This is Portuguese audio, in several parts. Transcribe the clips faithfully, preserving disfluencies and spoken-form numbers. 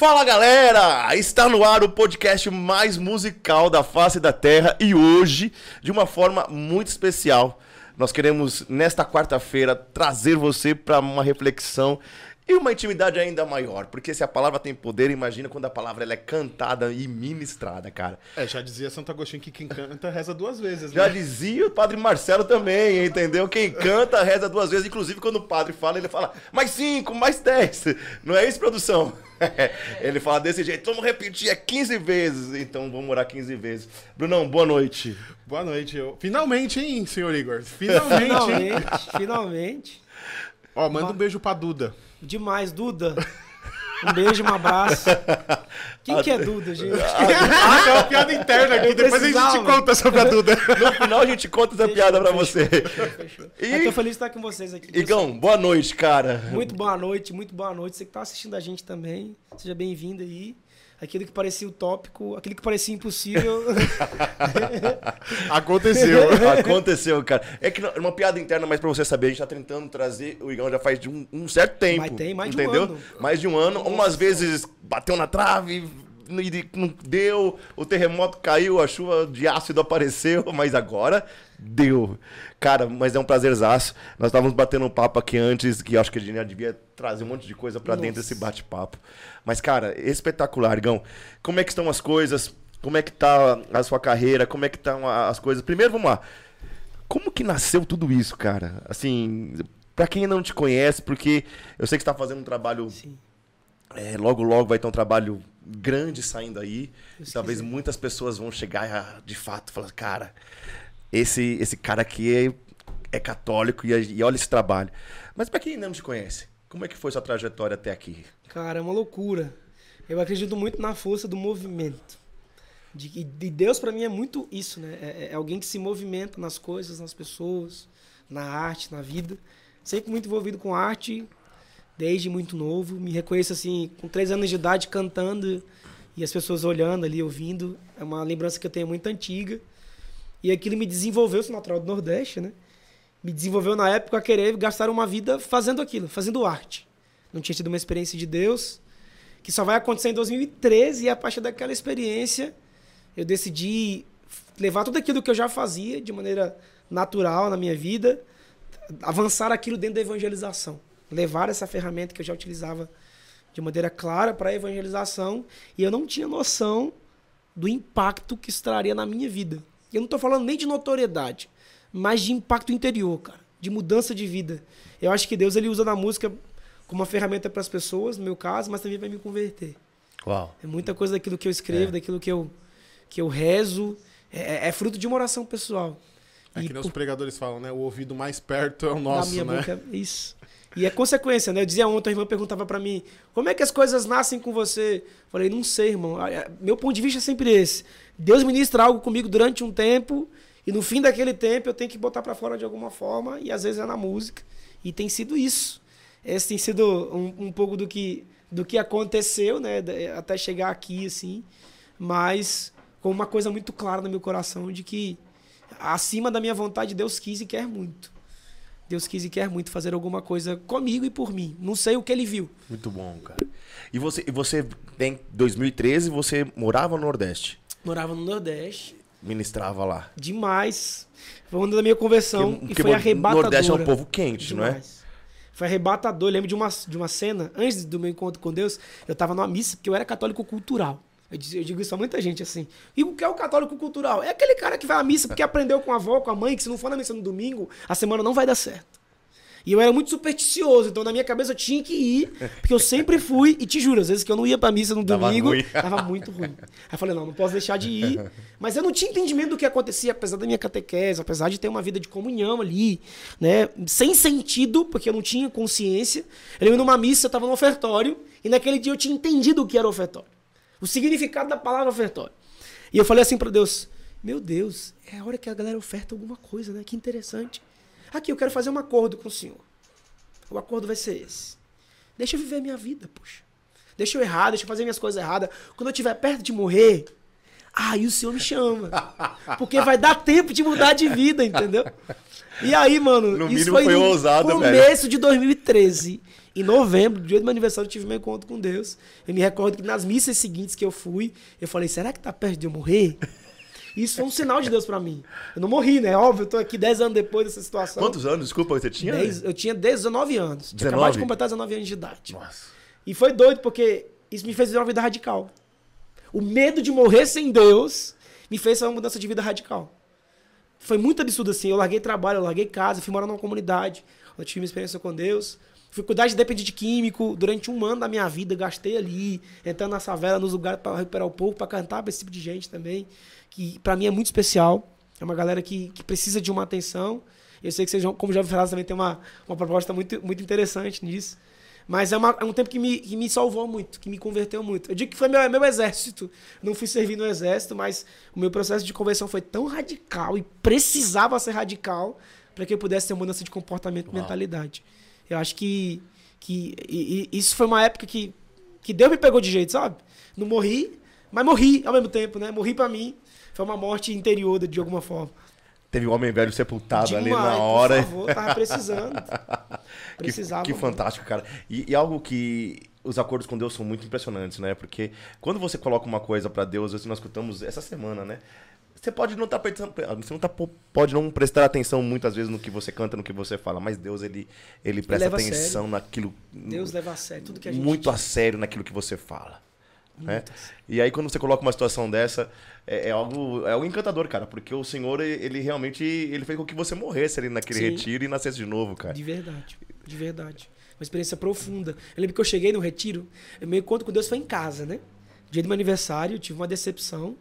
Fala galera, está no ar o podcast mais musical da face da terra e hoje, de uma forma muito especial, nós queremos nesta quarta-feira trazer você para uma reflexão e uma intimidade ainda maior, porque se a palavra tem poder, imagina quando a palavra ela é cantada e ministrada, cara. É, já dizia Santo Agostinho que quem canta reza duas vezes, né? Já dizia o Padre Marcelo também, entendeu? Quem canta reza duas vezes, inclusive quando o padre fala, ele fala mais cinco, mais dez, não é isso, produção? Ele fala desse jeito, vamos repetir, é quinze vezes, então vamos orar quinze vezes. Brunão, boa noite. Boa noite, eu... Finalmente, hein, senhor Igor? Finalmente, Finalmente, finalmente. Ó, manda um beijo pra Duda. Demais, Duda. Um beijo, um abraço. Quem que é Duda, gente? Ah, tem uma piada interna aqui, Eu depois a gente precisava. conta sobre a Duda. No final a gente conta essa Fechou, piada pra fechou, você. Fechou, fechou. E- Eu tô feliz de estar com vocês aqui. Igão, boa noite, cara. Muito boa noite, muito boa noite. Você que tá assistindo a gente também, seja bem-vindo aí. Aquilo que parecia utópico, aquilo que parecia impossível. Aconteceu. Aconteceu, cara. É que não- uma piada interna, mas pra você saber, a gente tá tentando trazer o Igão já faz de um, um certo tempo. Mas tem mais de um entendeu? ano. Mais de um ano. Umas vezes bateu na trave, e não deu, o terremoto caiu, a chuva de ácido apareceu, mas agora deu. Cara, mas é um prazerzaço. Nós estávamos batendo um papo aqui antes, que eu acho que a gente já devia trazer um monte de coisa pra dentro Nossa. desse bate-papo. Mas, cara, espetacular, Igão. Como é que estão as coisas? Como é que tá a sua carreira? Como é que estão as coisas? Primeiro, vamos lá. Como que nasceu tudo isso, cara? Assim, pra quem ainda não te conhece, porque eu sei que você tá fazendo um trabalho... Sim. É, logo, logo vai ter um trabalho grande saindo aí. Deus Talvez quiser. muitas pessoas vão chegar a, de fato, falar, cara, esse, esse cara aqui é, é católico e, e olha esse trabalho. Mas pra quem ainda não te conhece, como é que foi sua trajetória até aqui? Cara, é uma loucura. Eu acredito muito na força do movimento. De, que- de Deus, pra mim, é muito isso, né? É, é alguém que se movimenta nas coisas, nas pessoas, na arte, na vida. Sempre muito envolvido com arte, desde muito novo. Me reconheço, assim, com três anos de idade, cantando e as pessoas olhando ali, ouvindo. É uma lembrança que eu tenho muito antiga. E aquilo me desenvolveu, sou natural do Nordeste, né? Me desenvolveu na época a querer gastar uma vida fazendo aquilo, fazendo arte. Não tinha tido uma experiência de Deus, que só vai acontecer em dois mil e treze, e a partir daquela experiência eu decidi levar tudo aquilo que eu já fazia de maneira natural na minha vida, avançar aquilo dentro da evangelização. Levar essa ferramenta que eu já utilizava de maneira clara para a evangelização, e eu não tinha noção do impacto que isso traria na minha vida. Eu não estou falando nem de notoriedade, mas de impacto interior, cara, de mudança de vida. Eu acho que Deus ele usa na música como uma ferramenta para as pessoas, no meu caso, mas também para me converter. Uau. É muita coisa daquilo que eu escrevo, É. daquilo que eu, que eu rezo, é, é fruto de uma oração pessoal. É E que nem os por- pregadores falam, né? O ouvido mais perto é o na nosso, minha né? boca, é isso. E é consequência, né? Eu dizia ontem, a irmã perguntava pra mim, como é que as coisas nascem com você? Eu falei, não sei, irmão. Ah, é, meu ponto de vista é sempre esse. Deus ministra algo comigo durante um tempo, e no fim daquele tempo eu tenho que botar pra fora de alguma forma, e às vezes é na música. E tem sido isso. Esse tem sido um, um pouco do que, do que aconteceu, né? de- Até chegar aqui, assim. Mas com uma coisa muito clara no meu coração de que acima da minha vontade, Deus quis e quer muito. Deus quis e quer muito fazer alguma coisa comigo e por mim. Não sei o que ele viu. Muito bom, cara. E você, e você em dois mil e treze, você morava no Nordeste, Morava no Nordeste. ministrava lá. Demais. Foi uma da minha conversão Porque- e porque foi o arrebatadora. Nordeste é um povo quente, não é? Demais. Foi arrebatador. Eu lembro de uma, de uma cena, antes do meu encontro com Deus, eu estava numa missa, porque eu era católico cultural. Eu digo, eu digo isso a muita gente assim. E o que é o católico cultural? É aquele cara que vai à missa porque aprendeu com a avó, com a mãe, que se não for na missa no domingo, a semana não vai dar certo. E eu era muito supersticioso, então na minha cabeça eu tinha que ir, porque eu sempre fui, e te juro, às vezes que eu não ia pra missa no Tava domingo, ruim. tava muito ruim. Aí eu falei, não, não posso deixar de ir. Mas eu não tinha entendimento do que acontecia, apesar da minha catequese, apesar de ter uma vida de comunhão ali, né? Sem sentido, porque eu não tinha consciência. Eu lembro numa missa, eu tava no ofertório, e naquele dia eu tinha entendido o que era ofertório. O significado da palavra ofertório. E eu falei assim pra Deus, meu Deus, é a hora que a galera oferta alguma coisa, né? Que interessante. Aqui, eu quero fazer um acordo com o Senhor. O acordo vai ser esse. Deixa eu viver a minha vida, poxa. Deixa eu errar, deixa eu fazer minhas coisas erradas. Quando eu estiver perto de morrer, aí o Senhor me chama. Porque vai dar tempo de mudar de vida, entendeu? E aí, mano, No isso mínimo foi foi no ousado, começo velho. de dois mil e treze. Em novembro, dia do meu aniversário, eu tive meu encontro com Deus. Eu me recordo que nas missas seguintes que eu fui, eu falei, será que tá perto de eu morrer? Isso foi um sinal de Deus pra mim. Eu não morri, né? Óbvio, eu tô aqui dez anos depois dessa situação. Quantos anos, desculpa, você tinha? dez, eu tinha dezenove anos. Tinha dezenove? acabado de completar dezenove anos de idade. Nossa. E foi doido, porque isso me fez viver uma vida radical. O medo de morrer sem Deus me fez fazer uma mudança de vida radical. Foi muito absurdo assim. Eu larguei trabalho, eu larguei casa, fui morar numa comunidade. Eu tive uma experiência com Deus. Fui cuidar de dependente de químico. Durante um ano da minha vida, gastei ali, entrando na favela, nos lugares para recuperar o povo, para cantar para esse tipo de gente também. Que para mim é muito especial. É uma galera que, que precisa de uma atenção. Eu sei que vocês, como já falaram, também tem uma, uma proposta muito, muito interessante nisso. Mas é, uma, é um tempo que me, que me salvou muito, que me converteu muito. Eu digo que foi meu, meu exército. Não fui servir no exército, mas o meu processo de conversão foi tão radical e precisava ser radical para que eu pudesse ter uma mudança de comportamento e mentalidade. Eu acho que, que e, e isso foi uma época que, que Deus me pegou de jeito, sabe? Não morri, mas morri ao mesmo tempo, né? Morri pra mim. Foi uma morte interior de alguma forma. Teve um homem velho sepultado Demais, ali na hora. por favor, tava precisando. Precisava. Que, que fantástico, cara. E, e algo que os acordos com Deus são muito impressionantes, né? Porque quando você coloca uma coisa pra Deus, isso nós escutamos essa semana, né? Você pode não estar tá prestando, você não tá, pode não prestar atenção muitas vezes no que você canta, no que você fala, mas Deus ele ele presta leva a atenção sério. naquilo. Deus leva a sério tudo que a gente Muito diz. a sério naquilo que você fala. Né? Muito a sério. E aí quando você coloca uma situação dessa, é, é algo é algo encantador, cara, porque o Senhor ele realmente ele fez com que você morresse ali naquele Sim. retiro e nascesse de novo, cara. De verdade, de verdade. Uma experiência profunda. Eu lembro que eu cheguei no retiro, meu encontro com Deus foi em casa, né? Dia do meu aniversário, eu tive uma decepção.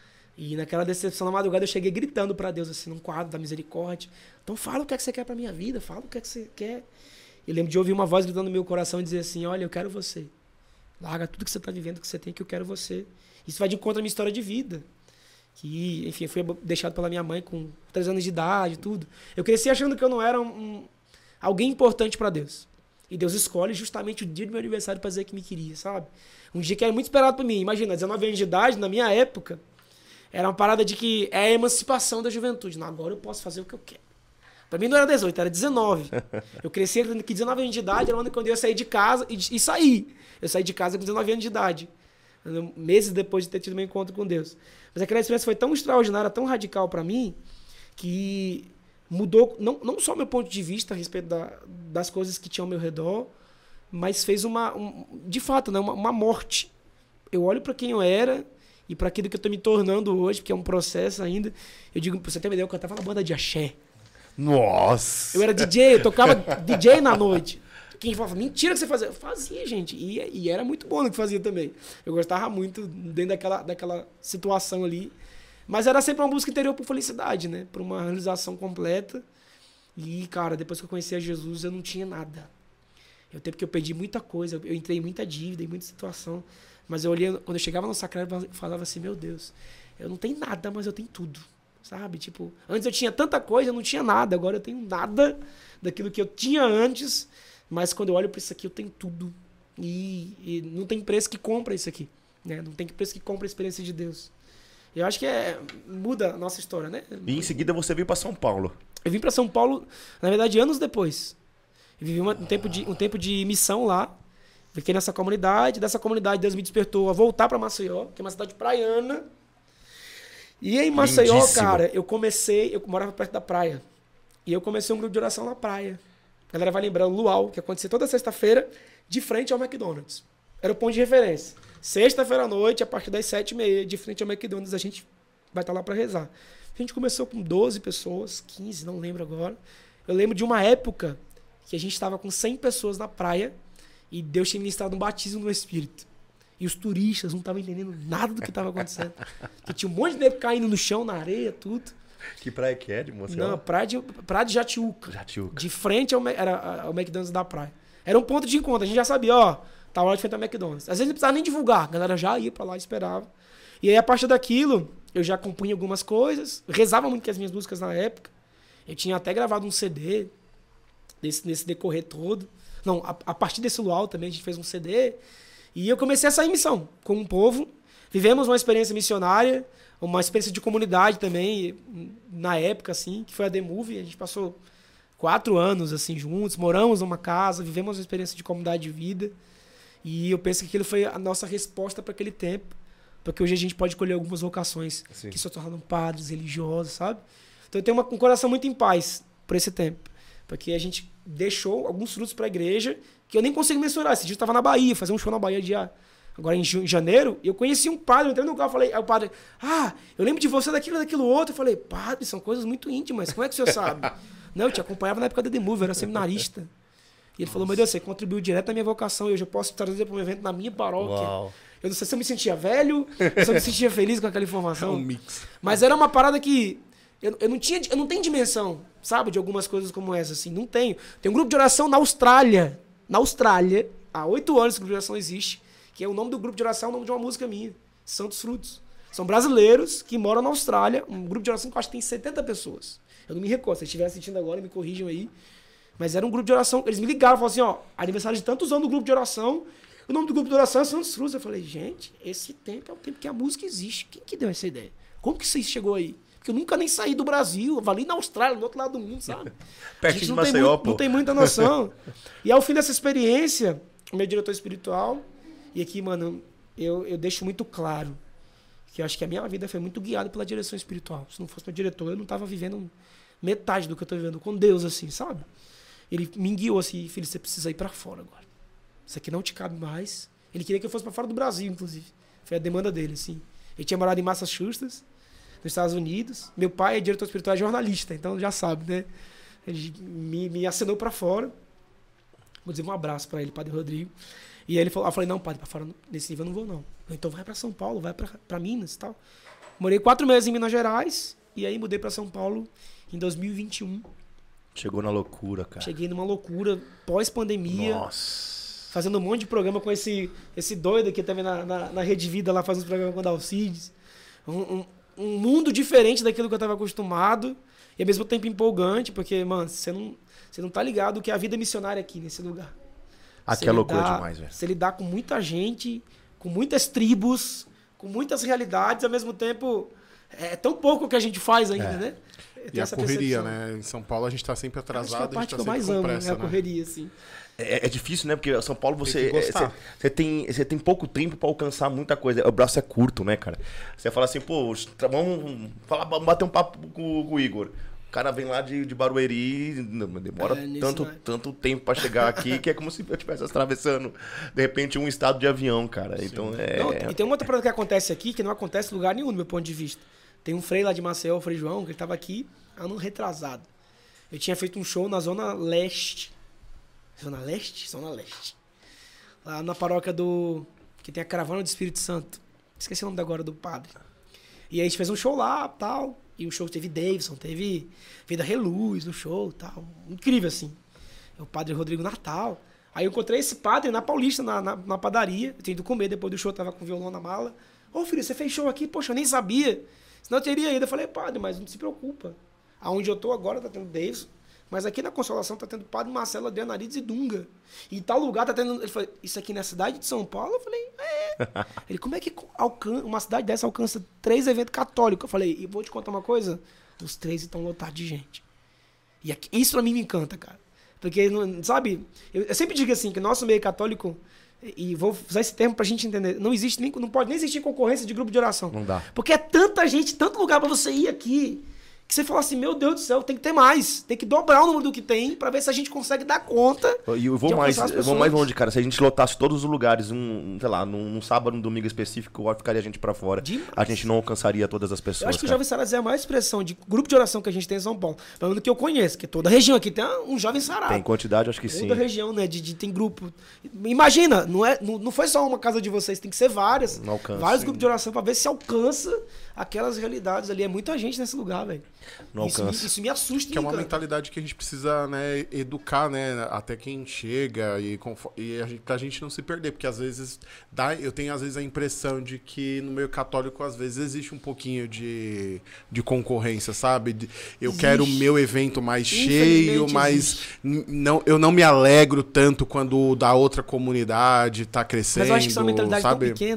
E naquela decepção, na madrugada, eu cheguei gritando pra Deus, assim, num quadro da misericórdia. Então fala o que é que você quer pra minha vida, fala o que é que você quer. Eu lembro de ouvir uma voz gritando no meu coração e dizer assim, olha, eu quero você. Larga tudo que você tá vivendo, que você tem, que eu quero você. Isso vai de encontro à minha história de vida. Que, enfim, eu fui deixado pela minha mãe com três anos de idade e tudo. Eu cresci achando que eu não era um, um, alguém importante pra Deus. E Deus escolhe justamente o dia do meu aniversário pra dizer que me queria, sabe? Um dia que era muito esperado por mim. Imagina, dezenove anos de idade, na minha época, era uma parada de que é a emancipação da juventude. Não, agora eu posso fazer o que eu quero. Pra mim não era dezoito, era dezenove. Eu cresci achando que dezenove anos de idade era quando eu ia sair de casa e, e saí. Eu saí de casa com dezenove anos de idade. Meses depois de ter tido meu encontro com Deus. Mas aquela experiência foi tão extraordinária, tão radical pra mim, que mudou não, não só meu ponto de vista a respeito da, das coisas que tinham ao meu redor, mas fez uma, um, de fato, né, uma, uma morte. Eu olho pra quem eu era e para aquilo que eu tô me tornando hoje, porque é um processo ainda. Eu digo, pra você ter uma ideia, eu cantava na banda de axé. Nossa! Eu era D J, eu tocava D J na noite. Quem falava, mentira que você fazia. Eu fazia, gente. E, e era muito bom no que fazia também. Eu gostava muito dentro daquela, daquela situação ali. Mas era sempre uma busca interior por felicidade, né? Por uma realização completa. E, cara, depois que eu conheci a Jesus, eu não tinha nada. É o tempo que eu perdi muita coisa. Eu entrei em muita dívida, em muita situação. Mas eu olhei, quando eu chegava no sacrário, eu falava assim, meu Deus, eu não tenho nada, mas eu tenho tudo. Sabe? Tipo, antes eu tinha tanta coisa, eu não tinha nada. Agora eu tenho nada daquilo que eu tinha antes. Mas quando eu olho para isso aqui, eu tenho tudo. E, e não tem preço que compra isso aqui. Né? Não tem preço que compra a experiência de Deus. Eu acho que é, muda a nossa história, né? E em seguida você veio para São Paulo. Eu vim para São Paulo, na verdade, anos depois. Eu vivi uma, um, tempo de, um tempo de missão lá. Fiquei nessa comunidade. Dessa comunidade, Deus me despertou a voltar para Maceió, que é uma cidade praiana. E em Maceió, Lindíssima. cara, eu comecei... Eu morava perto da praia. E eu comecei um grupo de oração na praia. A galera vai lembrar o Luau, que acontecia toda sexta-feira, de frente ao McDonald's. Era o ponto de referência. Sexta-feira à noite, a partir das sete e meia, de frente ao McDonald's, a gente vai estar lá para rezar. A gente começou com doze pessoas, quinze, não lembro agora. Eu lembro de uma época que a gente estava com cem pessoas na praia e Deus tinha ministrado um batismo no Espírito. E os turistas não estavam entendendo nada do que estava acontecendo. Porque tinha um monte de nego caindo no chão, na areia, tudo. Que praia que é de Maceió? Não, praia de, praia de Jatiuca. Jatiuca. De frente ao, era, ao McDonald's da praia. Era um ponto de encontro. A gente já sabia, ó, tá lá de frente ao McDonald's. Às vezes não precisava nem divulgar. A galera já ia pra lá e esperava. E aí, a partir daquilo, eu já compunha algumas coisas. Rezava muito com as minhas músicas na época. Eu tinha até gravado um C D nesse, nesse decorrer todo. Não, a, a partir desse luau também a gente fez um C D. E eu comecei a sair em missão com um povo. Vivemos uma experiência missionária, uma experiência de comunidade também, na época, assim, que foi a The Move. A gente passou quatro anos, assim, juntos, moramos numa casa, vivemos uma experiência de comunidade de vida. E eu penso que aquilo foi a nossa resposta para aquele tempo. Porque hoje a gente pode colher algumas vocações Sim. que se tornam padres, religiosos, sabe? Então eu tenho uma, um coração muito em paz por esse tempo. Porque a gente deixou alguns frutos para a igreja que eu nem consigo mensurar. Esse dia eu estava na Bahia, fazer um show na Bahia dia, agora em janeiro, e eu conheci um padre, eu entrei no carro e falei, aí o padre, ah, eu lembro de você daquilo, daquilo outro. Eu falei, padre, são coisas muito íntimas, como é que o senhor sabe? Não, eu te acompanhava na época da The Move, eu era seminarista. E ele falou, meu Deus, você contribuiu direto à minha vocação, e hoje eu posso trazer para um evento na minha paróquia. Uau. Eu não sei se eu me sentia velho, se eu me sentia feliz com aquela informação. É um mix. Mas era uma parada que eu, eu, não tinha, eu não tenho dimensão, sabe, de algumas coisas como essa, assim, não tenho. Tem um grupo de oração na Austrália, na Austrália, há oito anos que o grupo de oração existe, que é o nome do grupo de oração, é o nome de uma música minha, Santos Frutos. São brasileiros que moram na Austrália, um grupo de oração que eu acho que tem setenta pessoas. Eu não me recordo, se estiver assistindo agora, me corrijam aí. Mas era um grupo de oração, eles me ligaram, falaram assim, ó, aniversário de tantos anos do grupo de oração, o nome do grupo de oração é Santos Frutos. Eu falei, gente, esse tempo é o tempo que a música existe. Quem que deu essa ideia? Como que isso chegou aí? Porque eu nunca nem saí do Brasil, eu ali na Austrália, do outro lado do mundo, sabe? Pertinho de não Maceió, tem muito, pô. Não tem muita noção. E ao fim dessa experiência, o meu diretor espiritual, e aqui, mano, eu, eu deixo muito claro que eu acho que a minha vida foi muito guiada pela direção espiritual. Se não fosse meu diretor, eu não tava vivendo metade do que eu tô vivendo com Deus, assim, sabe? Ele me guiou assim, filho, você precisa ir pra fora agora. Isso aqui não te cabe mais. Ele queria que eu fosse pra fora do Brasil, inclusive. Foi a demanda dele, assim. Ele tinha morado em Massachusetts, nos Estados Unidos. Meu pai é diretor espiritual, é jornalista, então já sabe, né? Ele me, me assinou pra fora. Vou dizer um abraço pra ele, padre Rodrigo. E aí ele falou, eu falei, não, padre, pra fora nesse nível eu não vou, não. Então vai pra São Paulo, vai pra, pra Minas e tal. Morei quatro meses em Minas Gerais, e aí mudei pra São Paulo em dois mil e vinte e um. Chegou na loucura, cara. Cheguei numa loucura, pós-pandemia. Nossa. Fazendo um monte de programa com esse, esse doido aqui também na, na, na Rede Vida, lá fazendo programa com o Dalcides. Um, um, um mundo diferente daquilo que eu estava acostumado. E ao mesmo tempo empolgante, porque, mano, você não, você não tá ligado o que é a vida missionária aqui nesse lugar. Aqui é loucura demais, velho. Você lidar com muita gente, com muitas tribos, com muitas realidades, ao mesmo tempo, é tão pouco que a gente faz ainda, é. né? E a correria, percepção. né? Em São Paulo a gente tá sempre atrasado, Acho que é a parte a gente tá que eu mais sempre amo, com pressa, né? A né? correria, assim. É, é difícil, né? Porque São Paulo você tem, é, você, você tem você tem pouco tempo pra alcançar muita coisa. O braço é curto, né, cara? Você fala assim, pô, vamos, falar, vamos bater um papo com, com o Igor. O cara vem lá de, de Barueri, demora é, tanto, tanto tempo pra chegar aqui que é como se eu estivesse atravessando, de repente, um estado de avião, cara. Sim. Então é... Não, e tem uma outra coisa que acontece aqui que não acontece em lugar nenhum, do meu ponto de vista. Tem um frei lá de Maceió, o Frei João, que ele tava aqui ano retrasado. Eu tinha feito um show na Zona Leste. Zona Leste? Zona Leste. Lá na paróquia do... que tem a Caravana do Espírito Santo. Esqueci o nome agora do padre. E aí a gente fez um show lá, tal. E o show teve Davidson, teve Vida Reluz no show, tal. Incrível, assim. O padre Rodrigo Natal. Aí eu encontrei esse padre na Paulista, na, na, na padaria. Eu tinha ido comer, depois do show eu tava com o violão na mala. Ô, filho, você fez show aqui? Poxa, eu nem sabia. Senão eu teria ido. Eu falei, padre, mas não se preocupa. Aonde eu tô agora tá tendo Davidson. Mas aqui na Consolação tá tendo Padre Marcelo, Adriano Arides e Dunga. E em tal lugar tá tendo... Ele falou, isso aqui na cidade de São Paulo? Eu falei, é. Ele, como é que alcança, uma cidade dessa alcança três eventos católicos? Eu falei, e vou te contar uma coisa? Os três estão lotados de gente. E aqui, isso pra mim me encanta, cara. Porque, sabe, eu, eu sempre digo assim, que nosso meio católico, e vou usar esse termo pra gente entender, não existe nem, não pode nem existir concorrência de grupo de oração. Não dá. Porque é tanta gente, tanto lugar pra você ir aqui... que você fala assim, meu Deus do céu, tem que ter mais. Tem que dobrar o número do que tem pra ver se a gente consegue dar conta. E eu vou mais, eu vou mais longe, cara. Se a gente lotasse todos os lugares, um, sei lá, num, num sábado, num domingo específico, ficaria a gente pra fora. Demais. A gente não alcançaria todas as pessoas. Eu acho que cara. o Jovem Sarado é a maior expressão de grupo de oração que a gente tem em São Paulo. Pelo menos que eu conheço, que toda região aqui tem um Jovem Sarado. Tem quantidade, acho que toda sim. Toda região, né? De, de, tem grupo. Imagina, não, é, não, não foi só uma casa de vocês, tem que ser várias. Não alcança. Vários sim. grupos de oração pra ver se alcança aquelas realidades ali. É muita gente nesse lugar, velho. Não isso alcança. Me, isso me assusta. Que é uma mentalidade que a gente precisa, né, educar, né, até quem chega e, e a gente, pra gente não se perder, porque às vezes dá, eu tenho às vezes a impressão de que no meio católico às vezes existe um pouquinho de, de concorrência, sabe? De, eu existe. Quero o meu evento mais cheio, mas não, eu não me alegro tanto quando o da outra comunidade tá crescendo, mas eu acho que isso é uma mentalidade sabe? tão pequena.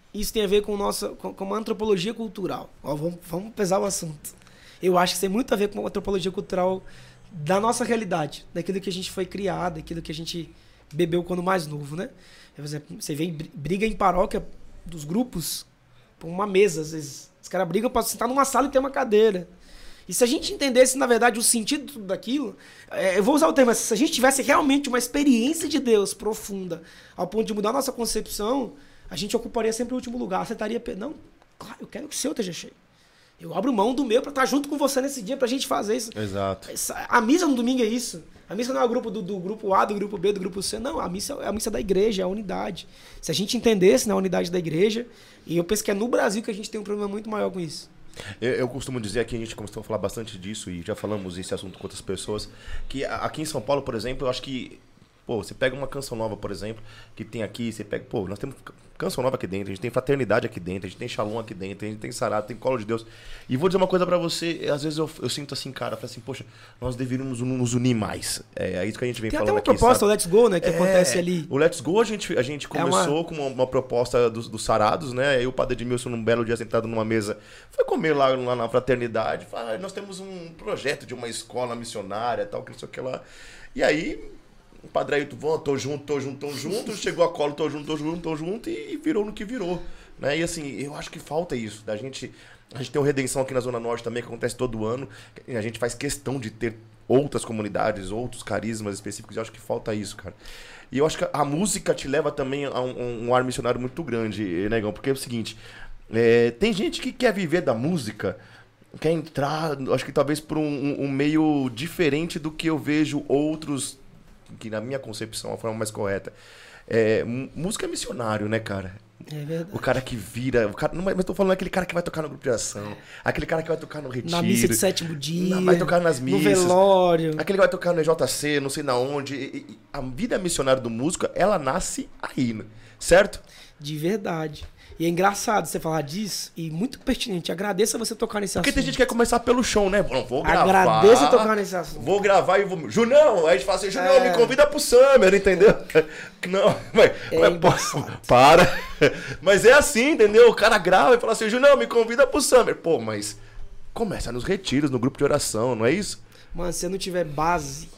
isso tem a ver com, nossa, com, com uma antropologia cultural. Ó, vamos, vamos pesar o assunto. Eu acho que tem muito a ver com a antropologia cultural da nossa realidade, daquilo que a gente foi criado, daquilo que a gente bebeu quando mais novo, né? Por exemplo, você vê briga em paróquia dos grupos por uma mesa, às vezes. Os caras brigam para sentar numa sala e ter uma cadeira. E se a gente entendesse, na verdade, o sentido daquilo, é, eu vou usar o termo, se a gente tivesse realmente uma experiência de Deus profunda, ao ponto de mudar a nossa concepção, a gente ocuparia sempre o último lugar. Você estaria... Não, claro, eu quero que o seu esteja cheio. Eu abro mão do meu para estar junto com você nesse dia, pra gente fazer isso. Exato. A missa no domingo é isso. A missa não é o grupo do, do grupo A, do grupo B, do grupo C. Não, a missa é a missa da igreja, é a unidade. Se a gente entendesse, né, a unidade da igreja, e eu penso que é no Brasil que a gente tem um problema muito maior com isso. Eu, eu costumo dizer aqui, a gente começou a falar bastante disso, e já falamos esse assunto com outras pessoas, que aqui em São Paulo, por exemplo, eu acho que, pô, você pega uma canção nova, por exemplo, que tem aqui, você pega, pô, nós temos canção nova aqui dentro, a gente tem fraternidade aqui dentro, a gente tem Shalom aqui dentro, a gente tem Sarado, tem Colo de Deus. E vou dizer uma coisa pra você, às vezes eu, eu sinto assim, cara, eu falo assim, poxa, nós deveríamos nos unir mais. É, é isso que a gente vem tem falando aqui. Tem até uma proposta, sabe? o Let's Go, né, que é, acontece ali. O Let's Go, a gente, a gente começou é uma... com uma, uma proposta dos, dos Sarados, né, aí o Padre Edmilson, num belo dia, sentado numa mesa, foi comer lá, lá na fraternidade, fala, ah, nós temos um projeto de uma escola missionária, tal, que não sei o que lá. E aí... O Padre Ailton, vão, tô junto, tô junto, tô junto, chegou a Colo, tô junto, tô junto, tô junto, e virou no que virou. Né? E assim, eu acho que falta isso, da gente... A gente tem o Redenção aqui na Zona Norte também, que acontece todo ano, a gente faz questão de ter outras comunidades, outros carismas específicos, e eu acho que falta isso, cara. E eu acho que a música te leva também a um, um ar missionário muito grande, Negão, porque é o seguinte, é, tem gente que quer viver da música... Quer entrar, acho que talvez por um, um meio diferente do que eu vejo outros... que na minha concepção é a forma mais correta. É, música é missionário, né, cara? É verdade. O cara que vira... O cara, não, mas tô falando aquele cara que vai tocar no grupo de oração, aquele cara que vai tocar no retiro. Na missa de sétimo dia. Na, vai tocar nas missas. No velório. Aquele que vai tocar no E J C, não sei na onde. E, e, a vida missionária do músico, ela nasce aí, né? Certo? De verdade. E é engraçado você falar disso, e muito pertinente. Agradeça você tocar nesse Porque assunto. tem gente que quer começar pelo chão, né? Não, vou gravar. Agradeça tocar nesse assunto. Vou gravar e vou... Junão! Aí a gente fala assim, Junão, É. me convida pro Summer, entendeu? Não, mas... É mas, embaçado. para. Mas é assim, entendeu? O cara grava e fala assim, Junão, me convida pro Summer. Pô, mas começa nos retiros, no grupo de oração, não é isso? Mano, se você não tiver base,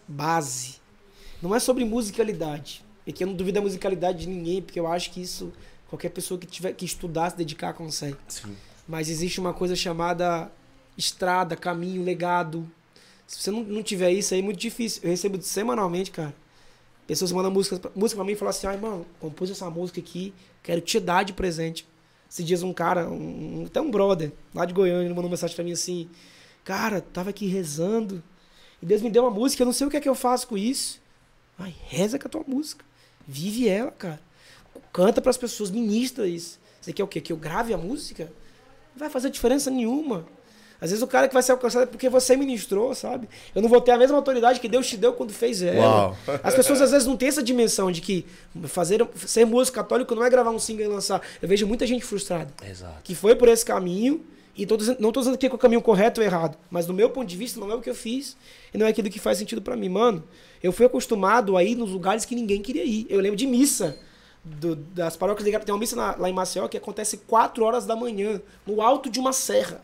base, não é sobre musicalidade. Porque eu não duvido da musicalidade de ninguém, porque eu acho que isso... Qualquer pessoa que tiver que estudar, se dedicar, consegue. Sim. Mas existe uma coisa chamada estrada, caminho, legado. Se você não, não tiver isso aí, é muito difícil. Eu recebo semanalmente, cara. Pessoas mandam música, música pra mim e falam assim, ai, mano, compus essa música aqui, quero te dar de presente. Esses dias um cara, um, até um brother, lá de Goiânia, ele mandou uma mensagem pra mim assim, cara, tava aqui rezando, e Deus me deu uma música, eu não sei o que é que eu faço com isso. Ai, reza com a tua música. Vive ela, cara. Canta pras pessoas, ministra isso. Você quer o quê? Que eu grave a música? Não vai fazer diferença nenhuma. Às vezes o cara que vai ser alcançado é porque você ministrou, sabe? Eu não vou ter a mesma autoridade que Deus te deu quando fez ela. Uau. As pessoas às vezes não têm essa dimensão de que fazer, ser músico católico não é gravar um single e lançar. Eu vejo muita gente frustrada. Exato. Que foi por esse caminho, e tô dizendo, não estou dizendo que é o caminho correto ou errado, mas do meu ponto de vista não é o que eu fiz, e não é aquilo que faz sentido pra mim. Mano, eu fui acostumado a ir nos lugares que ninguém queria ir. Eu lembro de missa. Do, das paróquias ligadas. Tem uma missa na, lá em Maceió que acontece quatro horas da manhã, no alto de uma serra.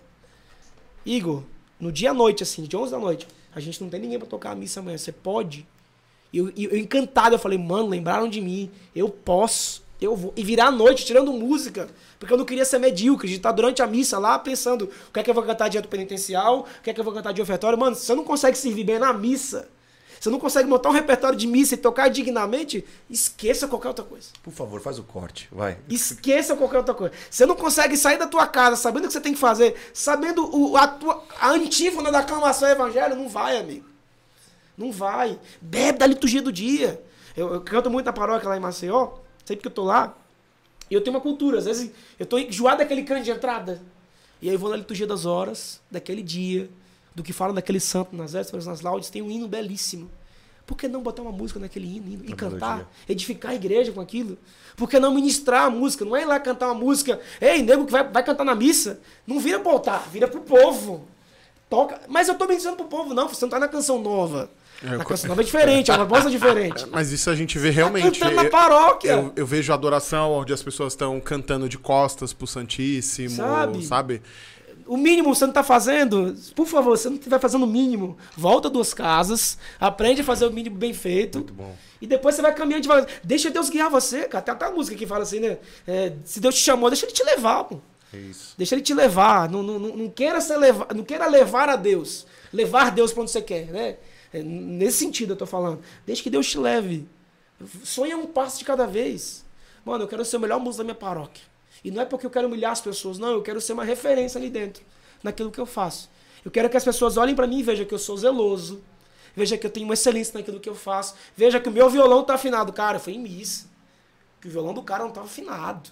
Igor, no dia à noite, assim, de onze da noite, a gente não tem ninguém pra tocar a missa amanhã. Você pode? E eu, eu, eu encantado, eu falei, mano, lembraram de mim, eu posso, eu vou. E virar a noite tirando música, porque eu não queria ser medíocre, de estar durante a missa lá pensando o que é que eu vou cantar de ato penitencial, o que é que eu vou cantar de ofertório. Mano, se você não consegue servir bem na missa, você não consegue montar um repertório de missa e tocar dignamente, esqueça qualquer outra coisa. Por favor, faz o corte, vai. Esqueça qualquer outra coisa. Você não consegue sair da tua casa sabendo o que você tem que fazer, sabendo o, a, tua, a antífona da aclamação ao evangelho, não vai, amigo. Não vai. Bebe da liturgia do dia. Eu, eu canto muito na paróquia lá em Maceió, sempre que eu tô lá, e eu tenho uma cultura. Às vezes eu tô enjoado daquele crânio de entrada. E aí eu vou na liturgia das horas, daquele dia, do que falam daquele santo nas vésperas, nas laudes, tem um hino belíssimo. Por que não botar uma música naquele hino, hino e cantar, melodia, edificar a igreja com aquilo? Por que não ministrar a música? Não é ir lá cantar uma música, ei, nego que vai, vai cantar na missa, não vira pro altar, vira pro povo. Toca. Mas eu tô ministrando pro povo, não, você não tá na canção nova. É, Na canção nova é diferente, é uma proposta diferente. Mas isso a gente vê realmente. Tá cantando na eu, paróquia. eu, eu vejo adoração onde as pessoas estão cantando de costas pro Santíssimo, Sabe? sabe? O mínimo você não tá fazendo, por favor, se você não estiver fazendo o mínimo, volta duas casas, aprende a fazer o mínimo bem feito. Muito bom. E depois você vai caminhando devagar. Deixa Deus guiar você, cara. Tem até a música que fala assim, né? É, se Deus te chamou, deixa ele te levar, pô. Isso. Deixa ele te levar. Não, não, não, não queira ser leva, não queira levar a Deus. Levar Deus pra onde você quer, né? É, nesse sentido eu tô falando. Deixa que Deus te leve. Sonha um passo de cada vez. Mano, eu quero ser o melhor músico da minha paróquia. E não é porque eu quero humilhar as pessoas, não. Eu quero ser uma referência ali dentro, naquilo que eu faço. Eu quero que as pessoas olhem pra mim e vejam que eu sou zeloso. Veja que eu tenho uma excelência naquilo que eu faço. Veja que o meu violão tá afinado. Cara, eu fui em missa. Que o violão do cara não tava afinado.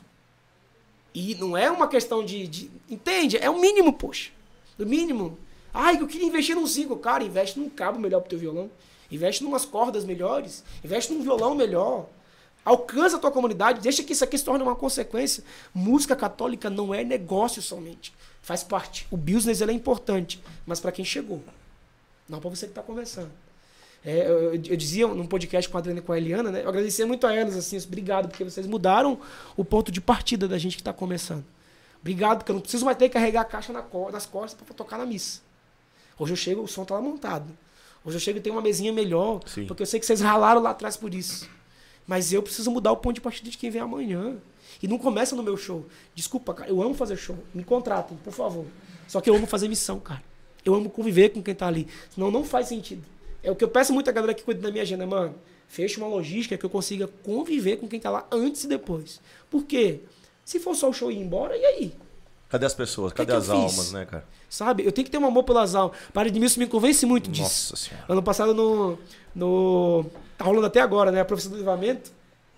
E não é uma questão de... de entende? É o mínimo, poxa. O mínimo. Ai, eu queria investir num cinco. Cara, investe num cabo melhor pro teu violão. Investe numas cordas melhores. Investe num violão melhor. Alcança a tua comunidade. Deixa que isso aqui se torne uma consequência. Música católica não é negócio somente. Faz parte. O business ele é importante. Mas para quem chegou. Não para você que está conversando. É, eu, eu dizia num podcast com a Adriana e com a Eliana, né? Eu agradecia muito a elas, assim, obrigado, porque vocês mudaram o ponto de partida da gente que está começando. Obrigado, porque eu não preciso mais ter que carregar a caixa na co- nas costas para tocar na missa. Hoje eu chego, o som está lá montado. Hoje eu chego e tenho uma mesinha melhor, Sim. porque eu sei que vocês ralaram lá atrás por isso. Mas eu preciso mudar o ponto de partida de quem vem amanhã. E não começa no meu show. Desculpa, cara, eu amo fazer show. Me contratem, por favor. Só que eu amo fazer missão, cara. Eu amo conviver com quem tá ali. Senão não faz sentido. É o que eu peço muito a galera que cuida da minha agenda, mano. Fecha uma logística que eu consiga conviver com quem tá lá antes e depois. Por quê? Se for só o show ir embora, e aí? Cadê as pessoas? Cadê que as que eu almas, fiz? né, cara? Sabe? Eu tenho que ter um amor pelas almas. Para de mim, isso me convence muito disso. Nossa Senhora. Ano passado, no, no... Tá rolando até agora, né? A professora do Livramento.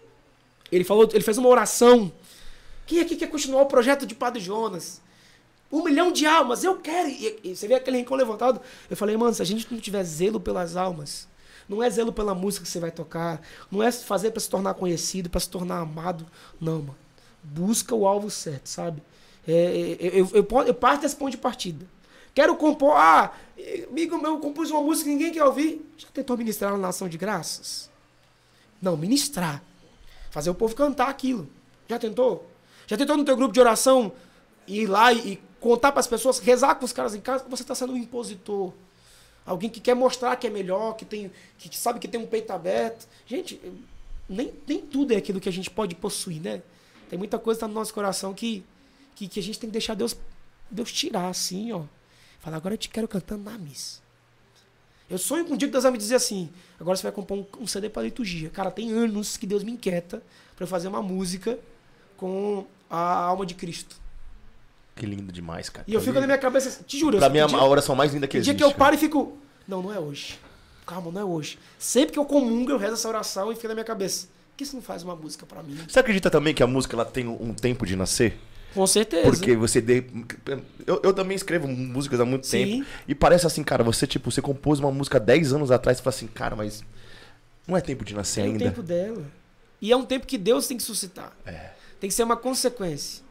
Ele falou, ele fez uma oração. Quem aqui quer continuar o projeto de Padre Jonas? Um milhão de almas, eu quero. E, e você vê aquele rincão levantado. Eu falei, mano, se a gente não tiver zelo pelas almas, não é zelo pela música que você vai tocar, não é fazer para se tornar conhecido, para se tornar amado. Não, mano. Busca o alvo certo, sabe? É, eu, eu, eu, eu parto desse ponto de partida. Quero compor. Ah, amigo meu, eu compus uma música que ninguém quer ouvir. Já tentou ministrar na ação de graças? Não, ministrar. Fazer o povo cantar aquilo. Já tentou? Já tentou no teu grupo de oração ir lá e, e contar para as pessoas, rezar com os caras em casa que você está sendo um impositor? Alguém que quer mostrar que é melhor, que, tem, que, que sabe que tem um peito aberto. Gente, nem, nem tudo é aquilo que a gente pode possuir, né? Tem muita coisa no nosso coração que, que, que a gente tem que deixar Deus, Deus tirar assim, ó. Falar, agora eu te quero cantando na missa. Eu sonho com um dia que Deus vai me dizer assim, agora você vai compor um, um C D para liturgia. Cara, tem anos que Deus me inquieta para eu fazer uma música com a alma de Cristo. Que lindo demais, cara. E eu fico na minha cabeça, te juro. Pra eu, mim é dia, a oração mais linda que existe. O dia existe. que eu paro e fico, não, não é hoje. Calma, não é hoje. Sempre que eu comungo, eu rezo essa oração e fica na minha cabeça, por que você não faz uma música para mim? Você acredita também que a música ela tem um tempo de nascer? Com certeza. Porque você... De... Eu, eu também escrevo músicas há muito Sim. tempo. E parece assim, cara, você tipo, você compôs uma música dez anos atrás e fala assim, cara, mas não é tempo de nascer é ainda. É o tempo dela. E é um tempo que Deus tem que suscitar. É. Tem que ser uma consequência.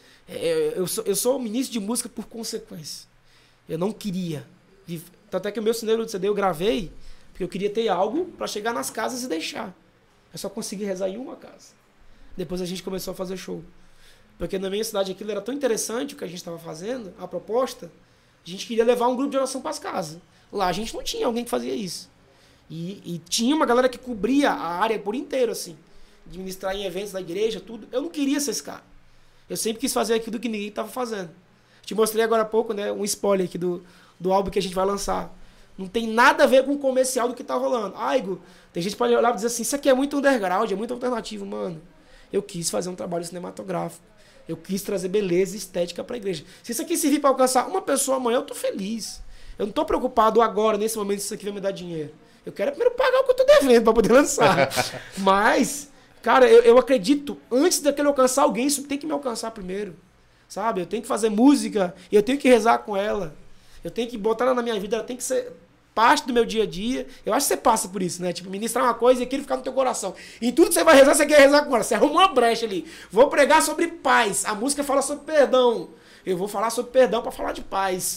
É, eu, sou, eu sou ministro de música por consequência. Eu não queria. Tanto é que o meu cinema de C D eu gravei porque eu queria ter algo para chegar nas casas e deixar. Eu só consegui rezar em uma casa. Depois a gente começou a fazer show. Porque na minha cidade aquilo era tão interessante o que a gente estava fazendo, a proposta, a gente queria levar um grupo de oração para as casas. Lá a gente não tinha alguém que fazia isso. E, e tinha uma galera que cobria a área por inteiro, assim. De ministrar em eventos da igreja, tudo. Eu não queria ser esse cara. Eu sempre quis fazer aquilo que ninguém estava fazendo. Te mostrei agora há pouco, né, um spoiler aqui do, do álbum que a gente vai lançar. Não tem nada a ver com o comercial do que tá rolando. Ah, Igor, tem gente que pode olhar e dizer assim, isso aqui é muito underground, é muito alternativo. Mano, eu quis fazer um trabalho cinematográfico. Eu quis trazer beleza e estética para a igreja. Se isso aqui servir para alcançar uma pessoa amanhã, eu tô feliz. Eu não tô preocupado agora, nesse momento, se isso aqui vai me dar dinheiro. Eu quero primeiro pagar o que eu tô devendo para poder lançar. Mas, cara, eu, eu acredito, antes daquele alcançar alguém, isso tem que me alcançar primeiro. Sabe? Eu tenho que fazer música e eu tenho que rezar com ela. Eu tenho que botar ela na minha vida, ela tem que ser parte do meu dia a dia. Eu acho que você passa por isso, né? Tipo, ministrar uma coisa e aquilo ficar no teu coração. Em tudo que você vai rezar, você quer rezar com ela. Você arruma uma brecha ali. Vou pregar sobre paz. A música fala sobre perdão. Eu vou falar sobre perdão para falar de paz.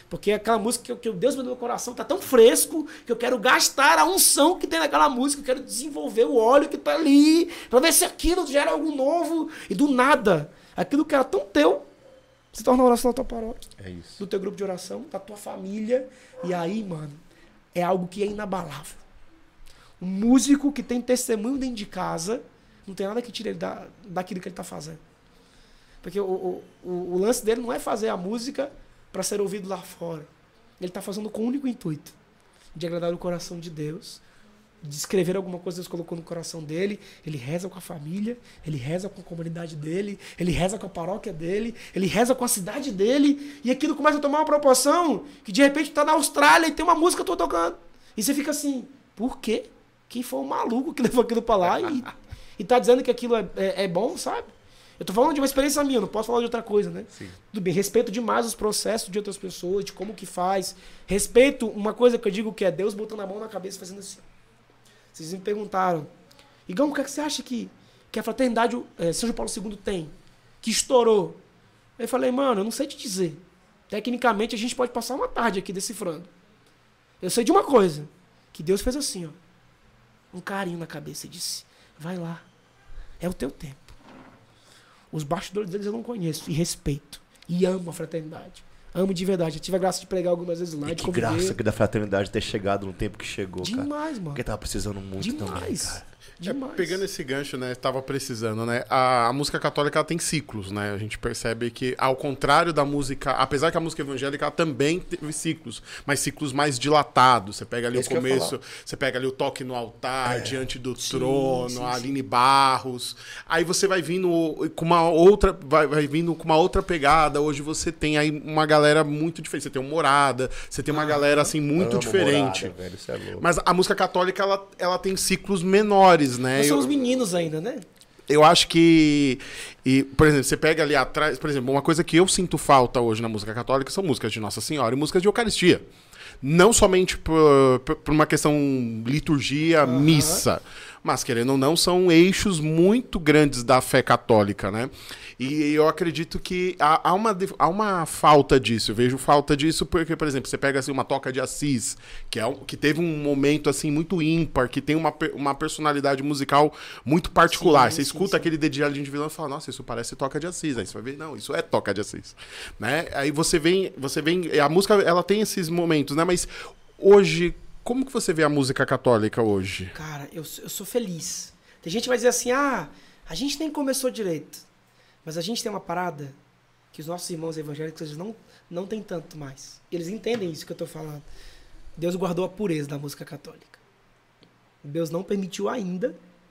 Porque aquela música que, que Deus me deu no coração tá tão fresco que eu quero gastar a unção que tem naquela música, eu quero desenvolver o óleo que tá ali, pra ver se aquilo gera algo novo. E do nada, aquilo que era tão teu, se torna uma oração da tua paróquia. É isso. Do teu grupo de oração, da tua família. E aí, mano, é algo que é inabalável. Um músico que tem testemunho dentro de casa, não tem nada que tire ele da, daquilo que ele tá fazendo. Porque o, o, o, o lance dele não é fazer a música para ser ouvido lá fora. Ele está fazendo com o único intuito de agradar o coração de Deus, de escrever alguma coisa que Deus colocou no coração dele. Ele reza com a família, ele reza com a comunidade dele, ele reza com a paróquia dele, ele reza com a cidade dele, e aquilo começa a tomar uma proporção que de repente está na Austrália e tem uma música que eu tô tocando. E você fica assim, por quê? Quem foi o maluco que levou aquilo para lá e, e tá dizendo que aquilo é, é, é bom, sabe? Eu tô falando de uma experiência minha, não posso falar de outra coisa, né? Sim. Tudo bem, respeito demais os processos de outras pessoas, de como que faz. Respeito uma coisa que eu digo que é Deus botando a mão na cabeça e fazendo assim. Vocês me perguntaram, Igão, o que, é que você acha que, que a fraternidade é, São João Paulo segundo tem? Que estourou? Eu falei, mano, eu não sei te dizer. Tecnicamente a gente pode passar uma tarde aqui decifrando. Eu sei de uma coisa, que Deus fez assim, ó. Um carinho na cabeça e disse, vai lá, é o teu tempo. Os bastidores deles eu não conheço. E respeito. E amo a fraternidade. Amo de verdade. Eu tive a graça de pregar algumas vezes lá. E de que conviver. graça que da fraternidade ter chegado no tempo que chegou, Demais, cara. mano. Porque tava precisando muito Demais. também, cara. Demais. É, pegando esse gancho, né, tava precisando, né, a, a música católica ela tem ciclos, né, a gente percebe que ao contrário da música, apesar que a música evangélica ela também teve ciclos, mas ciclos mais dilatados, você pega ali É o isso que eu ia começo, falar. você pega ali o toque no altar, É. diante do Sim, trono, sim, a sim. Aline Barros, aí você vai vindo com uma outra, vai, vai vindo com uma outra pegada, hoje você tem aí uma galera muito diferente, você tem uma Morada, você tem uma Ah, galera assim muito Amo diferente. Morada, velho, isso é louco. Mas a música católica, ela, ela tem ciclos menores, né? Nós Eu- somos meninos ainda, né? Eu acho que, e, por exemplo, você pega ali atrás, por exemplo, uma coisa que eu sinto falta hoje na música católica são músicas de Nossa Senhora e músicas de Eucaristia. Não somente por, por- por uma questão liturgia, Aham. missa, mas, querendo ou não, são eixos muito grandes da fé católica, né? E eu acredito que há, há uma, def- há uma falta disso. Eu vejo falta disso porque, por exemplo, você pega assim, uma Toca de Assis, que, é um- que teve um momento assim muito ímpar, que tem uma, per- uma personalidade musical muito particular. Sim, você sim, escuta sim. aquele dedilhado de vilão e fala, nossa, isso parece Toca de Assis. Aí você vai ver, não, isso é Toca de Assis. Né? Aí você vem, você vem... A música, ela tem esses momentos, né? Mas hoje, como que você vê a música católica hoje? Cara, eu, sou- eu sou feliz. Tem gente que vai dizer assim, ah, a gente nem começou direito. Mas a gente tem uma parada que os nossos irmãos evangélicos eles não, não tem tanto mais. Eles entendem isso que eu tô falando. Deus guardou a pureza da música católica. Deus não permitiu ainda,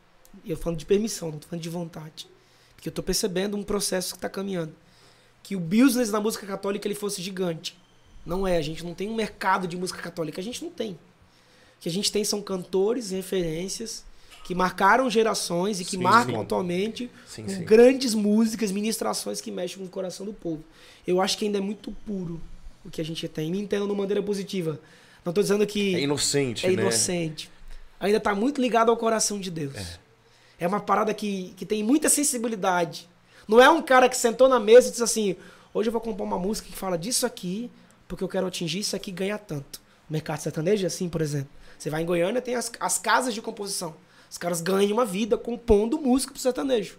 e eu falando de permissão, não tô falando de vontade, porque eu tô percebendo um processo que tá caminhando, que o business da música católica ele fosse gigante. Não é, a gente não tem um mercado de música católica, a gente não tem. O que a gente tem são cantores e referências que marcaram gerações e que Sim, marcam sim. atualmente Sim, com sim. grandes músicas, ministrações que mexem com o coração do povo. Eu acho que ainda é muito puro o que a gente tem. Me entendo de uma maneira positiva. Não estou dizendo que É inocente, é né? inocente. Ainda está muito ligado ao coração de Deus. É, é uma parada que, que tem muita sensibilidade. Não é um cara que sentou na mesa e disse assim, hoje eu vou compor uma música que fala disso aqui, porque eu quero atingir isso aqui e ganhar tanto. O mercado sertanejo é assim, por exemplo. Você vai em Goiânia, tem as, as casas de composição. Os caras ganham uma vida compondo música pro sertanejo.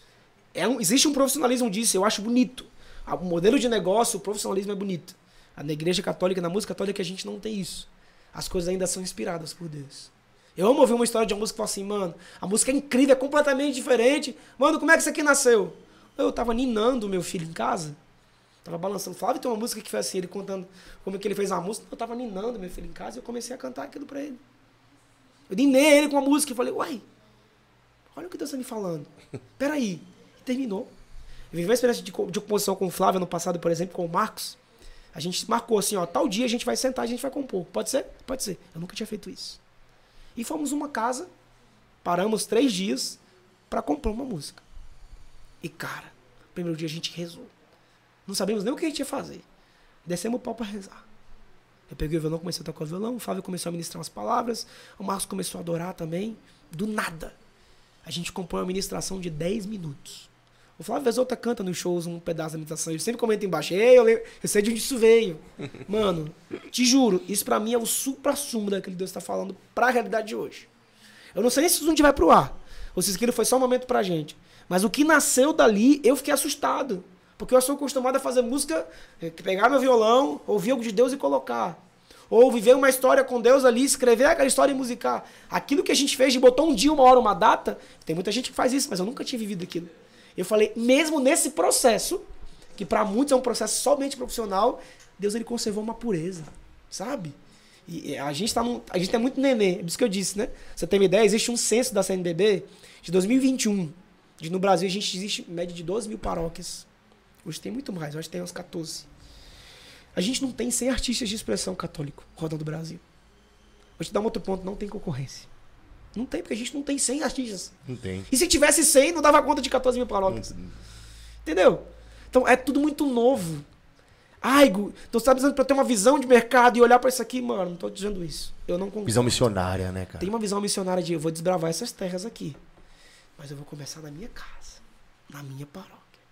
É um, existe um profissionalismo disso, eu acho bonito. O modelo de negócio, o profissionalismo é bonito. Na igreja católica, na música católica, a gente não tem isso. As coisas ainda são inspiradas por Deus. Eu amo ouvir uma história de uma música que fala assim, mano, a música é incrível, é completamente diferente. Mano, como é que isso aqui nasceu? Eu tava ninando o meu filho em casa. Tava balançando. Flávio tem uma música que foi assim, ele contando como é que ele fez a música. Eu tava ninando meu filho em casa e eu comecei a cantar aquilo pra ele. Eu ninei ele com a música e falei, uai, olha o que Deus tá me falando. Peraí. E terminou. Eu vivi uma experiência de, de composição com o Flávio ano passado, por exemplo, com o Marcos. A gente marcou assim, ó, tal dia a gente vai sentar, a gente vai compor. Pode ser? Pode ser. Eu nunca tinha feito isso. E fomos numa casa, paramos três dias pra compor uma música. E, cara, no primeiro dia a gente rezou. Não sabíamos nem o que a gente ia fazer. Descemos o pau pra rezar. Eu peguei o violão, comecei a tocar o violão, o Flávio começou a ministrar umas palavras, o Marcos começou a adorar também. Do nada. A gente compõe uma ministração de dez minutos. O Flávio Vezolta canta nos shows um pedaço da meditação. Eu sempre comento embaixo. Ei, eu, lembro, eu sei de onde isso veio. Mano, te juro, isso pra mim é o supra-sumo daquilo que Deus tá falando pra realidade de hoje. Eu não sei nem se isso não vai pro ar. Ou se aquilo foi só um momento pra gente. Mas o que nasceu dali, eu fiquei assustado. Porque eu sou acostumado a fazer música, pegar meu violão, ouvir algo de Deus e colocar. Ou viver uma história com Deus ali, escrever aquela história e musicar. Aquilo que a gente fez de botar um dia, uma hora, uma data, tem muita gente que faz isso, mas eu nunca tinha vivido aquilo. Eu falei, mesmo nesse processo, que para muitos é um processo somente profissional, Deus ele conservou uma pureza, sabe? E a gente tá num, a gente é muito nenê, é isso que eu disse, né? Você tem uma ideia, existe um censo da C N B B de dois mil e vinte e um. De, no Brasil a gente existe média de doze mil paróquias. Hoje tem muito mais, hoje tem uns quatorze. A gente não tem cem artistas de expressão católico rodando o Brasil. Vou te dar um outro ponto, não tem concorrência. Não tem, porque a gente não tem cem artistas. Não tem. E se tivesse cem, não dava conta de quatorze mil paróquias. Não. Entendeu? Então é tudo muito novo. Ai, Gu, então você tá precisando pra ter uma visão de mercado e olhar pra isso aqui? Mano, não tô dizendo isso. Eu não concordo. Visão missionária, né, cara? Tem uma visão missionária de eu vou desbravar essas terras aqui. Mas eu vou começar na minha casa, na minha paróquia.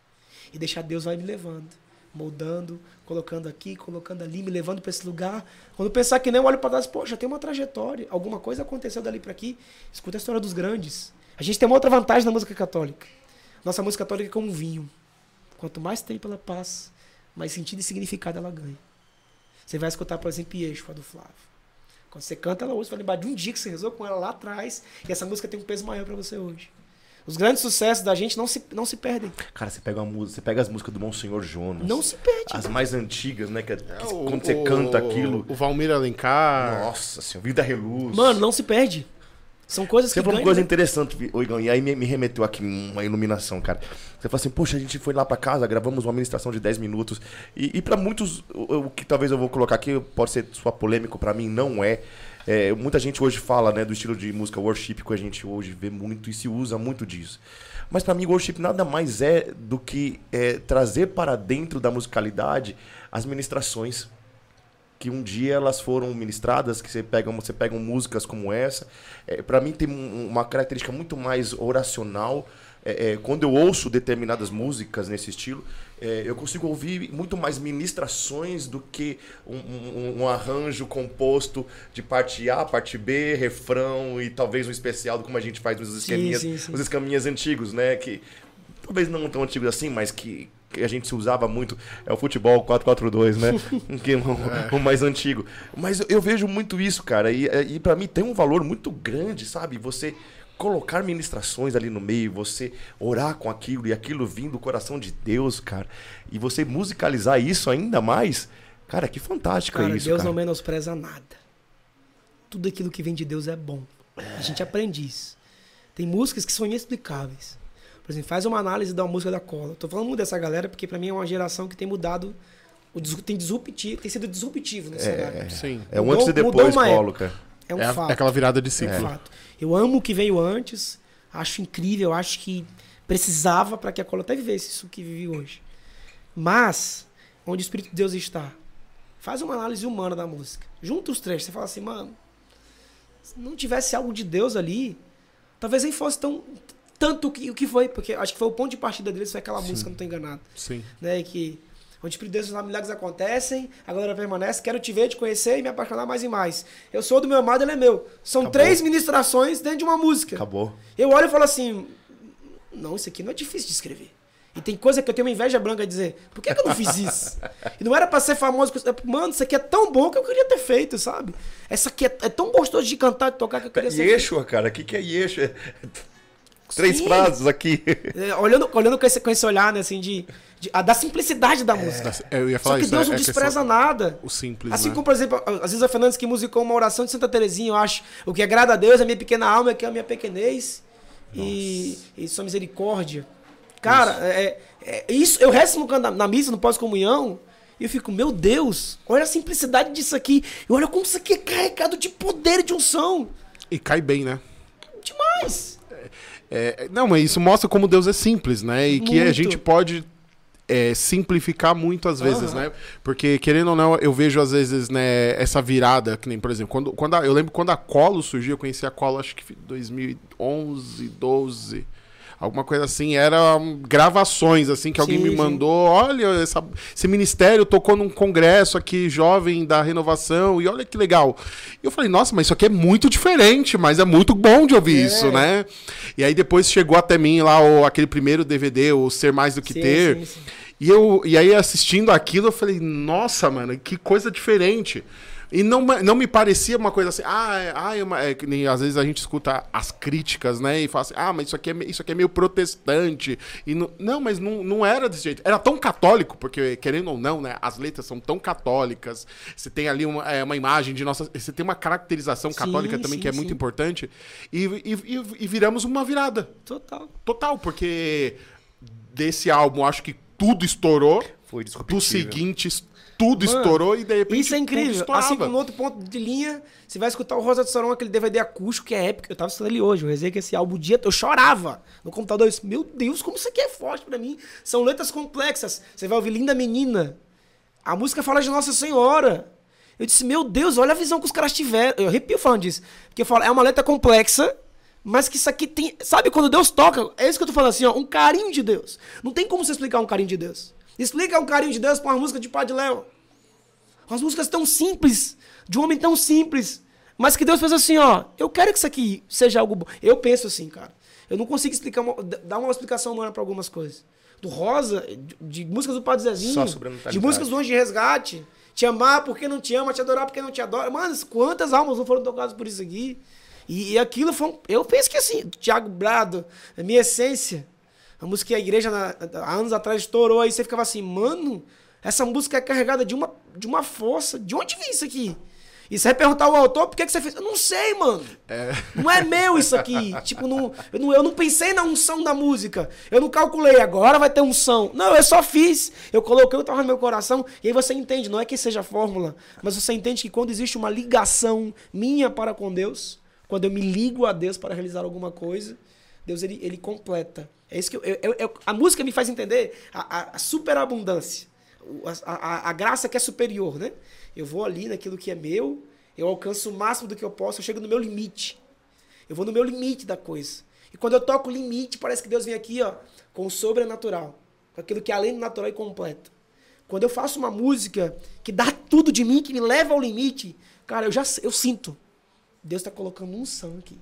E deixar Deus vai me levando, moldando, colocando aqui, colocando ali, me levando para esse lugar. Quando eu pensar que nem, eu olho para trás, pô, já tem uma trajetória, alguma coisa aconteceu dali para aqui. Escuta a história dos grandes. A gente tem uma outra vantagem na música católica. Nossa música católica é como um vinho. Quanto mais tempo ela passa, mais sentido e significado ela ganha. Você vai escutar, por exemplo, Yeshua, do Flávio. Quando você canta ela hoje, você vai lembrar de um dia que você rezou com ela lá atrás, e essa música tem um peso maior para você hoje. Os grandes sucessos da gente não se, não se perdem. Cara, você pega, uma música, você pega as músicas do Monsenhor Jonas. Não se perde. As mais antigas, né? Que, é, que É, quando o, você canta aquilo. O Valmir Alencar. Nossa senhora, Vida Reluz. Mano, não se perde. São coisas Você que falou uma ganham, coisa né? interessante, Igão, e aí me, me remeteu aqui uma iluminação, cara. Você falou assim, poxa, a gente foi lá pra casa, gravamos uma ministração de dez minutos. E, e pra muitos, o, o que talvez eu vou colocar aqui, pode ser sua polêmico, pra mim não é. É, muita gente hoje fala, né, do estilo de música worship, que a gente hoje vê muito e se usa muito disso. Mas pra mim, worship nada mais é do que é, trazer para dentro da musicalidade as ministrações. Que um dia elas foram ministradas, que você pega, você pega músicas como essa. É, para mim tem um, uma característica muito mais oracional. É, é, quando eu ouço determinadas músicas nesse estilo, é, eu consigo ouvir muito mais ministrações do que um, um, um arranjo composto de parte A, parte B, refrão e talvez um especial, como a gente faz nos esqueminhas, sim, sim. nos esqueminhas antigos, né? Que talvez não tão antigos assim, mas que que a gente se usava muito, é o futebol quatro quatro dois, né? Que é o, o mais antigo. Mas eu, eu vejo muito isso, cara, e, e pra mim tem um valor muito grande, sabe? Você colocar ministrações ali no meio, você orar com aquilo e aquilo vindo do coração de Deus, cara, e você musicalizar isso ainda mais, cara, que fantástico Cara, é isso, Deus cara. não menospreza nada. Tudo aquilo que vem de Deus é bom. A gente aprende isso. Tem músicas que são inexplicáveis. Por exemplo, faz uma análise da música da Cola. Tô falando muito dessa galera porque pra mim é uma geração que tem mudado, o, tem, disruptivo, tem sido disruptivo nesse cenário. É, Sim. é um Mudou- antes e mudou depois, uma Colo, época. cara. É um É, a- fato. é aquela virada de É ciclo. um fato. Eu amo o que veio antes, acho incrível, acho que precisava para que a Cola até vivesse isso que vive hoje. Mas, onde o Espírito de Deus está, faz uma análise humana da música. Junta os trechos, você fala assim, mano, se não tivesse algo de Deus ali, talvez nem fosse tão tanto o que, o que foi, porque acho que foi o ponto de partida deles, foi aquela Sim. música, não tô enganado. Sim. Né, que onde o Espírito de Deus, os milagres acontecem, a glória permanece, quero te ver, te conhecer e me apaixonar mais e mais. Eu sou do meu amado, ele é meu. São Acabou. três ministrações dentro de uma música. Acabou. Eu olho e falo assim, não, isso aqui não é difícil de escrever. E tem coisa que eu tenho uma inveja branca de dizer, por que, que eu não fiz isso? E não era pra ser famoso, mano, isso aqui é tão bom que eu queria ter feito, sabe? Essa aqui é, é tão gostoso de cantar, de tocar, que eu queria ser. Yeshua, cara, o que, que é Yeshua? Três Sim. frases aqui. É, olhando olhando com, esse, com esse olhar, né, assim, de, de- a, da simplicidade da música. Eu ia Só falar que isso. Deus é- não é despreza questão- nada. O simples, Assim né? como, por exemplo, a Ziza Fernandes que musicou uma oração de Santa Terezinha, eu acho. O que agrada a Deus é a minha pequena alma, que é a minha pequenez e, e sua misericórdia. Cara, isso. É, é, isso eu rezo no, na, na missa, no pós-comunhão, e eu fico, meu Deus, olha a simplicidade disso aqui. E olha como isso aqui é carregado de poder e de unção. E cai bem, né? Demais. É, não, mas isso mostra como Deus é simples, né? E que a Muito. gente pode é, simplificar muito às vezes, Aham. né? Porque, querendo ou não, eu vejo às vezes, né, essa virada, que nem, por exemplo, quando, quando a- eu lembro quando a Colo surgiu, eu conheci a Colo acho que em dois mil e onze, doze. alguma coisa assim, eram gravações, assim, que alguém Sim, me sim. mandou, olha, essa- esse ministério tocou num congresso aqui, jovem da renovação, e olha que legal. E eu falei, nossa, mas isso aqui é muito diferente, mas é muito bom de ouvir É. isso, né? E aí depois chegou até mim lá o, aquele primeiro D V D, o Ser Mais Do Que Sim, Ter, sim, sim. E, eu, e aí assistindo aquilo, eu falei, nossa, mano, que coisa diferente. E não, não me parecia uma coisa assim, ah, é, ah é uma, é, que nem, às vezes a gente escuta as críticas, né, e fala assim, ah, mas isso aqui é, isso aqui é meio protestante. E não, não, mas não, não era desse jeito. Era tão católico, porque, querendo ou não, né, as letras são tão católicas, você tem ali uma, é, uma imagem de nossa... Você tem uma caracterização Sim, católica também sim, que é sim. muito importante. E, e, e, e viramos uma virada. Total. Total, porque desse álbum, acho que tudo estourou. Foi Dos discutível. seguintes, tudo Mano, estourou e de repente Isso é tudo incrível. estourava. Assim como outro ponto de linha, você vai escutar o Rosa de Saron, aquele D V D acústico que é épico. Eu tava estudando ele hoje. Eu rezei que esse álbum, o dia, eu chorava no computador. Eu disse, meu Deus, como isso aqui é forte pra mim. São letras complexas. Você vai ouvir Linda Menina. A música fala de Nossa Senhora. Eu disse, meu Deus, olha a visão que os caras tiveram. Eu arrepio falando disso. Porque eu falo, é uma letra complexa, mas que isso aqui tem... Sabe quando Deus toca? É isso que eu tô falando assim, ó. Um carinho de Deus. Não tem como você explicar um carinho de Deus. Explica um carinho de Deus com uma música de Padre Léo. Umas músicas tão simples, de um homem tão simples, mas que Deus fez assim, ó, eu quero que isso aqui seja algo bom. Eu penso assim, cara. Eu não consigo explicar uma, dar uma explicação humana pra algumas coisas. Do Rosa, de, de músicas do Padre Zezinho, Só sobrenatural. de músicas do Anjo de Resgate, te amar porque não te ama, te adorar porque não te adora. Mano, quantas almas não foram tocadas por isso aqui? E, e aquilo foi um, eu penso que assim, Thiago Brado, a minha essência, a música que a igreja na, há anos atrás estourou, aí você ficava assim, mano, essa música é carregada de uma, de uma força. De onde vem isso aqui? E você vai perguntar ao autor, por que, que você fez? Eu não sei, mano. É. Não é meu isso aqui. Tipo, não, eu, não, eu não pensei na unção da música. Eu não calculei, agora vai ter unção. Não, eu só fiz. Eu coloquei o que estava no meu coração. E aí você entende, não é que seja fórmula, mas você entende que quando existe uma ligação minha para com Deus, quando eu me ligo a Deus para realizar alguma coisa, Deus, ele, ele completa. É isso que eu, eu, eu, a música me faz entender a, a, a superabundância. A, a, a graça que é superior, né? Eu vou ali naquilo que é meu, eu alcanço o máximo do que eu posso, eu chego no meu limite. Eu vou no meu limite da coisa. E quando eu toco o limite, parece que Deus vem aqui, ó, com o sobrenatural, com aquilo que é além do natural e completo. Quando eu faço uma música que dá tudo de mim, que me leva ao limite, cara, eu já eu sinto. Deus está colocando unção aqui.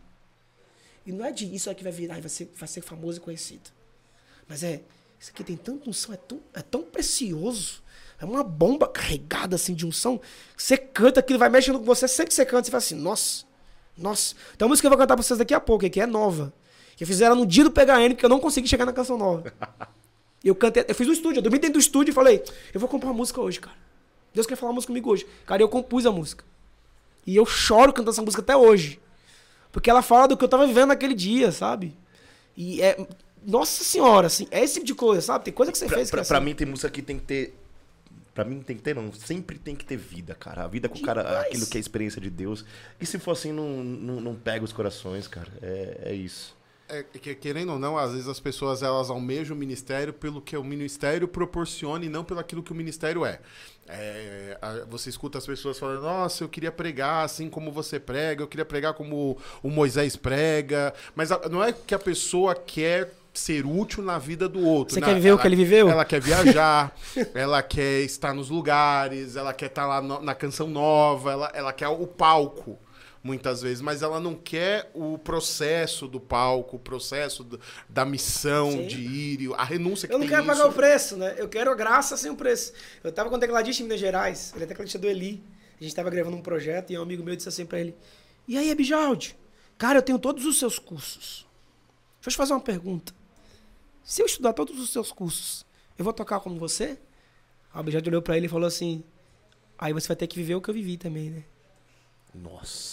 E não é de isso aqui vai virar e vai ser, vai ser famoso e conhecido. Mas é, isso aqui tem tanta unção, é tão, é tão precioso. É uma bomba carregada assim de unção. Você canta aquilo, vai mexendo com você. Sempre que você canta, você fala assim, nossa, nossa. Tem uma música que eu vou cantar pra vocês daqui a pouco, que é nova. Que eu fiz ela no dia do P H N, porque eu não consegui chegar na canção nova. E eu cantei, eu fiz no estúdio, eu dormi dentro do estúdio e falei, eu vou compor uma música hoje, cara. Deus quer falar uma música comigo hoje. Cara, eu compus a música. E eu choro cantando essa música até hoje. Porque ela fala do que eu tava vivendo naquele dia, sabe? E é... Nossa senhora, assim, é esse tipo de coisa, sabe? Tem coisa que você Pra, fez que pra, é assim. pra mim tem música que tem que ter... Pra mim tem que ter, não. Sempre tem que ter vida, cara. A vida com o cara, Demais. aquilo que é a experiência de Deus. E se for assim, não, não, não pega os corações, cara. É, é isso. É, que, querendo ou não, às vezes as pessoas elas almejam o ministério pelo que o ministério proporciona e não pelo aquilo que o ministério é. É, a, você escuta as pessoas falando, nossa, eu queria pregar assim como você prega, eu queria pregar como o Moisés prega, mas a, não é que a pessoa quer ser útil na vida do outro. Você né? quer viver ela, o que ele viveu? Ela quer viajar, ela quer estar nos lugares, ela quer estar lá no, na canção nova, ela, ela quer o palco. Muitas vezes, mas ela não quer o processo do palco, o processo do, da missão Sim. de ir, a renúncia que Eu não tem quero nisso. pagar o preço, né? Eu quero a graça sem o preço. Eu tava com o tecladista em Minas Gerais, ele é tecladista do Eli. A gente tava gravando um projeto e um amigo meu disse assim pra ele, e aí, Abijaldi? Cara, eu tenho todos os seus cursos. Deixa eu te fazer uma pergunta. Se eu estudar todos os seus cursos, eu vou tocar como você? O Abijaldi olhou pra ele e falou assim, aí você vai ter que viver o que eu vivi também, né? Nossa.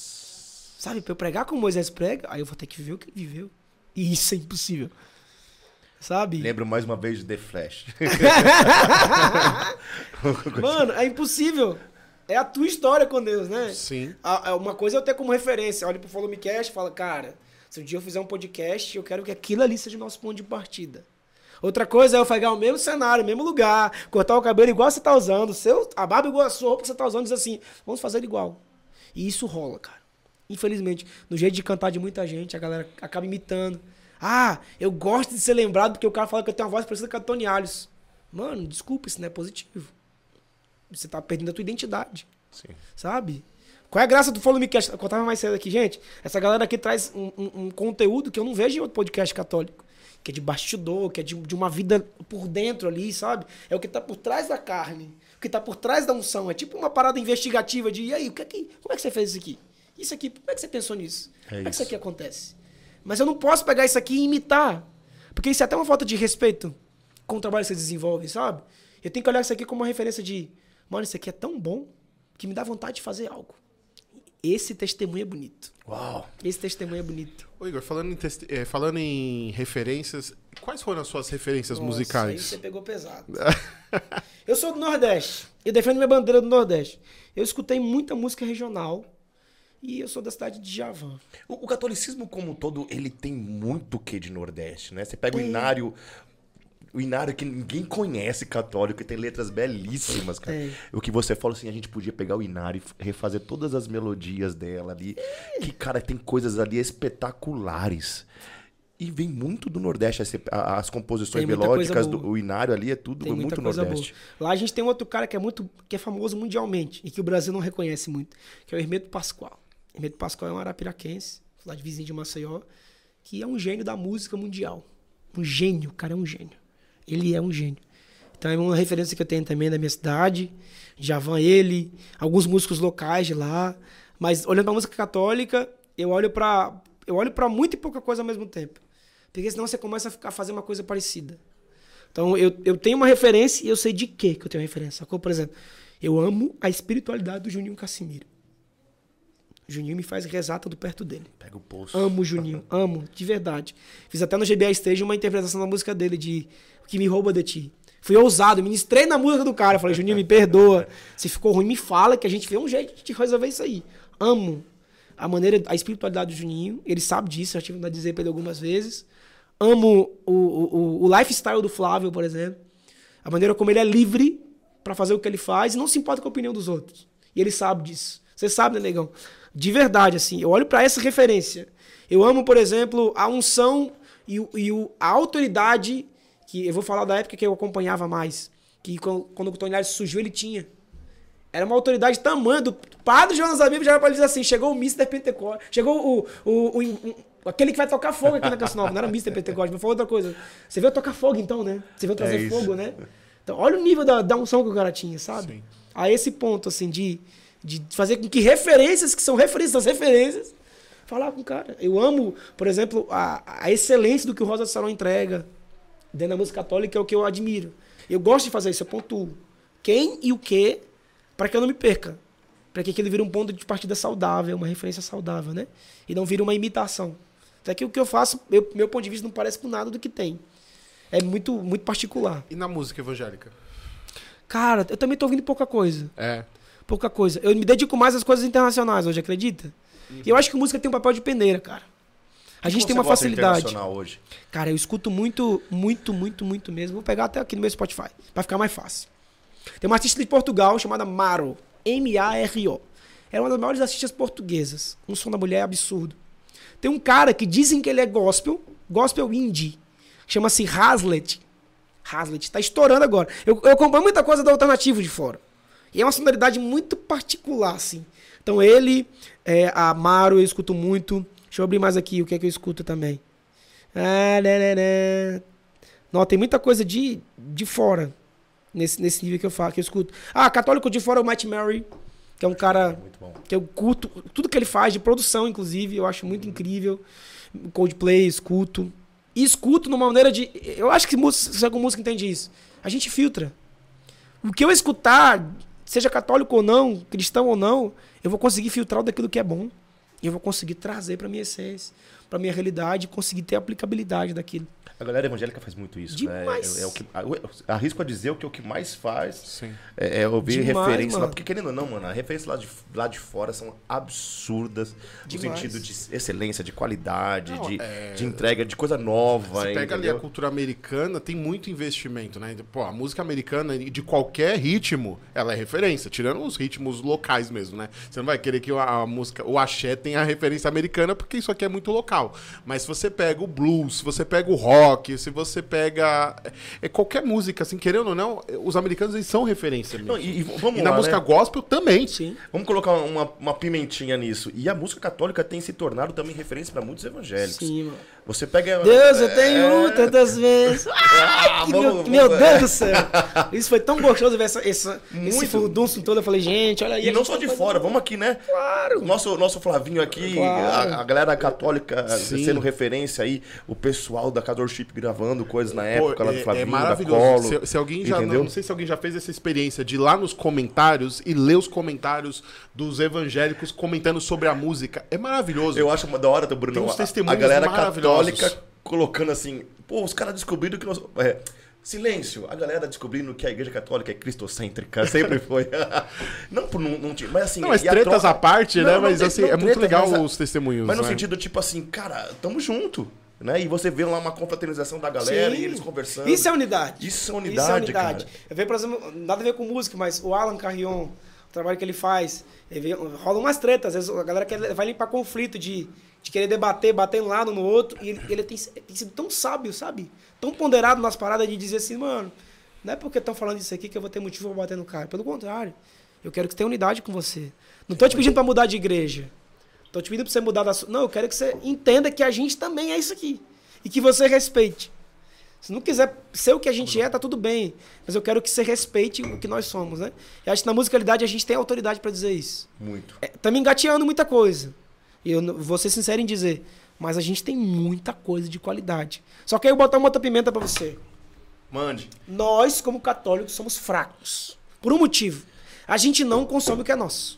Sabe, pra eu pregar como Moisés prega, aí eu vou ter que viver o que ele viveu. E isso é impossível. Sabe? Lembro mais uma vez de The Flash. Mano, é impossível. É a tua história com Deus, né? Sim. A- a- Uma coisa é eu ter como referência. Olha pro Follow Me Cast e fala, cara, se um dia eu fizer um podcast, eu quero que aquilo ali seja o nosso ponto de partida. Outra coisa é eu pegar o mesmo cenário, o mesmo lugar, cortar o cabelo igual você tá usando, o seu, a barba igual a sua roupa que você tá usando, e dizer assim, vamos fazer igual. E isso rola, cara. Infelizmente, no jeito de cantar de muita gente, a galera acaba imitando. Ah, eu gosto de ser lembrado porque o cara fala que eu tenho uma voz parecida com a Tony Alves. Mano, desculpa, isso não é positivo. Você tá perdendo a tua identidade. Sim. Sabe? Qual é a graça do Follow Me Cast? Eu contava mais cedo aqui, gente. Essa galera aqui traz um, um, um conteúdo que eu não vejo em outro podcast católico. Que é de bastidor, que é de, de uma vida por dentro ali, sabe? É o que tá por trás da carne. O que tá por trás da unção. É tipo uma parada investigativa de, e aí, o que é que, como é que você fez isso aqui? Isso aqui, como é que você pensou nisso? É como é isso. que isso aqui acontece? Mas eu não posso pegar isso aqui e imitar. Porque isso é até uma falta de respeito com o trabalho que você desenvolve, sabe? Eu tenho que olhar isso aqui como uma referência de, mano, isso aqui é tão bom que me dá vontade de fazer algo. Esse testemunho é bonito. Uau! Esse testemunho é bonito. Ô, Igor, falando em, teste- eh, falando em referências, quais foram as suas referências Nossa, musicais? Aí você pegou pesado. Eu sou do Nordeste. Eu defendo minha bandeira do Nordeste. Eu escutei muita música regional. E eu sou da cidade de Djavan. O, o catolicismo como um todo, ele tem muito quê de Nordeste, né? Você pega o Tem. Inário, o Inário que ninguém conhece católico, que tem letras belíssimas, cara. É. O que você fala assim, a gente podia pegar o Inário e refazer todas as melodias dela ali. Que, cara, tem coisas ali espetaculares. E vem muito do Nordeste, as, as composições Tem muita coisa melódicas boa. do o Inário ali, é tudo Tem muita muito coisa Nordeste. boa. Lá a gente tem um outro cara que é muito, que é famoso mundialmente e que o Brasil não reconhece muito, que é o Hermeto Pascoal. Hermeto Pascoal é um arapiraquense, lá de vizinho de Maceió, que é um gênio da música mundial. Um gênio, o cara é um gênio. Ele é um gênio. Então é uma referência que eu tenho também da minha cidade, Djavan, ele, alguns músicos locais de lá. Mas olhando pra música católica, eu olho pra, eu olho pra muita e pouca coisa ao mesmo tempo. Porque senão você começa a ficar, a fazer uma coisa parecida. Então eu, eu tenho uma referência e eu sei de quê que eu tenho referência. Sacou? Por exemplo, eu amo a espiritualidade do Juninho Cassimiro. Juninho me faz rezar tudo perto dele. Pega o pulso. Amo o Juninho, amo, de verdade. Fiz até no G B A Stage uma interpretação da música dele, de O Que Me Rouba de Ti. Fui ousado, ministrei na música do cara. Falei, Juninho, me perdoa. Se ficou ruim, me fala que a gente vê um jeito de resolver isso aí. Amo a maneira, a espiritualidade do Juninho. Ele sabe disso, já tive a dizer pra ele algumas vezes. Amo o, o, o lifestyle do Flávio, por exemplo. A maneira como ele é livre pra fazer o que ele faz e não se importa com a opinião dos outros. E ele sabe disso. Você sabe, né, negão? De verdade, assim, eu olho pra essa referência. Eu amo, por exemplo, a unção e, o, e o, a autoridade, que eu vou falar da época que eu acompanhava mais, que quando, quando o Tony Alves surgiu, ele tinha. Era uma autoridade tamanha do padre Jonas Abib, já era pra ele dizer assim, chegou o mister Pentecostes, chegou o, o, o, o, aquele que vai tocar fogo aqui na Canção Nova, não era mister Pentecostes, mas foi outra coisa. Você veio tocar fogo então, né? Você veio trazer É isso. fogo, né? Então, olha o nível da, da unção que o cara tinha, sabe? Sim. A esse ponto, assim, de... de fazer com que referências, que são referências das referências, falar com o cara. Eu amo, por exemplo, a, a excelência do que o Rosa de Saron entrega dentro da música católica, é o que eu admiro. Eu gosto de fazer isso, eu pontuo quem e o que, para que eu não me perca. Para que aquilo vire um ponto de partida saudável, uma referência saudável, né? E não vire uma imitação. Até que o que eu faço, eu, meu ponto de vista, não parece com nada do que tem. É muito, muito particular. E na música evangélica? Cara, eu também tô ouvindo pouca coisa. É. Pouca coisa. Eu me dedico mais às coisas internacionais hoje, acredita? E eu acho que música tem um papel de peneira, cara. A gente tem uma facilidade. Hoje? Cara, eu escuto muito, muito, muito, muito mesmo. Vou pegar até aqui no meu Spotify, pra ficar mais fácil. Tem uma artista de Portugal chamada Maro. M A R O. É uma das maiores artistas portuguesas. Um som da mulher é absurdo. Tem um cara que dizem que ele é gospel, gospel indie. Chama-se Hazlet. Hazlet. Tá estourando agora. Eu, eu acompanho muita coisa do alternativo de fora. E é uma sonoridade muito particular, assim. Então ele, é, a Amaro, eu escuto muito. Deixa eu abrir mais aqui o que é que eu escuto também. Ah, né, né, né. Não, tem muita coisa de, de fora. Nesse, nesse nível que eu falo, que eu escuto. Ah, católico de fora é o Matt Murray, que é um cara Muito bom. que eu curto. Tudo que ele faz, de produção, inclusive, eu acho muito incrível. Coldplay, escuto. E escuto numa maneira de... Eu acho que música, se algum músico entende isso. A gente filtra. O que eu escutar, seja católico ou não, cristão ou não, eu vou conseguir filtrar o daquilo que é bom. E eu vou conseguir trazer pra minha essência, pra minha realidade, conseguir ter aplicabilidade daquilo. A galera evangélica faz muito isso, Demais. né? É, é o que, arrisco a dizer o que o que mais faz Sim. é, é ouvir Demais, referências lá. mano. Porque querendo ou não, mano, as referências lá de, lá de fora são absurdas. Demais. No sentido de excelência, de qualidade, Não, de, é- de entrega, de coisa nova. Você pega ali a entendeu? cultura americana, tem muito investimento, né? Pô, a música americana, de qualquer ritmo, ela é referência, tirando os ritmos locais mesmo, né? Você não vai querer que a, a música, o axé tenha a referência americana, porque isso aqui é muito local. tal. Mas se você pega o blues, se você pega o rock, se você pega é, qualquer música, assim, querendo ou não, os americanos eles são referência mesmo. Não, e, e vamos E lá, na música né? gospel também. Sim. Vamos colocar uma, uma pimentinha nisso. E a música católica tem se tornado também referência para muitos evangélicos. Sim, mano. Você pega... Deus, eu tenho é... tantas vezes. Ai, que vamos- meu, meu vamos- Deus do céu. Isso foi tão gostoso ver essa, essa, esse Muito. furdunço todo. Eu falei, gente, olha aí. E a não gente só tá de fazendo- fora, vamos aqui, né? Claro. Nosso, nosso Flavinho aqui, Claro. a, a galera católica Sim. sendo referência aí, o pessoal da Casa Worship gravando coisas na época Pô, lá do é, Flavinho, é da maravilhoso. Colo. Se, se alguém já não, entendeu? não sei se alguém já fez essa experiência de ir lá nos comentários e ler os comentários dos evangélicos comentando sobre a música. É maravilhoso. Eu acho uma da hora, do Bruno, Tem uns a- a testemunhos galera maravilhosos. católica colocando assim, pô, os caras descobriram que nós... É, silêncio, a galera descobrindo que a igreja católica é cristocêntrica, sempre foi. não por não, não tinha, mas assim... Não, mas e a tretas troca- à parte, Não, né? não Mas tem- assim, não é muito treta, legal mas a- os testemunhos, Mas no né? sentido, tipo assim, cara, tamo junto, né? E você vê lá uma confraternização da galera Sim. e eles conversando. Isso é unidade. Isso é unidade, cara. Eu vejo, por exemplo, nada a ver com música, mas o Alan Carrion, o trabalho que ele faz, ele vê, rola umas tretas. Às vezes a galera quer, vai limpar conflito de, de querer debater, bater um lado no outro. E ele, ele tem, tem sido tão sábio, sabe? Tão ponderado nas paradas de dizer assim, mano, não é porque estão falando isso aqui que eu vou ter motivo pra bater no cara. Pelo contrário, eu quero que você tenha unidade com você. Não tô te pedindo pra mudar de igreja. Tô te pedindo pra você mudar da sua... Não, eu quero que você entenda que a gente também é isso aqui. E que você respeite. Se não quiser ser o que a gente é, tá tudo bem. Mas eu quero que você respeite o que nós somos, né? E acho que na musicalidade a gente tem autoridade pra dizer isso. Muito. É, tá me engateando muita coisa. E eu não- vou ser sincero em dizer. Mas a gente tem muita coisa de qualidade. Só que aí eu vou botar uma outra pimenta pra você. Mande. Nós, como católicos, somos fracos. Por um motivo. A gente não consome o que é nosso.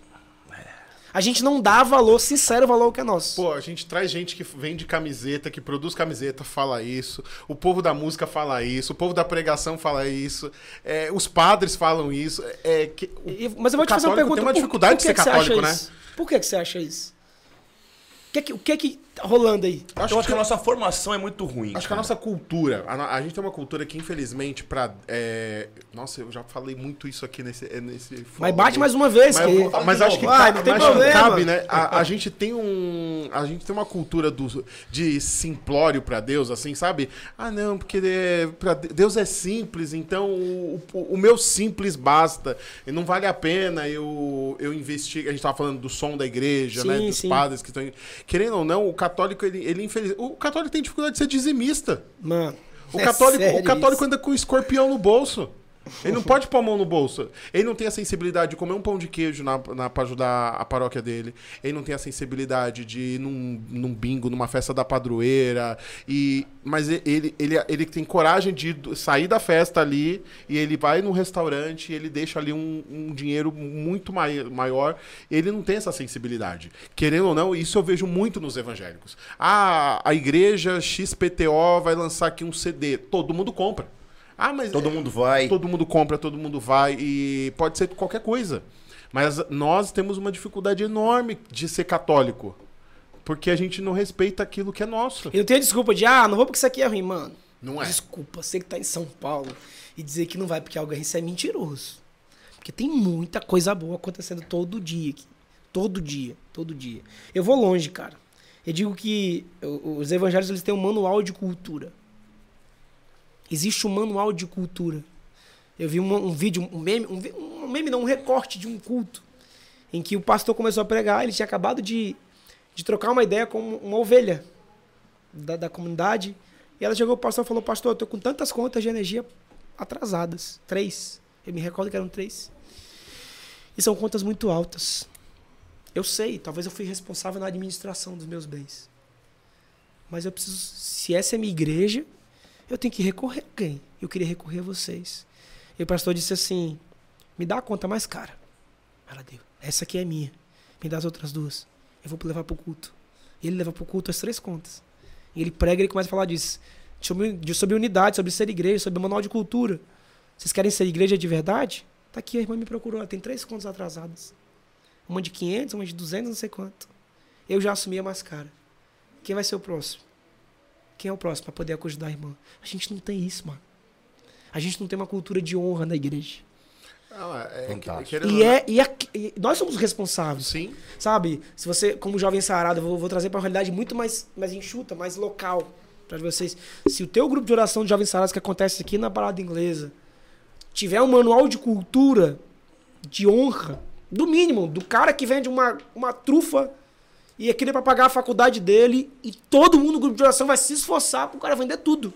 A gente não dá valor, sincero valor ao que é nosso. Pô, a gente traz gente que vende camiseta, que produz camiseta, fala isso. O povo da música fala isso. O povo da pregação fala isso. É, os padres falam isso. É, que, o, E- mas eu vou te fazer uma católico pergunta. tem uma por- dificuldade por de que ser que você acha católico, né? isso? Por que, que você acha isso? O que, que, o que que tá rolando aí? Eu acho que a nossa formação é muito ruim. Acho que a cara. nossa cultura, a, no- a gente tem uma cultura que, infelizmente, pra. é, nossa, eu já falei muito isso aqui nesse. é, nesse Mas bate mais uma vez. Mas, que... eu vou- mas acho que, Vai, ca- não tem mas acho que problema. cabe, né? A, a gente tem um. A gente tem uma cultura do, de simplório pra Deus, assim, sabe? Ah, não, porque é, pra De- Deus é simples, então o, o, o meu simples basta. E não vale a pena eu, eu investir. A gente tava falando do som da igreja, Sim, né? Dos sim. padres que estão. Querendo ou não, o católico, ele, ele infeliz... O católico tem dificuldade de ser dizimista. Mano, O é católico, sério o católico isso? anda com escorpião no bolso. Ele não pode pôr a mão no bolso. Ele não tem a sensibilidade de comer um pão de queijo na, na, pra ajudar a paróquia dele. Ele não tem a sensibilidade de ir num, num bingo, numa festa da padroeira. E, mas ele, ele, ele tem coragem de ir- sair da festa ali e ele vai num restaurante e ele deixa ali um, um dinheiro muito mai, maior. Ele não tem essa sensibilidade. Querendo ou não, isso eu vejo muito nos evangélicos. Ah, a igreja X P T O vai lançar aqui um C D. Todo mundo compra. Ah, mas Todo mundo vai. todo mundo compra, todo mundo vai e pode ser qualquer coisa. Mas nós temos uma dificuldade enorme de ser católico, porque a gente não respeita aquilo que é nosso. Eu tenho desculpa de, ah, não vou porque isso aqui é ruim, mano. Não é. Desculpa, você que tá em São Paulo e dizer que não vai porque algo é ruim, isso é mentiroso. Porque tem muita coisa boa acontecendo todo dia aqui. Todo dia, todo dia. Eu vou longe, cara. Eu digo que o- os evangélicos eles têm um manual de cultura. Existe um manual de cultura. Eu vi um, um vídeo, um meme, um, vi- um meme não, um recorte de um culto, em que o pastor começou a pregar, ele tinha acabado de, de trocar uma ideia com uma ovelha da, da comunidade, e ela chegou pro pastor e falou, pastor, eu tô com tantas contas de energia atrasadas, três, eu me recordo que eram três, e são contas muito altas. Eu sei, talvez eu fui responsável na administração dos meus bens, mas eu preciso, se essa é a minha igreja, eu tenho que recorrer a alguém. Eu queria recorrer a vocês. E o pastor disse assim, me dá a conta mais cara. Ela deu, essa aqui é minha. Me dá as outras duas. Eu vou levar pro culto. E ele leva pro culto as três contas. E ele prega e ele começa a falar disso. Sobre, de- sobre unidade, sobre ser igreja, sobre manual de cultura. Vocês querem ser igreja de verdade? Tá aqui, a irmã me procurou. Ela tem três contas atrasadas. Uma de quinhentos, uma de duzentos, não sei quanto. Eu já assumi a mais cara. Quem vai ser o próximo? Quem é o próximo para poder ajudar a irmã? A gente não tem isso, mano. A gente não tem uma cultura de honra na igreja. Ah, é, Fantástico. querendo E, ou não- é, e, é, e nós somos responsáveis. Sim. Sabe? Se você, como jovem sarado, eu vou, vou trazer para uma realidade muito mais, mais enxuta, mais local para vocês. Se o teu grupo de oração de jovens sarados que acontece aqui na Parada Inglesa tiver um manual de cultura, de honra, do mínimo, do cara que vende uma, uma trufa e aquilo é para pagar a faculdade dele e todo mundo no grupo de oração vai se esforçar pro cara vender tudo.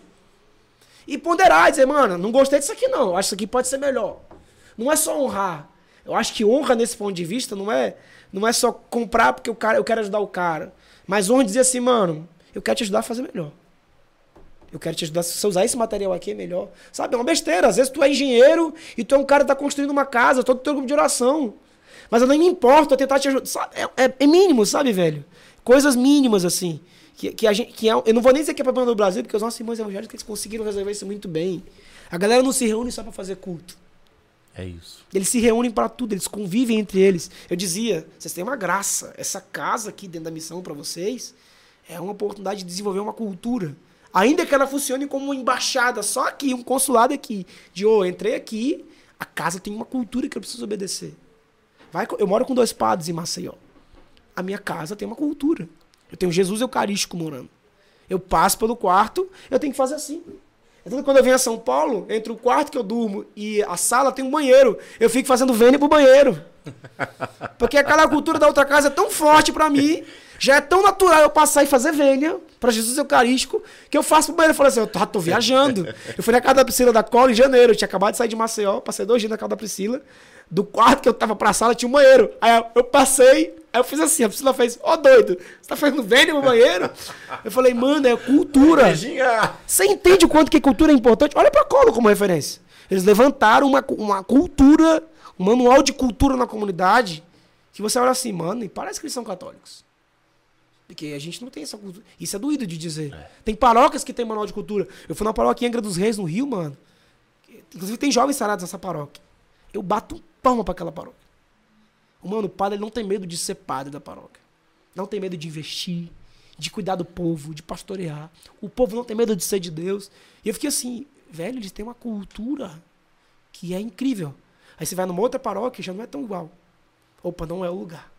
E ponderar e dizer, mano, não gostei disso aqui não, acho que isso aqui pode ser melhor. Não é só honrar. Eu acho que honra nesse ponto de vista não é, não é só comprar porque o cara, eu quero ajudar o cara. Mas honra dizer assim, mano, eu quero te ajudar a fazer melhor. Eu quero te ajudar, se você usar esse material aqui é melhor. Sabe, é uma besteira. Às vezes tu é engenheiro e tu é um cara que tá construindo uma casa, todo teu grupo de oração. Mas eu nem me importo, eu tentar te ajudar. Sabe? É, é, é mínimo, sabe, velho? Coisas mínimas, assim. Que, que a gente, que é, eu não vou nem dizer que é problema do Brasil, porque os nossos irmãos evangélicos eles conseguiram resolver isso muito bem. A galera não se reúne só pra fazer culto. É isso. Eles se reúnem para tudo, eles convivem entre eles. Eu dizia, vocês têm uma graça. Essa casa aqui dentro da missão para vocês é uma oportunidade de desenvolver uma cultura. Ainda que ela funcione como uma embaixada, só aqui, um consulado aqui. De, ô, oh, entrei aqui, a casa tem uma cultura que eu preciso obedecer. Vai, eu moro com dois padres em Maceió. A minha casa tem uma cultura. Eu tenho Jesus Eucarístico morando. Eu passo pelo quarto, eu tenho que fazer assim. Então, quando eu venho a São Paulo, entre o quarto que eu durmo e a sala tem um banheiro. Eu fico fazendo vênia pro banheiro. Porque aquela cultura da outra casa é tão forte pra mim, já é tão natural eu passar e fazer vênia pra Jesus Eucarístico, que eu faço pro banheiro. Eu falei assim, eu tô, tô viajando. Eu fui na casa da Priscila da Cola em janeiro, eu tinha acabado de sair de Maceió, passei dois dias na casa da Priscila. Do quarto que eu tava pra sala tinha um banheiro. Aí eu passei, aí eu fiz assim, a Priscila fez, ó, oh, doido, você tá fazendo vênia no banheiro? Eu falei, mano, é cultura. Você entende o quanto que cultura é importante? Olha pra Cola como referência. Eles levantaram uma, uma cultura, um manual de cultura na comunidade, que você olha assim, mano, e parece que eles são católicos. Porque a gente não tem essa cultura. Isso é doído de dizer. É. Tem paróquias que tem manual de cultura. Eu fui na paróquia em Angra dos Reis, no Rio, mano. Inclusive tem jovens sarados nessa paróquia. Eu bato palma pra aquela paróquia. Mano, o padre ele não tem medo de ser padre da paróquia. Não tem medo de investir, de cuidar do povo, de pastorear. O povo não tem medo de ser de Deus. E eu fiquei assim, velho, eles têm uma cultura que é incrível. Aí você vai numa outra paróquia e já não é tão igual. Opa, não é o lugar.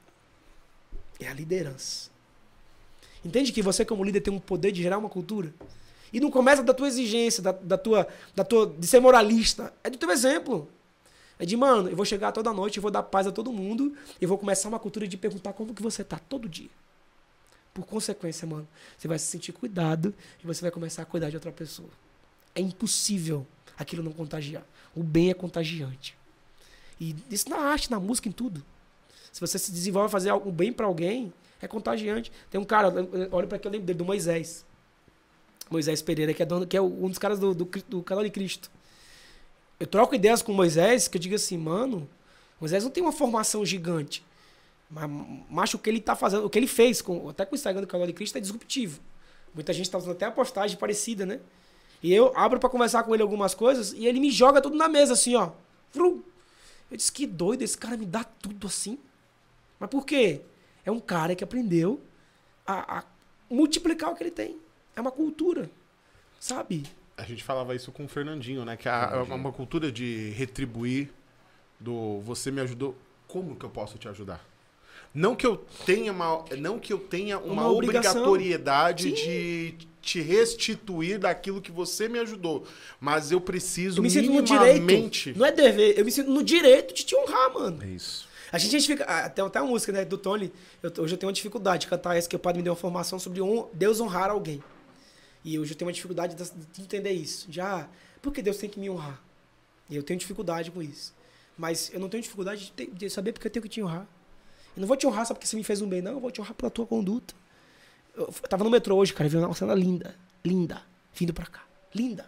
É a liderança. Entende que você como líder tem um poder de gerar uma cultura? E não começa da tua exigência, da, da tua, da tua, de ser moralista. É do teu exemplo. É de, mano, eu vou chegar toda noite, eu vou dar paz a todo mundo, e vou começar uma cultura de perguntar como que você tá todo dia. Por consequência, mano, você vai se sentir cuidado e você vai começar a cuidar de outra pessoa. É impossível aquilo não contagiar. O bem é contagiante. E isso na arte, na música, em tudo. Se você se desenvolve a fazer algo bem pra alguém, é contagiante. Tem um cara, olha pra que eu lembro dele, do Moisés. Moisés Pereira, que é, dono, que é um dos caras do, do, do canal de Cristo. Eu troco ideias com Moisés, que eu digo assim, mano, Moisés não tem uma formação gigante. Mas, mas o que ele tá fazendo, o que ele fez, com, até com o Instagram do canal de Cristo, é disruptivo. Muita gente tá usando até a postagem parecida, né? E eu abro pra conversar com ele algumas coisas, e ele me joga tudo na mesa, assim, ó. Eu disse, que doido, esse cara me dá tudo assim. Mas por quê? É um cara que aprendeu a, a multiplicar o que ele tem. É uma cultura, sabe? A gente falava isso com o Fernandinho, né? Que é uma cultura de retribuir, do você me ajudou, como que eu posso te ajudar? Não que eu tenha uma, não que eu tenha uma, uma obrigatoriedade de te restituir daquilo que você me ajudou, mas eu preciso eu me sinto minimamente... no direito, não é dever, eu me sinto no direito de te honrar, mano. É isso. A gente, a gente fica, tem até uma música, né, do Tony, eu, hoje eu tenho uma dificuldade de cantar essa, que o padre me deu uma formação sobre on, Deus honrar alguém. E hoje eu tenho uma dificuldade de, de entender isso. Já, por que Deus tem que me honrar? E eu tenho dificuldade com isso. Mas eu não tenho dificuldade de, ter, de saber porque eu tenho que te honrar. Eu não vou te honrar só porque você me fez um bem, não. Eu vou te honrar pela tua conduta. Eu, eu tava no metrô hoje, cara, vi uma cena linda. Linda. Vindo pra cá. Linda.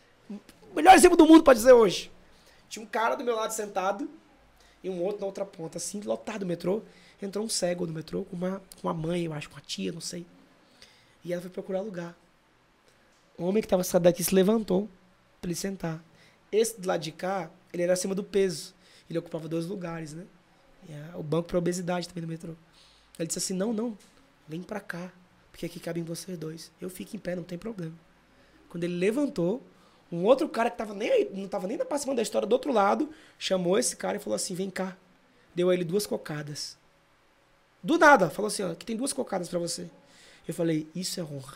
O melhor exemplo do mundo pra dizer hoje. Tinha um cara do meu lado sentado e um outro na outra ponta, assim, lotado do metrô. Entrou um cego no metrô com uma, com uma mãe, eu acho, com uma tia, não sei. E ela foi procurar lugar. O homem que estava sentado daqui se levantou para ele sentar. Esse do lado de cá, ele era acima do peso. Ele ocupava dois lugares, né? E a, o banco para obesidade também no metrô. Ele disse assim, não, não, vem para cá, porque aqui cabem vocês dois. Eu fico em pé, não tem problema. Quando ele levantou, Um outro cara que tava nem aí, não tava nem participando da história do outro lado, chamou esse cara e falou assim, vem cá. Deu a ele duas cocadas. Do nada, falou assim, ó, aqui tem duas cocadas pra você. Eu falei, isso é honra.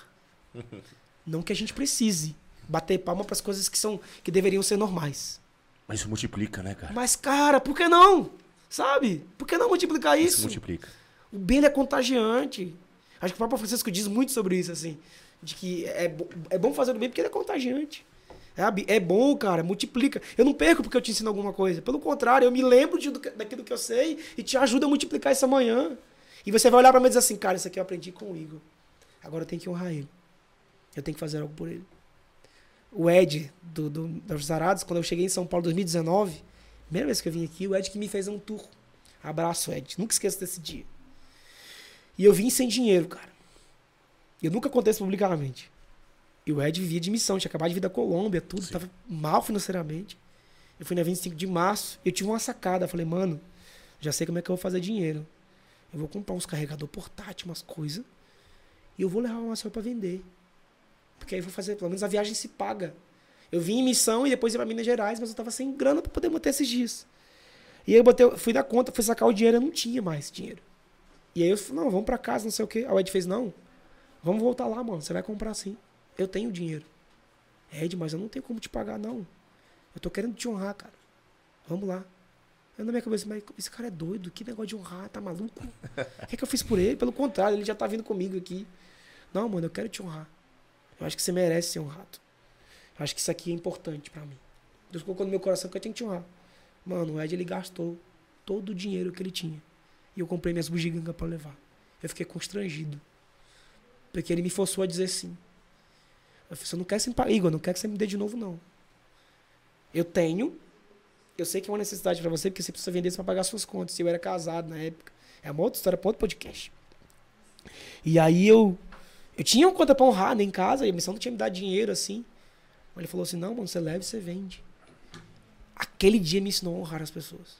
Não que a gente precise bater palma pras coisas que, são, que deveriam ser normais. Mas isso multiplica, né, cara? Mas, cara, por que não? Sabe? Por que não multiplicar isso? Isso multiplica. O bem ele é contagiante. Acho que o Papa Francisco diz muito sobre isso, assim. De que é, bo- é bom fazer o bem porque ele é contagiante. Sabe? É bom, cara, multiplica. Eu não perco porque eu te ensino alguma coisa. Pelo contrário, eu me lembro de, daquilo que eu sei e te ajuda a multiplicar isso amanhã. E você vai olhar pra mim e dizer assim, cara, isso aqui eu aprendi com o Igor. Agora eu tenho que honrar ele. Eu tenho que fazer algo por ele. O Ed, do, do, dos Zarados, quando eu cheguei em São Paulo em dois mil e dezenove, primeira vez que eu vim aqui, o Ed que me fez um tour. Abraço, Ed. Nunca esqueço desse dia. E eu vim sem dinheiro, cara. Eu nunca contei isso publicamente. E o Ed vivia de missão, tinha acabado de vir da Colômbia, tudo, Sim. tava mal financeiramente. Eu fui na vinte e cinco de março, eu tive uma sacada. Falei, mano, já sei como é que eu vou fazer dinheiro. Eu vou comprar uns carregador portátil, umas coisas, e eu vou levar uma Maceió pra vender. Porque aí eu vou fazer, pelo menos a viagem se paga. Eu vim em missão e depois ia pra Minas Gerais, mas eu tava sem grana pra poder manter esses dias. E aí eu botei, fui dar conta, fui sacar o dinheiro, eu não tinha mais dinheiro. E aí eu falei, não, vamos pra casa, não sei o quê. Aí o Ed fez, não, vamos voltar lá, mano, você vai comprar sim. Eu tenho dinheiro. Ed, mas eu não tenho como te pagar, não. Eu tô querendo te honrar, cara. Vamos lá. Eu na minha cabeça, mas esse cara é doido, que negócio de honrar, tá maluco? O que é que eu fiz por ele? Pelo contrário, ele já tá vindo comigo aqui. Não, mano, eu quero te honrar. Eu acho que você merece ser honrado. Eu acho que isso aqui é importante pra mim. Deus colocou no meu coração que eu tenho que te honrar. Mano, o Ed, ele gastou todo o dinheiro que ele tinha. E eu comprei minhas bugigangas pra levar. Eu fiquei constrangido. Porque ele me forçou a dizer sim. Eu falei, eu não quero que você me pague, Igor, eu não quero que você me dê de novo, não. Eu tenho. Eu sei que é uma necessidade pra você, porque você precisa vender isso pra pagar suas contas. Eu era casado na época. É uma outra história pra outro podcast. E aí eu... Eu tinha uma conta pra honrar, nem em casa, e a missão não tinha me dado dinheiro, assim. Mas ele falou assim, não, mano, você leva e você vende. Aquele dia me ensinou a honrar as pessoas.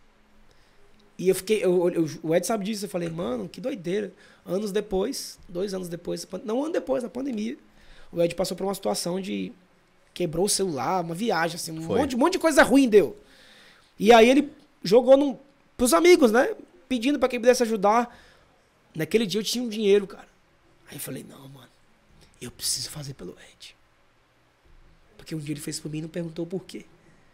E eu fiquei... Eu, eu, o Ed sabe disso. Eu falei, mano, que doideira. Anos depois, dois anos depois, não, um ano depois, na pandemia, o Ed passou por uma situação de... Quebrou o celular, uma viagem, assim, um monte, um monte de coisa ruim deu. E aí ele jogou num, pros amigos, né? Pedindo pra quem pudesse ajudar. Naquele dia eu tinha um dinheiro, cara. Aí eu falei, não, mano, eu preciso fazer pelo Ed. Porque um dia ele fez por mim e não perguntou por quê.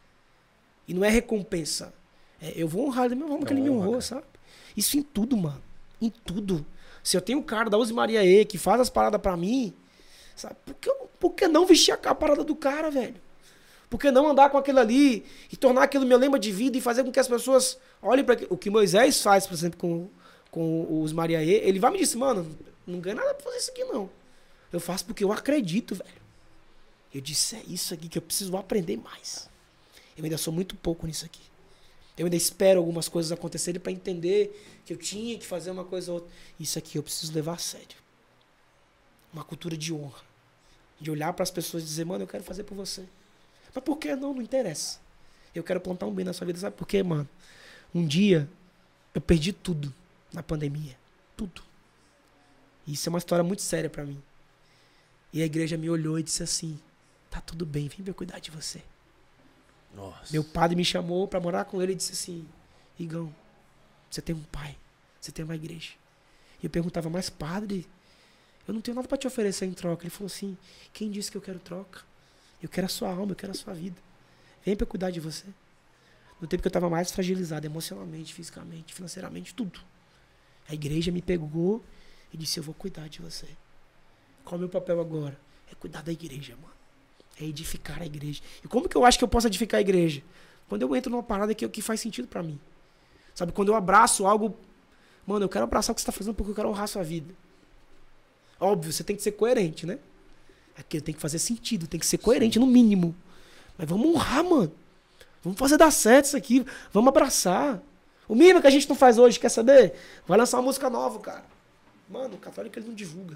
E não é recompensa. É, eu vou honrar da mesma forma que ele me honrou, cara. Sabe? Isso em tudo, mano. Em tudo. Se eu tenho um cara da Uzi Maria E que faz as paradas pra mim, sabe? Por que, eu, por que não vestir a parada do cara, velho? Por que não andar com aquilo ali e tornar aquilo meu lema de vida e fazer com que as pessoas olhem para o que Moisés faz, por exemplo, com, com os Maria E? Ele vai me dizer, mano, não ganha nada pra fazer isso aqui, não. Eu faço porque eu acredito, velho. Eu disse, é isso aqui que eu preciso aprender mais. Eu ainda sou muito pouco nisso aqui. Eu ainda espero algumas coisas acontecerem para entender que eu tinha que fazer uma coisa ou outra. Isso aqui eu preciso levar a sério. Uma cultura de honra. De olhar para as pessoas e dizer, mano, eu quero fazer por você. Mas por que não? Não interessa. Eu quero plantar um bem na sua vida. Sabe por quê, mano? Um dia eu perdi tudo na pandemia. Tudo. Isso é uma história muito séria pra mim. E a igreja me olhou e disse assim, tá tudo bem, vem pra eu cuidar de você. Nossa. Meu padre me chamou pra morar com ele e disse assim, Igão, você tem um pai, você tem uma igreja. E eu perguntava, mas padre, eu não tenho nada pra te oferecer em troca. Ele falou assim, quem disse que eu quero troca? Eu quero a sua alma, eu quero a sua vida. Vem pra eu cuidar de você. No tempo que eu tava mais fragilizado, emocionalmente, fisicamente, financeiramente, tudo. A igreja me pegou e disse, eu vou cuidar de você. Qual é o meu papel agora? É cuidar da igreja, mano. É edificar a igreja. E como que eu acho que eu posso edificar a igreja? Quando eu entro numa parada que, que faz sentido pra mim. Sabe, quando eu abraço algo... Mano, eu quero abraçar o que você tá fazendo porque eu quero honrar a sua vida. Óbvio, você tem que ser coerente, né? Aquilo tem que fazer sentido, tem que ser coerente, no mínimo. Mas vamos honrar, mano. Vamos fazer dar certo isso aqui. Vamos abraçar. O mínimo que a gente não faz hoje, quer saber? Vai lançar uma música nova, cara. Mano, o católico ele não divulga.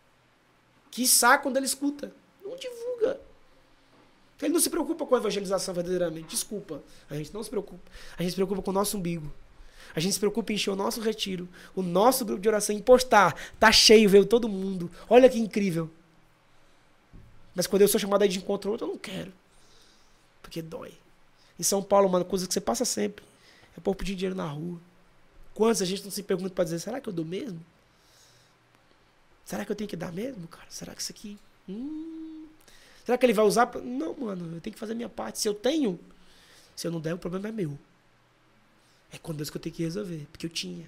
Quiçá quando ele escuta. Não divulga. Ele não se preocupa com a evangelização verdadeiramente. Desculpa. A gente não se preocupa. A gente se preocupa com o nosso umbigo. A gente se preocupa em encher o nosso retiro, o nosso grupo de oração, em postar. Tá cheio, veio todo mundo. Olha que incrível. Mas quando eu sou chamado aí de encontro outro, eu não quero. Porque dói. Em São Paulo, mano, coisa que você passa sempre. É por pedir dinheiro na rua. Quantos a gente não se pergunta pra dizer, será que eu dou mesmo? Será que eu tenho que dar mesmo, cara? Será que isso aqui... Hum... Será que ele vai usar? Pra... Não, mano, eu tenho que fazer a minha parte. Se eu tenho, se eu não der, o problema é meu. É com Deus que eu tenho que resolver. Porque eu tinha.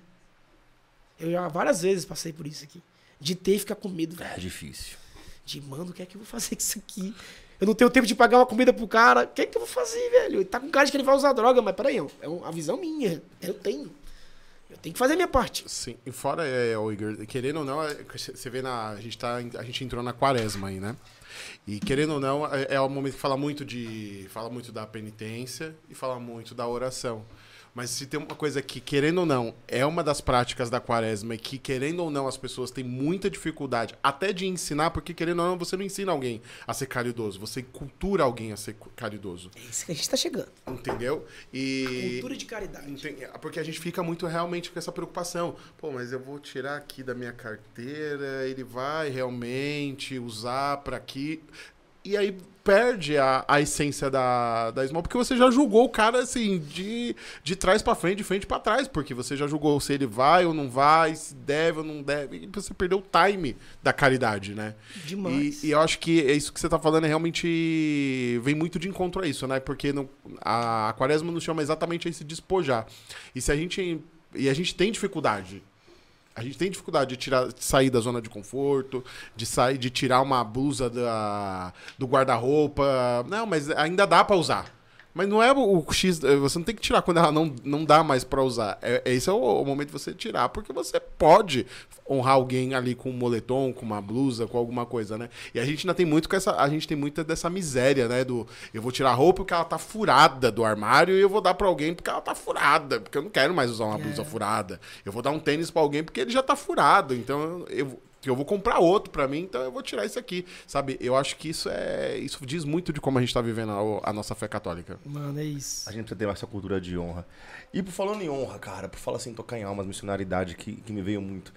Eu já várias vezes passei por isso aqui. De ter e ficar com medo. Velho. É difícil. De, mano, o que é que eu vou fazer com isso aqui? Eu não tenho tempo de pagar uma comida pro cara. O que é que eu vou fazer, velho? Ele tá com cara de que ele vai usar droga, mas peraí, é uma visão minha. Eu tenho. Eu tenho que fazer a minha parte. Sim, e fora, é, o Igor, querendo ou não, você vê na. A gente, tá, a gente entrou na quaresma aí, né? E querendo ou não, é, é o momento que fala muito de. Fala muito da penitência e fala muito da oração. Mas se tem uma coisa que, querendo ou não, é uma das práticas da quaresma e que, querendo ou não, as pessoas têm muita dificuldade até de ensinar, porque, querendo ou não, você não ensina alguém a ser caridoso, você cultura alguém a ser caridoso. É isso que a gente tá chegando. Entendeu? E... A cultura de caridade. Entendi. Porque a gente fica muito realmente com essa preocupação. Pô, mas eu vou tirar aqui da minha carteira, ele vai realmente usar para aqui... E aí perde a, a essência da, da esmola, porque você já julgou o cara, assim, de, de trás pra frente, de frente pra trás, porque você já julgou se ele vai ou não vai, se deve ou não deve, e você perdeu o time da caridade, né? Demais. E, e eu acho que é isso que você tá falando, é realmente vem muito de encontro a isso, né? Porque não, a, a quaresma nos chama exatamente a se despojar. E se a gente... E a gente tem dificuldade. A gente tem dificuldade de, tirar, de sair da zona de conforto, de sair, de tirar uma blusa da, do guarda-roupa. Não, mas ainda dá pra usar. Mas não é o, o X... Você não tem que tirar quando ela não, não dá mais pra usar. É, esse é o, o momento de você tirar, porque você pode honrar alguém ali com um moletom, com uma blusa, com alguma coisa, né? E a gente ainda tem muito com essa... A gente tem muita dessa miséria, né? Do eu vou tirar a roupa porque ela tá furada do armário e eu vou dar pra alguém porque ela tá furada. Porque eu não quero mais usar uma blusa é. furada. Eu vou dar um tênis pra alguém porque ele já tá furado. Então eu... eu vou comprar outro pra mim, então eu vou tirar isso aqui, sabe? Eu acho que isso é isso diz muito de como a gente tá vivendo a, a nossa fé católica. Mano, é isso. A gente precisa ter essa cultura de honra. E por falando em honra, cara, por falar assim, tocar em almas, missionaridade, que, que me veio muito.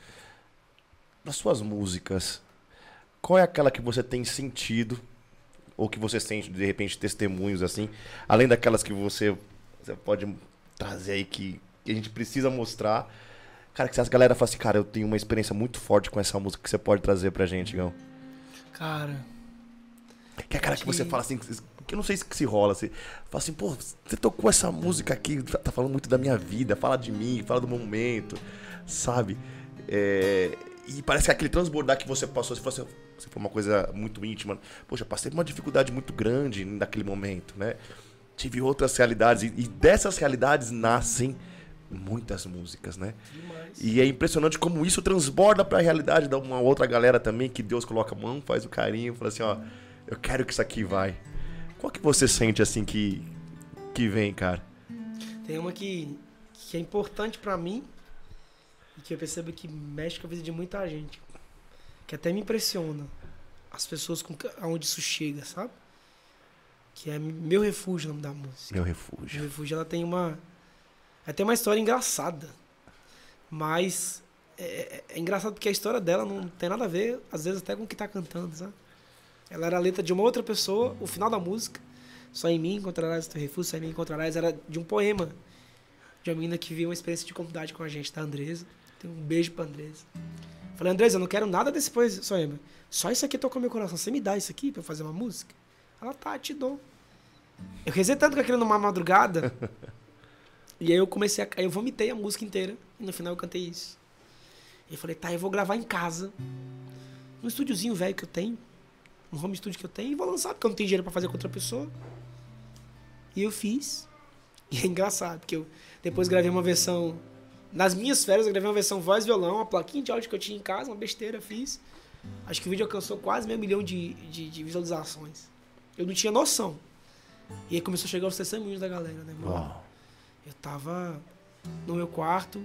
Das suas músicas, qual é aquela que você tem sentido, ou que você sente, de repente, testemunhos, assim, além daquelas que você, você pode trazer aí, que, que a gente precisa mostrar. Cara, que se as galera fala assim, cara, eu tenho uma experiência muito forte com essa música que você pode trazer pra gente, Gão. Cara... Que é aquela que você fala assim, que eu não sei se, se rola, assim, fala assim, pô, você tocou essa música aqui, tá falando muito da minha vida, fala de mim, fala do momento, sabe? É, e parece que aquele transbordar que você passou, se fosse, se for uma coisa muito íntima, poxa, passei por uma dificuldade muito grande naquele momento, né? Tive outras realidades, e, e dessas realidades nascem muitas músicas, né? Demais. E é impressionante como isso transborda pra realidade de uma outra galera também, que Deus coloca a mão, faz o carinho, fala assim, ó, eu quero que isso aqui vai. Qual que você sente assim que, que vem, cara? Tem uma que, que é importante pra mim e que eu percebo que mexe com a vida de muita gente, que até me impressiona as pessoas com aonde isso chega, sabe? Que é Meu Refúgio, o nome da música. Meu Refúgio. Meu Refúgio, ela tem uma... Ela tem uma história engraçada, mas é, é engraçado porque a história dela não tem nada a ver, às vezes, até com o que tá cantando, sabe? Ela era a letra de uma outra pessoa, o final da música, Só em mim encontrarás o teu refúgio, só em mim encontrarás, era de um poema de uma menina que viveu uma experiência de comunidade com a gente, da Andresa. Tem um beijo pra Andresa. Falei, Andresa, eu não quero nada desse poema, só isso aqui tocou meu coração, você me dá isso aqui pra eu fazer uma música? Ela, tá, te dou. Eu rezei tanto com aquilo numa madrugada... E aí eu comecei a... Aí eu vomitei a música inteira. E no final eu cantei isso. E eu falei, tá, eu vou gravar em casa. Num estúdiozinho velho que eu tenho. Um home studio que eu tenho. E vou lançar, porque eu não tenho dinheiro pra fazer com outra pessoa. E eu fiz. E é engraçado, porque eu depois gravei uma versão... Nas minhas férias eu gravei uma versão voz e violão. Uma plaquinha de áudio que eu tinha em casa. Uma besteira, fiz. Acho que o vídeo alcançou quase meio milhão de, de, de visualizações. Eu não tinha noção. E aí começou a chegar os testemunhos da galera, né, mano? Uau. Eu tava no meu quarto,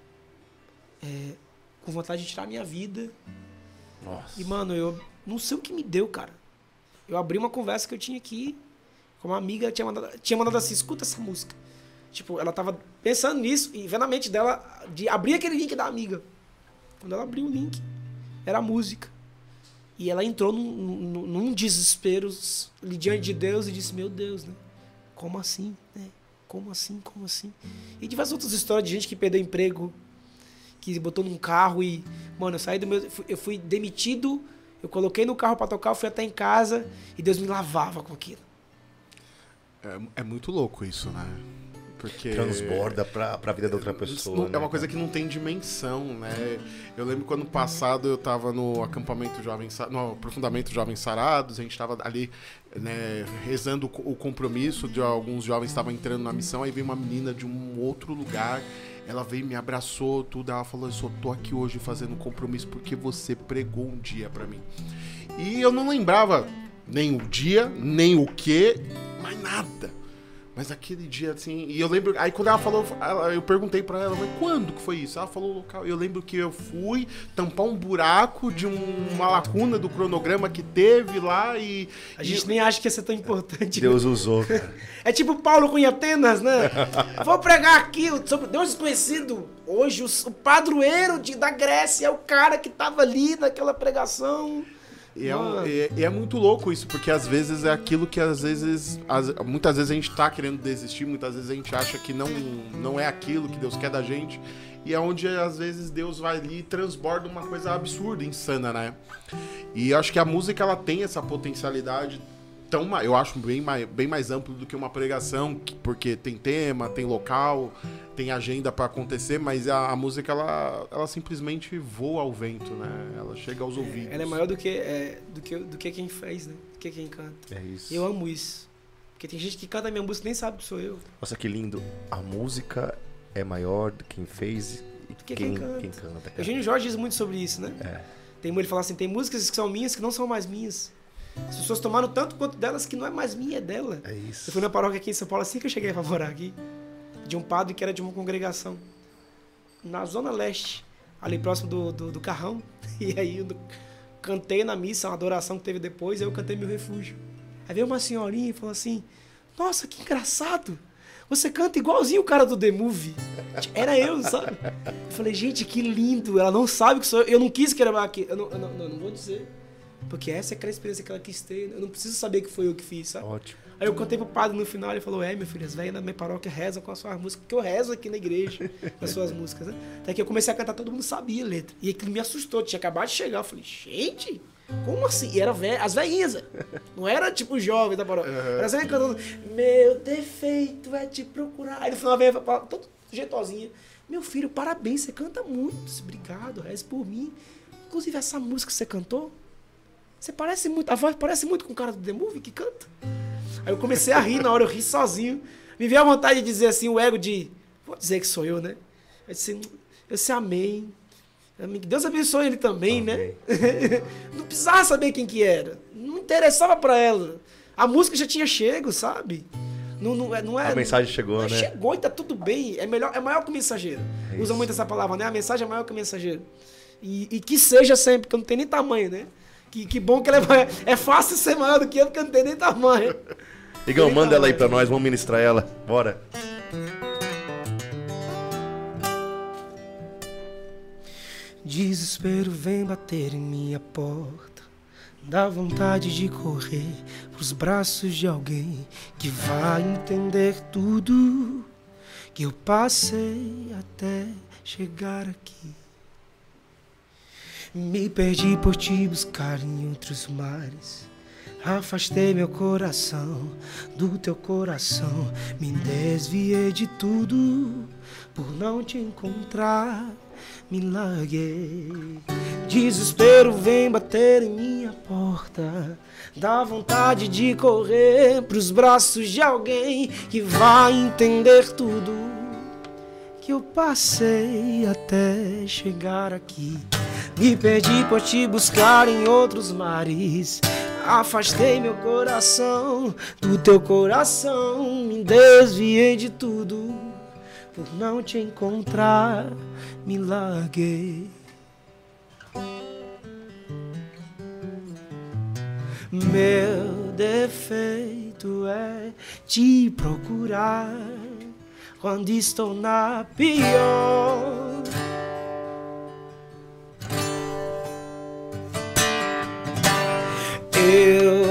é, com vontade de tirar a minha vida. Nossa. E, mano, eu não sei o que me deu, cara. Eu abri uma conversa que eu tinha aqui com uma amiga, tinha mandado, tinha mandado assim, escuta essa música. Tipo, ela tava pensando nisso e vendo na mente dela de abrir aquele link da amiga. Quando ela abriu o link, era a música. E ela entrou num, num, num desespero ali diante de Deus e disse, meu Deus, né? Como assim? Né? Como assim? Como assim? E diversas outras histórias de gente que perdeu emprego, que botou num carro e... Mano, eu saí do meu... Eu fui demitido, eu coloquei no carro pra tocar, eu fui até em casa e Deus me lavava com aquilo. É, é muito louco isso, né? Porque... Transborda pra, pra vida da outra pessoa. É né? uma coisa que não tem dimensão, né? Eu lembro que ano passado eu tava no acampamento Jovem no aprofundamento Jovens Sarados, a gente tava ali, né, rezando o compromisso de alguns jovens que estavam entrando na missão, aí veio uma menina de um outro lugar, ela veio, me abraçou, tudo, ela falou, eu só tô aqui hoje fazendo um compromisso porque você pregou um dia pra mim. E eu não lembrava nem o dia, nem o que, mas nada. Mas aquele dia, assim... E eu lembro... Aí quando ela falou... Ela, eu perguntei pra ela, mas quando que foi isso? Ela falou o local. Eu lembro que eu fui tampar um buraco de um, uma lacuna do cronograma que teve lá e... A gente e... nem acha que ia ser tão importante. Deus usou, cara. É tipo Paulo com Atenas, né? Vou pregar aqui sobre Deus desconhecido. Hoje, o, o padroeiro de, da Grécia é o cara que tava ali naquela pregação... E é, um, é, é muito louco isso, porque às vezes é aquilo que às vezes, as, muitas vezes a gente tá querendo desistir, muitas vezes a gente acha que não, não é aquilo que Deus quer da gente, e é onde às vezes Deus vai ali e transborda uma coisa absurda, insana, né? E eu acho que a música ela tem essa potencialidade tão, eu acho bem mais, bem mais amplo do que uma pregação, porque tem tema, tem local, tem agenda para acontecer, mas a, a música ela, ela simplesmente voa ao vento, né? Ela chega aos ouvidos. Ela é maior do que, é, do que, do que quem fez, né? Do que quem canta. É isso. Eu amo isso. Porque tem gente que canta a minha música e nem sabe que sou eu. Nossa, que lindo. A música é maior do que quem fez e Do que quem, quem canta. quem canta. cara. Eugênio Jorge diz muito sobre isso, né? É. Tem, ele fala assim, tem músicas que são minhas que não são mais minhas. As pessoas tomaram tanto quanto delas que não é mais minha, é dela. É isso. Eu fui na paróquia aqui em São Paulo assim que eu cheguei a morar aqui, de um padre que era de uma congregação na Zona Leste, ali próximo do, do, do Carrão. E aí eu cantei na missa, uma adoração que teve depois, e eu cantei Meu Refúgio. Aí veio uma senhorinha e falou assim, nossa, que engraçado, você canta igualzinho o cara do The Movie. Era eu, sabe? Eu falei, gente, que lindo, ela não sabe que sou eu. Eu não quis gravar aqui, eu não, eu não, não, não vou dizer. Porque essa é aquela experiência que ela quis ter. Eu não preciso saber que foi eu que fiz, sabe? Ótimo. Aí eu contei pro padre no final, ele falou, é, meu filho, as velhas da minha paróquia rezam com as suas músicas, porque eu rezo aqui na igreja com as suas músicas, né? Até que eu comecei a cantar, todo mundo sabia a letra. E aquilo me assustou, tinha acabado de chegar. Eu falei, gente, como assim? E era velha, as velhinhas, né? Não era tipo jovem da paróquia. Era as velhinhas cantando, meu defeito é te procurar. Aí no final a velha falou, todo jeitosinha, meu filho, parabéns, você canta muito. Eu disse, obrigado, reze por mim. Inclusive, essa música que você cantou, você parece muito, a voz parece muito com o cara do The Movie que canta. Aí eu comecei a rir na hora, eu ri sozinho. Me veio a vontade de dizer assim, o ego de... Vou dizer que sou eu, né? Eu disse, eu disse amém. Deus abençoe ele também, amém. Né? Não precisava saber quem que era. Não interessava pra ela. A música já tinha chego, sabe? Não, não, não é, a mensagem chegou, não, né? Chegou e tá tudo bem. É, melhor, é maior que o mensageiro. É Usa muito essa palavra, né? A mensagem é maior que o mensageiro. E, e que seja sempre, porque não tem nem tamanho, né? Que, que bom que ela é, é fácil ser maior do que eu, porque eu não tenho nem tamanho. Igão, nem manda tamanho. Ela aí pra nós, vamos ministrar ela. Bora. Desespero vem bater em minha porta. Dá vontade de correr pros braços de alguém que vai entender tudo que eu passei até chegar aqui. Me perdi por te buscar em outros mares. Afastei meu coração do teu coração. Me desviei de tudo por não te encontrar. Me larguei. Desespero vem bater em minha porta. Dá vontade de correr pros braços de alguém que vai entender tudo que eu passei até chegar aqui. Me perdi por te buscar em outros mares. Afastei meu coração do teu coração. Me desviei de tudo por não te encontrar. Me larguei. Meu defeito é te procurar quando estou na pior.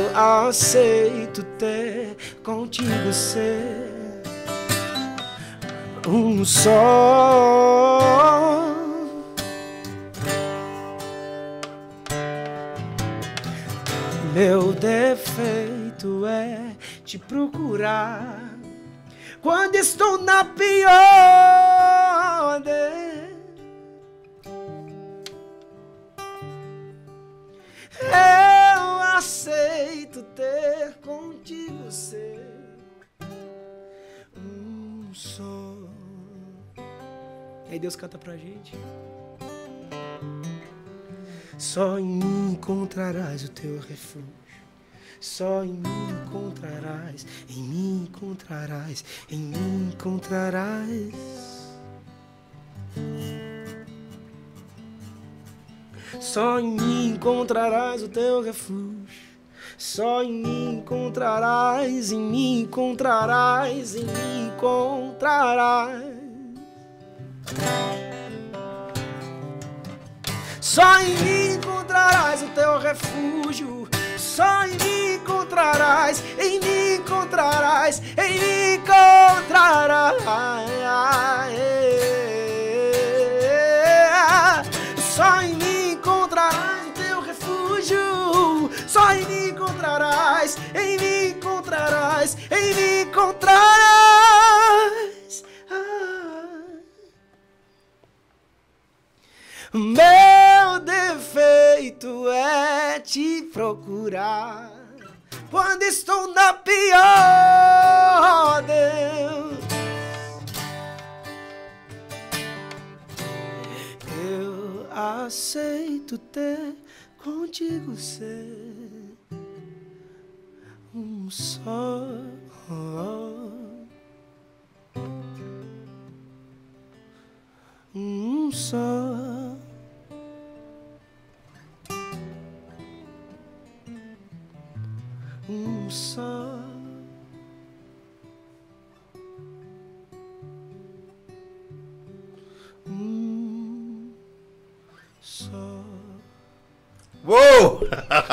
aceito ter contigo ser um só. Meu defeito é te procurar quando estou na pior de... Eu aceito ter contigo ser um só. Aí Deus canta pra gente. Só em mim encontrarás o teu refúgio. Só em mim encontrarás, em mim encontrarás, em mim encontrarás. Só em mim encontrarás o teu refúgio. Só em mim encontrarás, em mim encontrarás, em mim encontrarás. Só em mim encontrarás o teu refúgio. Só em mim encontrarás, em mim encontrarás, em mim encontrarás. Só em mim encontrarás o teu refúgio. Só em mim encontrarás, em mim encontrarás, em mim encontrarás. Meu defeito é te procurar quando estou na pior, Deus. Eu aceito ter contigo ser um só. Um só. Um só. Um só. Uou!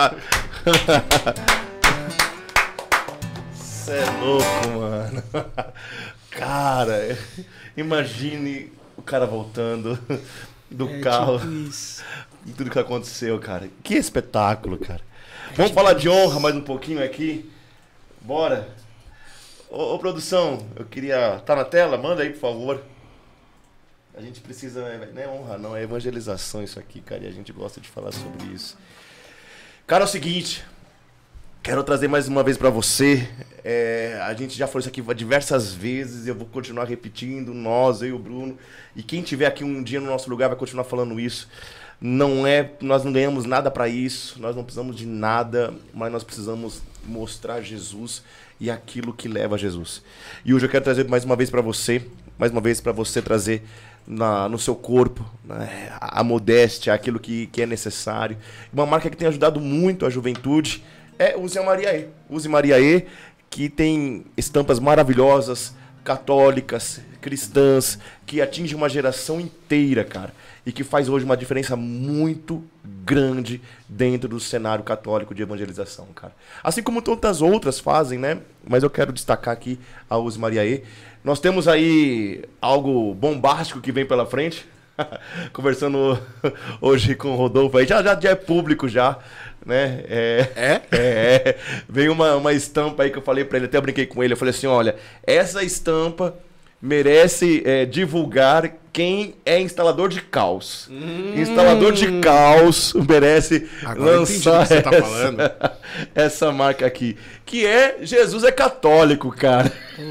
Cê é louco, mano. Cara, imagine o cara voltando do É, carro. tipo isso. Tudo que aconteceu, cara. Que espetáculo, cara. Vamos falar de honra mais um pouquinho aqui? Bora. Ô, ô, produção, eu queria... Tá na tela? Manda aí, por favor. A gente precisa... Não é honra, não. É evangelização isso aqui, cara. E a gente gosta de falar sobre isso. Cara, é o seguinte... Quero trazer mais uma vez pra você. É, a gente já falou isso aqui diversas vezes. Eu vou continuar repetindo. Nós, eu e o Bruno. E quem tiver aqui um dia no nosso lugar vai continuar falando isso. Não é, nós não ganhamos nada para isso, nós não precisamos de nada, mas nós precisamos mostrar Jesus e aquilo que leva a Jesus. E hoje eu quero trazer mais uma vez para você, mais uma vez para você trazer na, no seu corpo, né, a, a modéstia, aquilo que, que é necessário. Uma marca que tem ajudado muito a juventude é Use a Mariaê. Use Mariaê, que tem estampas maravilhosas, católicas, cristãs, que atinge uma geração inteira, cara. E que faz hoje uma diferença muito grande dentro do cenário católico de evangelização, cara. Assim como tantas outras fazem, né? Mas eu quero destacar aqui a Use Mariaê. Nós temos aí algo bombástico que vem pela frente. Conversando hoje com o Rodolfo aí, já, já, já é público já, né? É? É? É. Veio uma, uma estampa aí que eu falei pra ele, até eu brinquei com ele, eu falei assim, olha, essa estampa merece é, divulgar quem é instalador de caos. Hum. Instalador de caus merece Agora lançar essa, tá falando. essa marca aqui. Que é Jesus é católico, cara.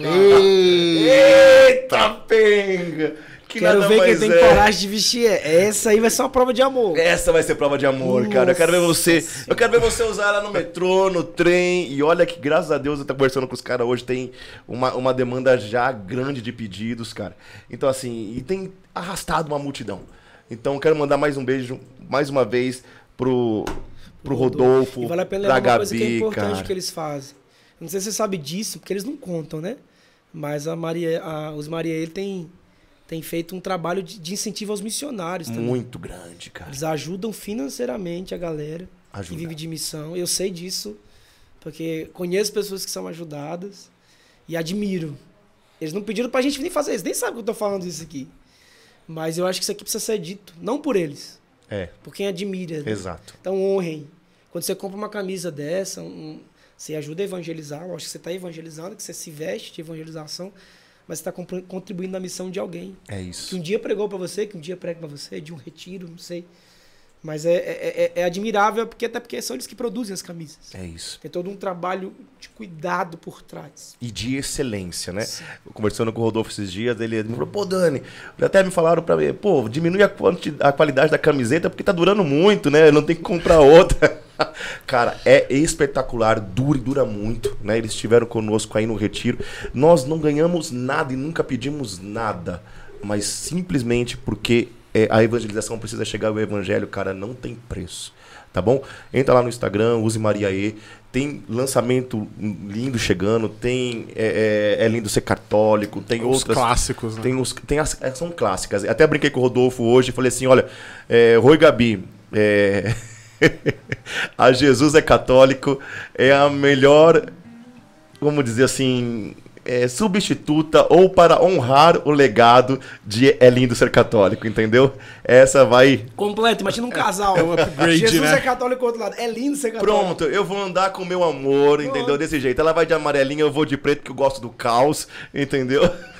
Eita, penga! Que quero ver quem tem é. coragem de vestir. Essa aí vai ser uma prova de amor. Essa vai ser prova de amor, Nossa, cara. Eu quero ver você. Senhora. Eu quero ver você usar ela no metrô, no trem. E olha que, graças a Deus, eu tô conversando com os caras hoje. Tem uma, uma demanda já grande de pedidos, cara. Então, assim, e tem arrastado uma multidão. Então, eu quero mandar mais um beijo, mais uma vez, pro, pro Rodolfo. E vale a pena lembrar uma coisa que é importante cara. que eles fazem. Não sei se você sabe disso, porque eles não contam, né? Mas a Maria, a, os Maria, ele tem. tem feito um trabalho de, de incentivo aos missionários também. Muito grande, cara. Eles ajudam financeiramente a galera Ajuda. que vive de missão. Eu sei disso Porque conheço pessoas que são ajudadas e admiro. Eles não pediram pra gente nem fazer isso, nem sabem que eu tô falando isso aqui. Mas eu acho que isso aqui precisa ser dito, não por eles, É. por quem admira. Né? Exato. Então honrem. Quando você compra uma camisa dessa, um, você ajuda a evangelizar. Eu acho que você está evangelizando, que você se veste de evangelização, mas você está contribuindo na missão de alguém. É isso. Que um dia pregou para você, que um dia prega para você, de um retiro, não sei. Mas é, é, é, é admirável, porque, até porque são eles que produzem as camisas. É isso. Tem todo um trabalho de cuidado por trás. E de excelência, né? Sim. Conversando com o Rodolfo esses dias, ele me falou, pô, Dani, até me falaram pra mim, pô, diminui a, a qualidade da camiseta porque tá durando muito, né? Não tem que comprar outra. Cara, é espetacular, dura e dura muito, né? Eles estiveram conosco aí no retiro. Nós não ganhamos nada e nunca pedimos nada, mas simplesmente porque é, a evangelização precisa chegar ao evangelho, cara, não tem preço, tá bom? Entra lá no Instagram, use Maria E, tem lançamento lindo chegando, tem é, é, é lindo ser católico, tem os outras... clássicos, né? Tem os, tem as, são clássicas. Até brinquei com o Rodolfo hoje e falei assim, olha, é, Rui Gabi, é... a Jesus é católico, é a melhor, vamos dizer assim, é, substituta ou para honrar o legado de É Lindo Ser Católico, entendeu? Essa vai... Completo, imagina um casal. É um upgrade, Jesus né? é católico do outro lado. É lindo ser católico. Pronto, eu vou andar com o meu amor, entendeu? Pronto. Desse jeito. Ela vai de amarelinha, eu vou de preto, que eu gosto do caos, entendeu?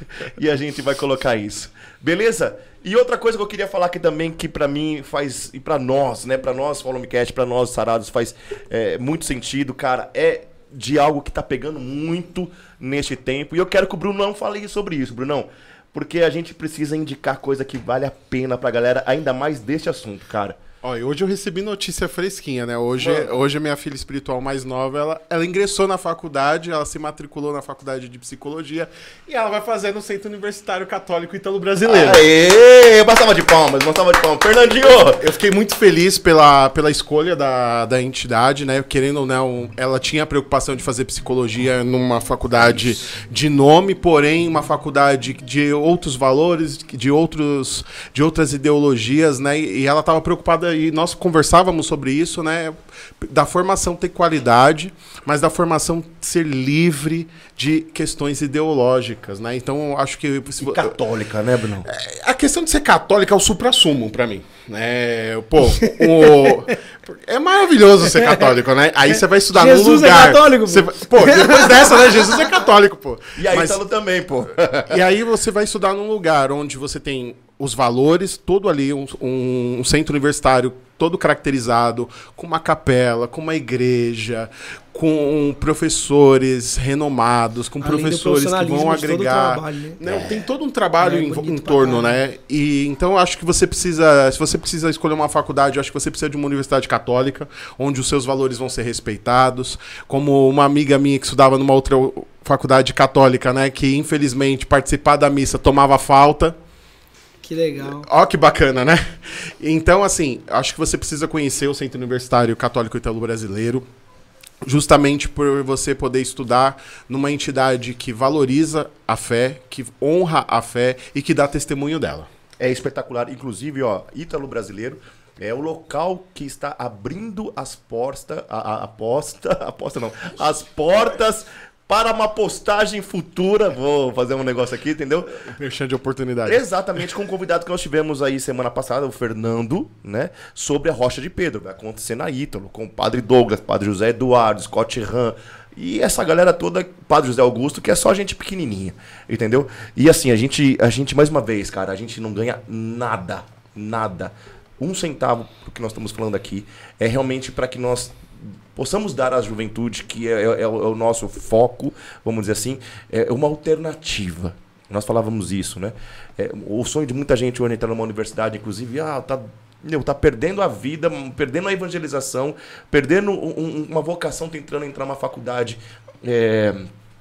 E a gente vai colocar isso. Beleza? E outra coisa que eu queria falar aqui também, que pra mim faz, e pra nós, né, pra nós, Follow Me Cat, pra nós, Sarados, faz é, muito sentido, cara, é de algo que tá pegando muito neste tempo. E eu quero que o Brunão fale sobre isso, Brunão, porque a gente precisa indicar coisa que vale a pena pra galera, ainda mais deste assunto, cara. Olha, hoje eu recebi notícia fresquinha, né? Hoje, Mano. hoje a minha filha espiritual mais nova, ela, ela ingressou na faculdade, ela se matriculou na faculdade de psicologia e ela vai fazer no Centro Universitário Católico Ítalo-Brasileiro. Aê! Uma salva de palmas, uma salva de palmas. Fernandinho! Eu fiquei muito feliz pela, pela escolha da, da entidade, né? Querendo ou não, ela tinha a preocupação de fazer psicologia numa faculdade de nome, porém uma faculdade de outros valores, de, outros, de outras ideologias, né? E, e ela estava preocupada, e nós conversávamos sobre isso, né? Da formação ter qualidade, mas da formação ser livre de questões ideológicas, né? Então, eu acho que... E católica, né, Bruno? A questão de ser católica é o suprassumo pra mim, né? Pô, o... é maravilhoso ser católico, né? Aí você vai estudar Jesus num lugar... é católico, pô. Você vai... Pô, depois dessa, né? Jesus é católico, pô. E aí, Mas... Ítalo também, pô. E aí você vai estudar num lugar onde você tem os valores, todo ali, um, um centro universitário todo caracterizado, com uma capela, com uma igreja, com professores renomados, com Além do professores que vão profissionalismo de todo o agregar. trabalho, né? Né, tem todo um trabalho É, em, bonito em pra torno, caralho. né? E então eu acho que você precisa, se você precisa escolher uma faculdade, eu acho que você precisa de uma universidade católica, onde os seus valores vão ser respeitados. Como uma amiga minha que estudava numa outra faculdade católica, né, que infelizmente participar da missa tomava falta. Que legal. Ó, que bacana, né? Então, assim, acho que você precisa conhecer o Centro Universitário Católico Ítalo-Brasileiro, justamente por você poder estudar numa entidade que valoriza a fé, que honra a fé e que dá testemunho dela. É espetacular. Inclusive, ó, Ítalo-Brasileiro é o local que está abrindo as portas, a, a, a posta, a posta não, as portas para uma postagem futura. Vou fazer um negócio aqui, entendeu? Merchan de oportunidade. Exatamente, com o convidado que nós tivemos aí semana passada, o Fernando, né? Sobre a Rocha de Pedro. Vai acontecer na Ítalo, com o Padre Douglas, Padre José Eduardo, Scott Ram. E essa galera toda, Padre José Augusto, que é só gente pequenininha, entendeu? E assim, a gente, a gente, mais uma vez, cara, a gente não ganha nada, nada. Um centavo do que nós estamos falando aqui é realmente para que nós possamos dar à juventude, que é, é, é o nosso foco, vamos dizer assim, é uma alternativa. Nós falávamos isso, né? É, o sonho de muita gente hoje entrar numa universidade, inclusive, ah, tá, meu, tá perdendo a vida, perdendo a evangelização, perdendo um, um, uma vocação, tentando entrar numa faculdade é,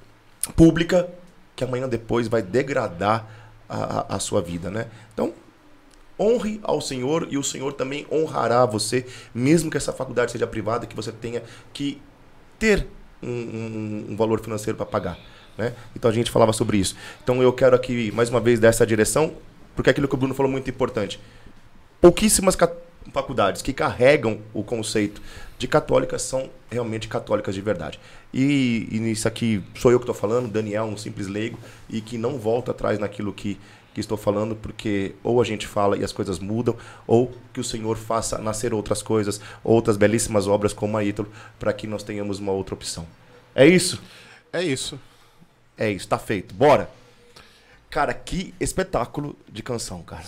pública, que amanhã depois vai degradar a, a, a sua vida, né? Então, honre ao Senhor e o Senhor também honrará você, mesmo que essa faculdade seja privada, que você tenha que ter um, um, um valor financeiro para pagar, né? Então a gente falava sobre isso. Então eu quero aqui, mais uma vez, dar essa direção, porque aquilo que o Bruno falou é muito importante. Pouquíssimas faculdades que carregam o conceito de católicas são realmente católicas de verdade. E, e isso aqui sou eu que estou falando, Daniel, um simples leigo, e que não volta atrás naquilo que, que estou falando, porque ou a gente fala e as coisas mudam, ou que o Senhor faça nascer outras coisas, outras belíssimas obras como a Ítalo, para que nós tenhamos uma outra opção. É isso? É isso. É isso, tá feito. Bora! Cara, que espetáculo de canção, cara.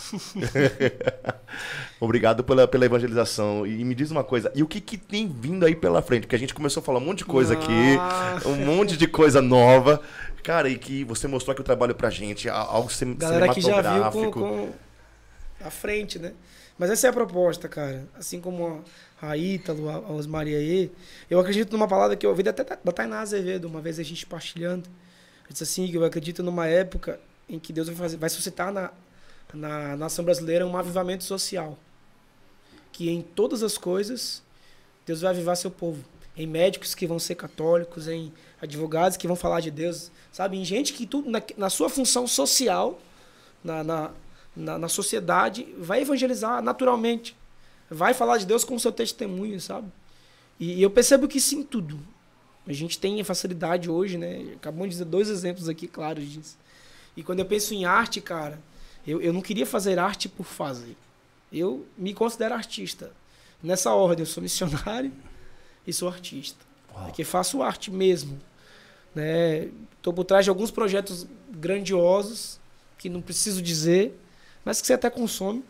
Obrigado pela, pela evangelização. E me diz uma coisa, e o que, que tem vindo aí pela frente? Porque a gente começou a falar um monte de coisa Ah. aqui, um monte de coisa nova. Cara, e que você mostrou aqui o trabalho pra gente, algo cin- Galera que já viu cinematográfico. com, com à frente, né? Mas essa é a proposta, cara. Assim como a Ítalo, a Osmaria aí, eu acredito numa palavra que eu ouvi até da Tainá Azevedo, uma vez a gente partilhando. Eu disse assim, que eu acredito numa época em que Deus vai, fazer, vai suscitar na, na nação brasileira um avivamento social. Que em todas as coisas, Deus vai avivar seu povo. Em médicos que vão ser católicos, em advogados que vão falar de Deus, sabe? Em gente que tudo, na, na sua função social, na, na, na, na sociedade, vai evangelizar naturalmente. Vai falar de Deus com seu testemunho, sabe? E, e eu percebo que sim, tudo. A gente tem a facilidade hoje, né? Acabamos de dizer dois exemplos aqui claros disso. E quando eu penso em arte, cara, eu, eu não queria fazer arte por fazer. Eu me considero artista. Nessa ordem, eu sou missionário e sou artista. Uau. Porque faço arte mesmo. Né? Estou por trás de alguns projetos grandiosos, que não preciso dizer, mas que você até consome.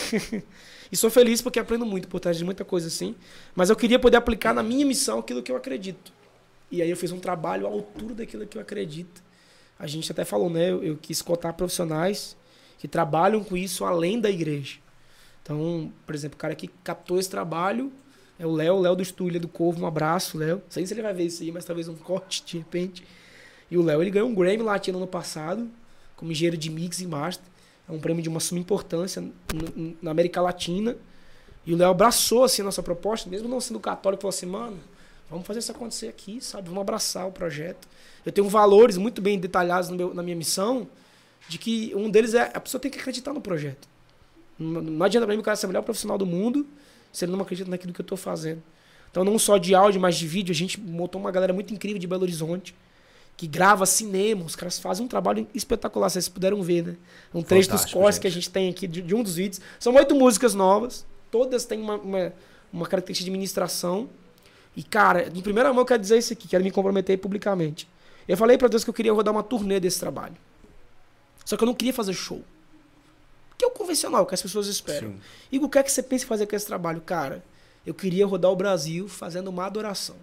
E sou feliz porque aprendo muito por trás de muita coisa assim. Mas eu queria poder aplicar na minha missão aquilo que eu acredito. E aí eu fiz um trabalho à altura daquilo que eu acredito. A gente até falou, né? Eu, eu quis cotar profissionais que trabalham com isso além da igreja. Então, por exemplo, o cara que captou esse trabalho é o Léo, o Léo do Estúdio do Corvo. Um abraço, Léo. Não sei se ele vai ver isso aí, mas talvez um corte de repente. E o Léo, ele ganhou um Grammy Latino ano passado, como engenheiro de mix e master. É um prêmio de uma suma importância no, na América Latina. E o Léo abraçou assim, a nossa proposta, mesmo não sendo católico, falou assim, mano, vamos fazer isso acontecer aqui, sabe? Vamos abraçar o projeto. Eu tenho valores muito bem detalhados no meu, na minha missão, de que um deles é a pessoa tem que acreditar no projeto. Não, não adianta pra mim o cara ser o melhor profissional do mundo se ele não acredita naquilo que eu estou fazendo. Então, não só de áudio, mas de vídeo, a gente montou uma galera muito incrível de Belo Horizonte, que grava cinema. Os caras fazem um trabalho espetacular, vocês puderam ver, né? Um trecho dos cortes que a gente tem aqui de, de um dos vídeos. São oito músicas novas, todas têm uma, uma, uma característica de ministração. E, cara, em primeira mão eu quero dizer isso aqui, quero me comprometer publicamente. Eu falei pra Deus que eu queria rodar uma turnê desse trabalho. Só que eu não queria fazer show. Que é o convencional, que as pessoas esperam. Sim. Igor, o que é que você pensa em fazer com esse trabalho? Cara, eu queria rodar o Brasil fazendo uma adoração.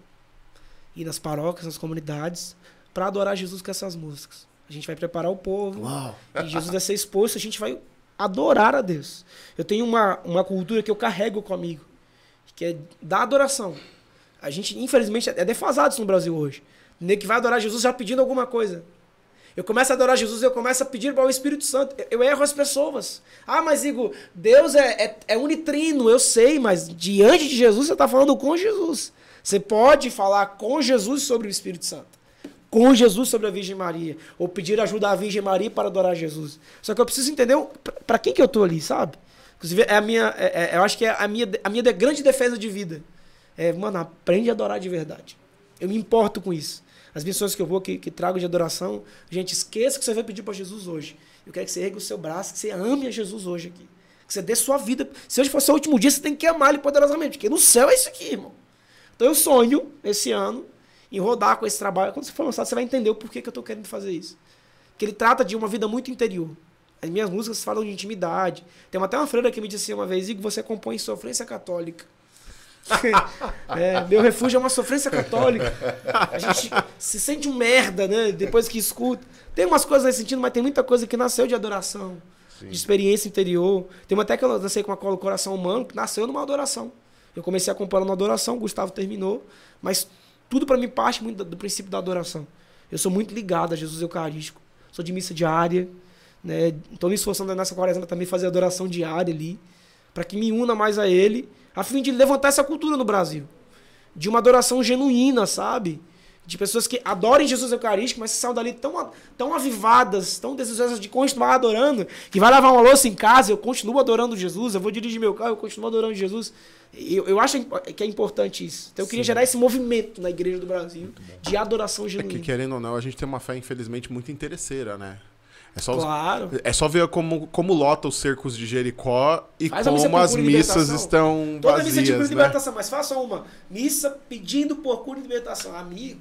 Ir nas paróquias, nas comunidades, para adorar Jesus com essas músicas. A gente vai preparar o povo. Uau. E Jesus vai ser exposto, a gente vai adorar a Deus. Eu tenho uma, uma cultura que eu carrego comigo, que é da adoração. A gente, infelizmente, é defasado isso no Brasil hoje. O nego que vai adorar Jesus já pedindo alguma coisa. Eu começo a adorar Jesus e eu começo a pedir para o Espírito Santo. Eu erro as pessoas. Ah, mas Igor, Deus é, é, é unitrino, eu sei, mas diante de Jesus você está falando com Jesus. Você pode falar com Jesus sobre o Espírito Santo. Com Jesus sobre a Virgem Maria. Ou pedir ajuda à Virgem Maria para adorar Jesus. Só que eu preciso entender para quem que eu estou ali, sabe? Inclusive, é a minha, é, é, eu acho que é a minha, a minha grande defesa de vida. É, mano, aprende a adorar de verdade. Eu me importo com isso. As missões que eu vou, que, que trago de adoração, gente, esqueça que você vai pedir para Jesus hoje. Eu quero que você ergue o seu braço, que você ame a Jesus hoje aqui. Que você dê sua vida. Se hoje for seu último dia, você tem que amar ele poderosamente, porque no céu é isso aqui, irmão. Então eu sonho, esse ano, em rodar com esse trabalho. Quando você for lançado, você vai entender o porquê que eu estou querendo fazer isso. Porque ele trata de uma vida muito interior. As minhas músicas falam de intimidade. Tem até uma freira que me disse uma vez, Igor, você compõe sofrência católica. É, meu refúgio é uma sofrência católica. A gente se sente um merda, né? Depois que escuta. Tem umas coisas nesse sentido, mas tem muita coisa que nasceu de adoração. Sim. De experiência interior. Tem uma até que eu lancei com a cola Coração Humano, que nasceu numa adoração. Eu comecei acompanhando uma adoração, o Gustavo terminou, mas tudo pra mim parte muito do, do princípio da adoração. Eu sou muito ligado a Jesus Eucarístico. Sou de missa diária, né? Estou me esforçando nessa quaresma também fazer adoração diária ali, para que me una mais a ele, a fim de levantar essa cultura no Brasil. De uma adoração genuína, sabe? de pessoas que adorem Jesus Eucarístico, mas saiam dali tão, tão avivadas, tão desejosas de continuar adorando, que vai lavar uma louça em casa, eu continuo adorando Jesus, eu vou dirigir meu carro, eu continuo adorando Jesus. Eu, eu acho que é importante isso. Então eu queria Sim. gerar esse movimento na Igreja do Brasil de adoração genuína. É que, querendo ou não, a gente tem uma fé, infelizmente, muito interesseira, né? É só, claro. É só ver como, como lota os cercos de Jericó e Faz como as missas estão Toda vazias, missa de cura né? e libertação, mas faça uma missa pedindo por cura e libertação. Amigo,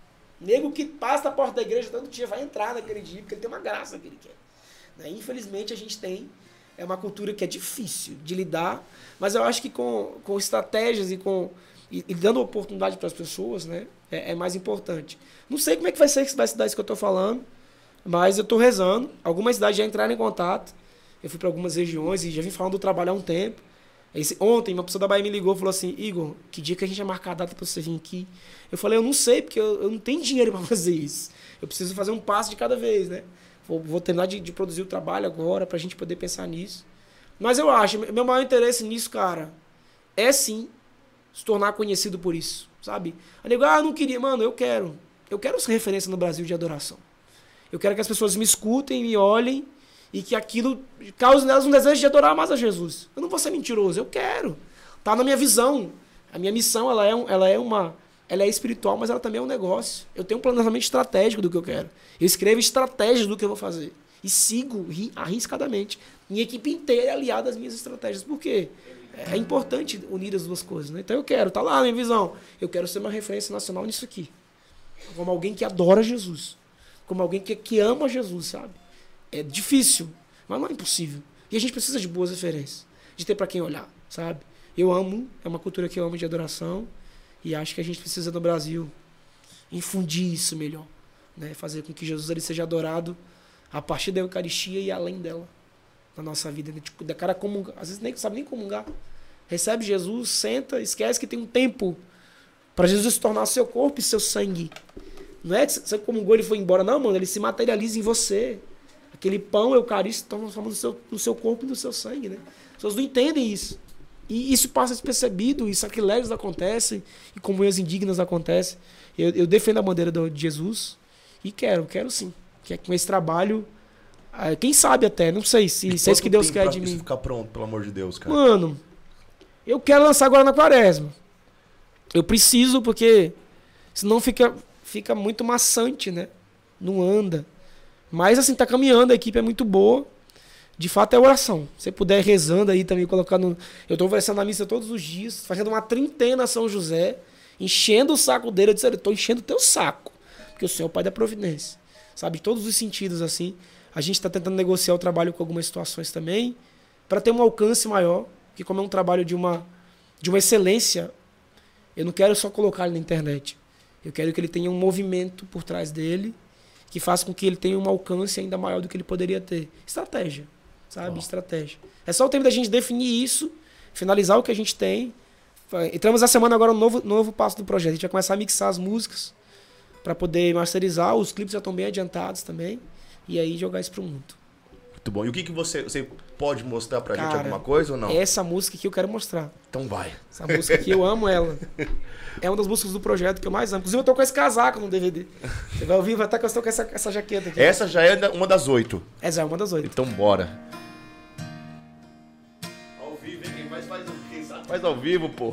nego que passa a porta da igreja todo dia vai entrar naquele dia, porque ele tem uma graça que ele quer. Né? Infelizmente a gente tem é uma cultura que é difícil de lidar, mas eu acho que com, com estratégias e, com, e, e dando oportunidade para as pessoas, né, é, é mais importante. Não sei como é que vai ser que vai se dar isso que eu estou falando, mas eu estou rezando. Algumas cidades já entraram em contato. Eu fui para algumas regiões e já vim falando do trabalho há um tempo. Esse, ontem, uma pessoa da Bahia me ligou e falou assim: Igor, que dia que a gente vai marcar a data para você vir aqui? Eu falei: eu não sei, porque eu, eu não tenho dinheiro para fazer isso. Eu preciso fazer um passo de cada vez, né? Vou, vou terminar de, de produzir o trabalho agora para a gente poder pensar nisso. Mas eu acho, meu maior interesse nisso, cara, é sim se tornar conhecido por isso, sabe? Eu digo: ah, eu não queria. Mano, eu quero. Eu quero ser referência no Brasil de adoração. Eu quero que as pessoas me escutem, me olhem e que aquilo cause nelas um desejo de adorar mais a Jesus. Eu não vou ser mentiroso, eu quero. Tá na minha visão. A minha missão, ela é, um, ela é uma... Ela é espiritual, mas ela também é um negócio. Eu tenho um planejamento estratégico do que eu quero. Eu escrevo estratégias do que eu vou fazer. E sigo arriscadamente. Minha equipe inteira é aliada às minhas estratégias. Por quê? É importante unir as duas coisas, né? Então eu quero, tá lá a minha visão. Eu quero ser uma referência nacional nisso aqui. Como alguém que adora Jesus. Como alguém que, que ama Jesus, sabe? É difícil, mas não é impossível. E a gente precisa de boas referências, de ter para quem olhar, sabe? Eu amo, é uma cultura que eu amo de adoração, e acho que a gente precisa no Brasil infundir isso melhor, né? Fazer com que Jesus ele seja adorado a partir da Eucaristia e além dela, na nossa vida. Né? Tipo, da cara comungar, às vezes nem sabe nem comungar. Recebe Jesus, senta, esquece que tem um tempo para Jesus se tornar seu corpo e seu sangue. Não é que você comungou e ele foi embora, não, mano. Ele se materializa em você. Aquele pão eucarístico está transformando no seu, no seu corpo e no seu sangue, né? As pessoas não entendem isso. E isso passa despercebido, e sacrilégios acontecem, e comunhões indignas acontecem. Eu, eu defendo a bandeira do, de Jesus e quero, quero sim. Que é com esse trabalho, quem sabe até, não sei se, se é isso que Deus quer de mim. Ficar pronto, pelo amor de Deus, cara. Mano, eu quero lançar agora na quaresma. Eu preciso, porque senão fica... fica muito maçante, né? Não anda. Mas, assim, tá caminhando, a equipe é muito boa. De fato, é oração. Se você puder rezando aí também, colocando... Eu tô conversando na missa todos os dias, fazendo uma trintena São José, enchendo o saco dele. Eu disse: eu tô enchendo o teu saco, porque o Senhor é o Pai da Providência. Sabe? Em todos os sentidos, assim. A gente tá tentando negociar o trabalho com algumas situações também, para ter um alcance maior, que como é um trabalho de uma, de uma excelência, eu não quero só colocar ele na internet. Eu quero que ele tenha um movimento por trás dele que faça com que ele tenha um alcance ainda maior do que ele poderia ter. Estratégia, sabe? Oh. Estratégia. É só o tempo da gente definir isso, finalizar o que a gente tem. Entramos na semana agora no novo, novo passo do projeto. A gente vai começar a mixar as músicas para poder masterizar. Os clipes já estão bem adiantados também. E aí jogar isso pro mundo. Muito bom. E o que, que você, você pode mostrar pra Cara, gente alguma coisa ou não? Essa música que eu quero mostrar. Então vai. Essa música aqui, eu amo ela. É uma das músicas do projeto que eu mais amo. Inclusive eu tô com esse casaco no D V D. Você vai ouvir, vai estar com essa, essa jaqueta aqui. Essa já é uma das oito. Essa é uma das oito. Então bora. Ao vivo, hein? Quem faz, faz, quem sabe faz ao vivo, pô.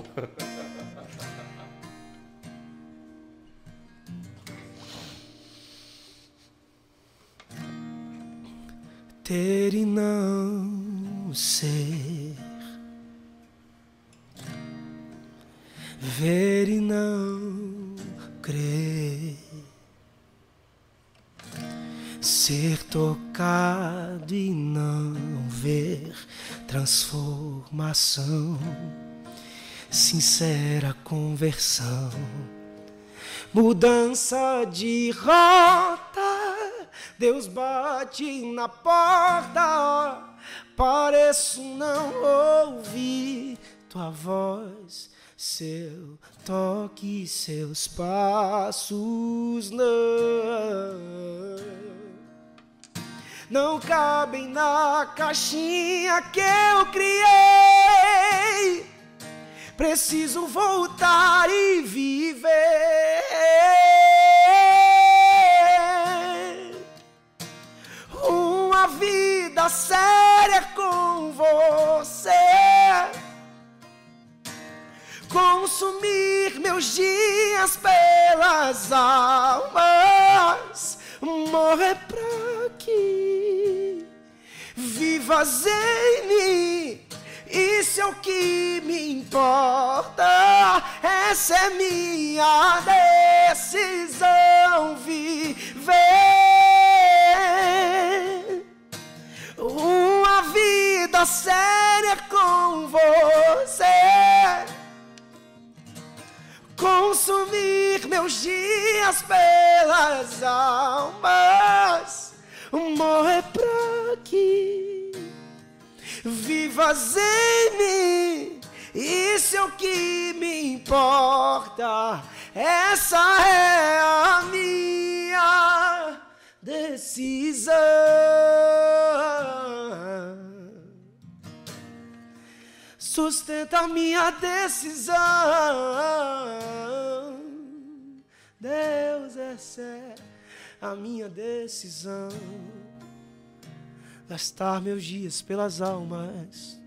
Ter e não ser, ver e não crer, ser tocado e não ver transformação, sincera conversão, mudança de rota. Deus bate na porta, pareço não ouvir tua voz, seu toque, seus passos não, não cabem na caixinha que eu criei. Preciso voltar e viver. vida séria com você, consumir meus dias pelas almas, morrer pra que vivas em mim. Isso é o que me importa, essa é minha decisão, viver uma vida séria com você, consumir meus dias pelas almas, morrer pra que vivas em mim. Isso é o que me importa, essa é a minha decisão. Sustenta a minha decisão, Deus, essa é a minha decisão. Gastar meus dias pelas almas,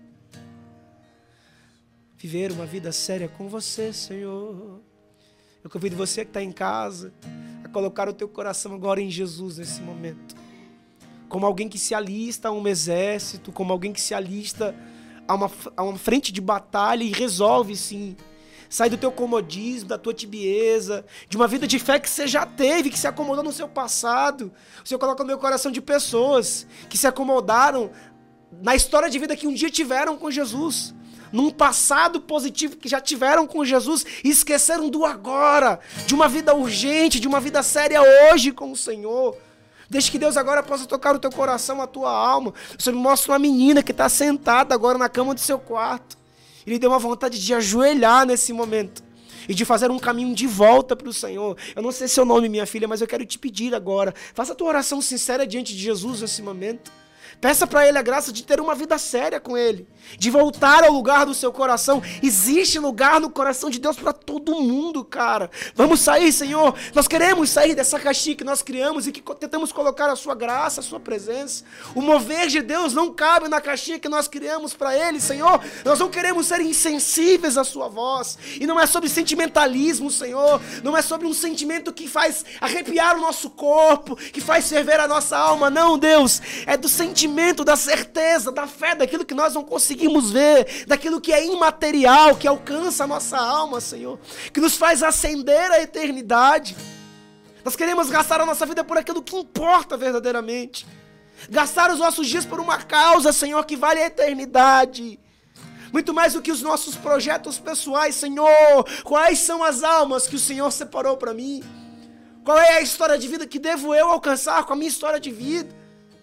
viver uma vida séria com você, Senhor. Eu convido você que está em casa a colocar o teu coração agora em Jesus nesse momento, como alguém que se alista a um exército, como alguém que se alista a uma, a uma frente de batalha e resolve sim sai do teu comodismo, da tua tibieza, de uma vida de fé que você já teve, que se acomodou no seu passado. O Senhor coloca no meu coração de pessoas que se acomodaram na história de vida que um dia tiveram com Jesus, num passado positivo que já tiveram com Jesus e esqueceram do agora, de uma vida urgente, de uma vida séria hoje com o Senhor. Deixa que Deus agora possa tocar o teu coração, a tua alma. O Senhor me mostra uma menina que está sentada agora na cama do seu quarto. Ele deu uma vontade de ajoelhar nesse momento e de fazer um caminho de volta para o Senhor. Eu não sei seu nome, minha filha, mas eu quero te pedir agora, faça a tua oração sincera diante de Jesus nesse momento. Peça para Ele a graça de ter uma vida séria com Ele, de voltar ao lugar do seu coração. Existe lugar no coração de Deus para todo mundo, cara. Vamos sair, Senhor. Nós queremos sair dessa caixinha que nós criamos e que tentamos colocar a sua graça, a sua presença. O mover de Deus não cabe na caixinha que nós criamos para Ele, Senhor. Nós não queremos ser insensíveis à sua voz. E não é sobre sentimentalismo, Senhor. Não é sobre um sentimento que faz arrepiar o nosso corpo, que faz ferver a nossa alma. Não, Deus. É do sentimento, da certeza, da fé, daquilo que nós não conseguimos ver, daquilo que é imaterial, que alcança a nossa alma, Senhor, que nos faz ascender à eternidade. Nós queremos gastar a nossa vida por aquilo que importa verdadeiramente, gastar os nossos dias por uma causa, Senhor, que vale a eternidade, muito mais do que os nossos projetos pessoais. Senhor, quais são as almas que o Senhor separou para mim? Qual é a história de vida que devo eu alcançar com a minha história de vida?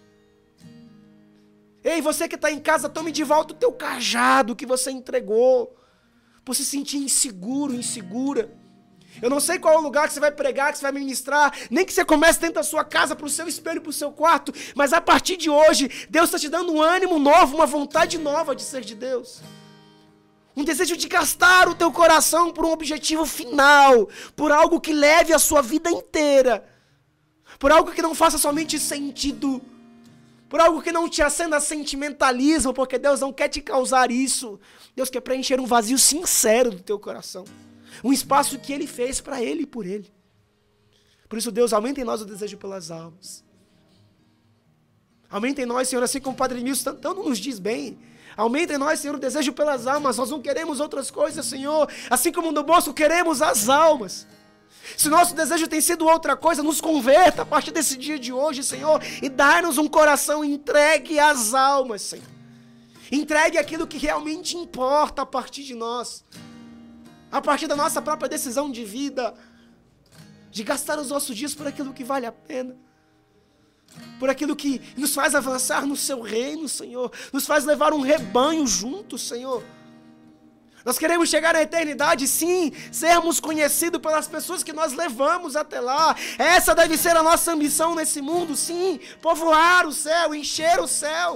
Ei, você que está em casa, tome de volta o teu cajado que você entregou, por se sentir inseguro, insegura. Eu não sei qual é o lugar que você vai pregar, que você vai ministrar, nem que você comece dentro da sua casa, para o seu espelho, para o seu quarto, mas a partir de hoje, Deus está te dando um ânimo novo, uma vontade nova de ser de Deus. Um desejo de gastar o teu coração por um objetivo final, por algo que leve a sua vida inteira, por algo que não faça somente sentido, por algo que não te acenda sentimentalismo, porque Deus não quer te causar isso. Deus quer preencher um vazio sincero do teu coração. Um espaço que Ele fez para Ele e por Ele. Por isso, Deus, aumenta em nós o desejo pelas almas. Aumenta em nós, Senhor, assim como o Padre Milson tanto nos diz bem. Aumenta em nós, Senhor, o desejo pelas almas. Nós não queremos outras coisas, Senhor. Assim como no bolso queremos as almas. Se nosso desejo tem sido outra coisa, nos converta a partir desse dia de hoje, Senhor, e dá-nos um coração entregue às almas, Senhor. Entregue aquilo que realmente importa a partir de nós, a partir da nossa própria decisão de vida, de gastar os nossos dias por aquilo que vale a pena, por aquilo que nos faz avançar no seu reino, Senhor, nos faz levar um rebanho juntos, Senhor. Nós queremos chegar à eternidade, sim, sermos conhecidos pelas pessoas que nós levamos até lá. Essa deve ser a nossa ambição nesse mundo, sim, povoar o céu, encher o céu.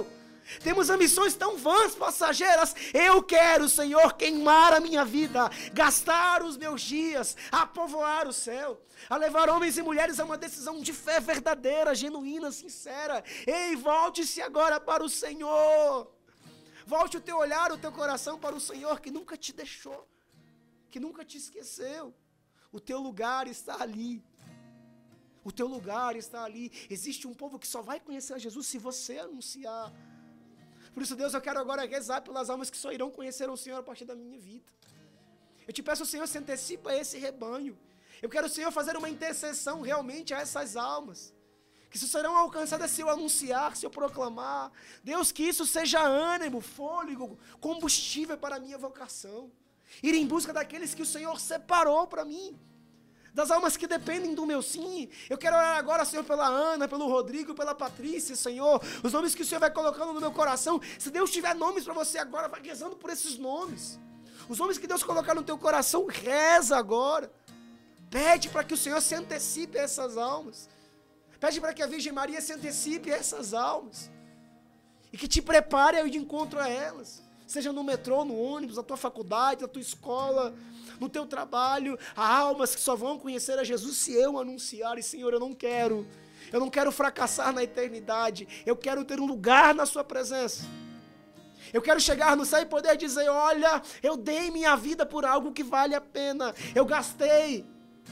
Temos ambições tão vãs, passageiras. Eu quero, Senhor, queimar a minha vida, gastar os meus dias, a povoar o céu, a levar homens e mulheres a uma decisão de fé verdadeira, genuína, sincera. Ei, volte-se agora para o Senhor. Volte o teu olhar, o teu coração para o Senhor, que nunca te deixou, que nunca te esqueceu. O teu lugar está ali. O teu lugar está ali. Existe um povo que só vai conhecer a Jesus se você anunciar. Por isso, Deus, eu quero agora rezar pelas almas que só irão conhecer o Senhor a partir da minha vida. Eu te peço, Senhor, se antecipa a esse rebanho. Eu quero, Senhor, fazer uma intercessão realmente a essas almas, que só serão alcançadas se eu anunciar, se eu proclamar. Deus, que isso seja ânimo, fôlego, combustível para a minha vocação. Ir em busca daqueles que o Senhor separou para mim, das almas que dependem do meu sim. Eu quero orar agora, Senhor, pela Ana, pelo Rodrigo, pela Patrícia, Senhor. Os nomes que o Senhor vai colocando no meu coração. Se Deus tiver nomes para você agora, vai rezando por esses nomes. Os nomes que Deus colocar no teu coração, reza agora. Pede para que o Senhor se antecipe a essas almas. Pede para que a Virgem Maria se antecipe a essas almas. E que te prepare ao de encontro a elas. Seja no metrô, no ônibus, na tua faculdade, na tua escola, no teu trabalho. Há almas que só vão conhecer a Jesus se eu anunciar. E, Senhor, eu não quero. Eu não quero fracassar na eternidade. Eu quero ter um lugar na sua presença. Eu quero chegar no céu e poder dizer, olha, eu dei minha vida por algo que vale a pena. Eu gastei.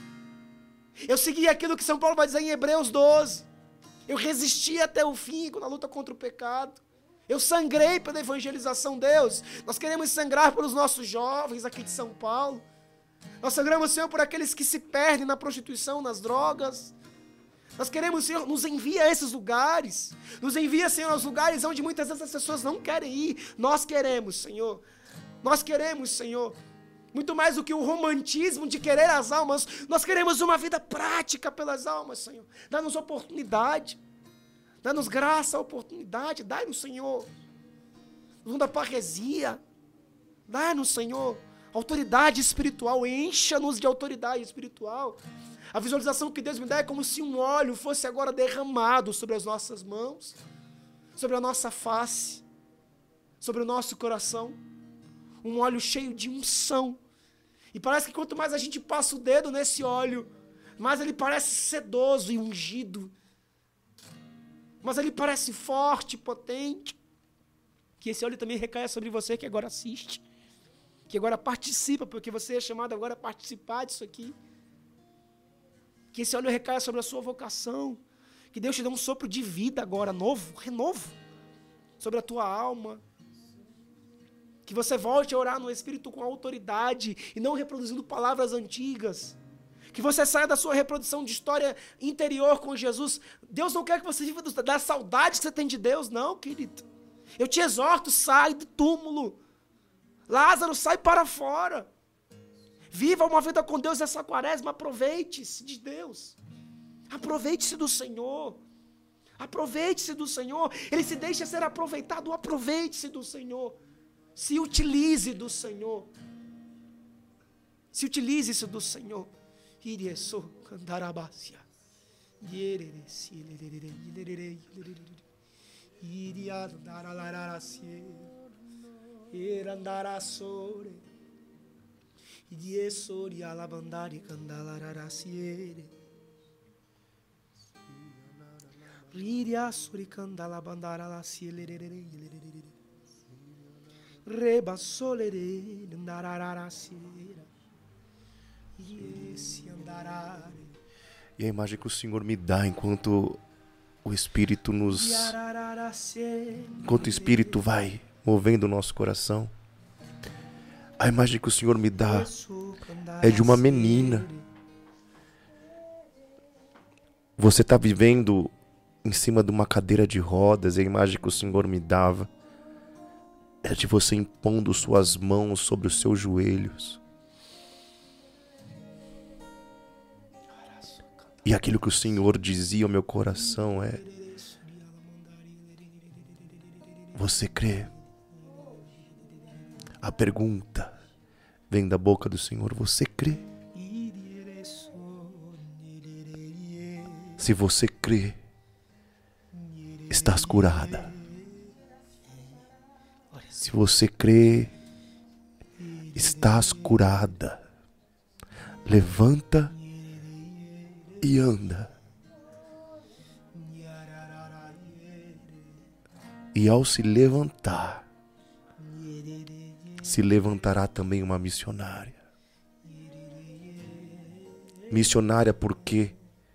Eu segui aquilo que São Paulo vai dizer em Hebreus doze. Eu resisti até o fim na luta contra o pecado. Eu sangrei pela evangelização, Deus. Nós queremos sangrar pelos nossos jovens aqui de São Paulo. Nós sangramos, Senhor, por aqueles que se perdem na prostituição, nas drogas. Nós queremos, Senhor, nos envia a esses lugares. Nos envia, Senhor, aos lugares onde muitas vezes as pessoas não querem ir. Nós queremos, Senhor. Nós queremos, Senhor. Muito mais do que o romantismo de querer as almas. Nós queremos uma vida prática pelas almas, Senhor. Dá-nos oportunidade. Dá-nos graça, oportunidade. Dá-nos, Senhor. No da parresia. Dá-nos, Senhor, autoridade espiritual. Encha-nos de autoridade espiritual. A visualização que Deus me dá é como se um óleo fosse agora derramado sobre as nossas mãos, sobre a nossa face, sobre o nosso coração. Um óleo cheio de unção. E parece que quanto mais a gente passa o dedo nesse óleo, mais ele parece sedoso e ungido. Mas ele parece forte, potente. Que esse óleo também recaia sobre você que agora assiste. Que agora participa, porque você é chamado agora a participar disso aqui. Que esse óleo recaia sobre a sua vocação. Que Deus te dê um sopro de vida agora, novo, renovo. Sobre a tua alma. Que você volte a orar no Espírito com autoridade e não reproduzindo palavras antigas. Que você saia da sua reprodução de história interior com Jesus. Deus não quer que você viva da saudade que você tem de Deus, não, querido. Eu te exorto, sai do túmulo. Lázaro, sai para fora. Viva uma vida com Deus essa quaresma, aproveite-se de Deus. Aproveite-se do Senhor. Aproveite-se do Senhor. Ele se deixa ser aproveitado, aproveite-se do Senhor. Se utilize do Senhor. Se utilize-se do Senhor. Irieso candarabacia. Yereresi lerere lerere lerere. Iriandaralarasie. Erandarasore. Iriesori alabandari candalararasie. Iriasori candalabandarasie lerere lerere. Rebasolere andararasie. E a imagem que o Senhor me dá enquanto o Espírito nos... Enquanto o Espírito vai movendo o nosso coração. A imagem que o Senhor me dá é de uma menina. Você está vivendo em cima de uma cadeira de rodas. E a imagem que o Senhor me dava é de você impondo suas mãos sobre os seus joelhos. E aquilo que o Senhor dizia ao meu coração é: você crê? A pergunta vem da boca do Senhor: você crê? Se você crê, estás curada. Se você crê, estás curada. Levanta e anda. E ao se levantar, se levantará também uma missionária. Missionária porque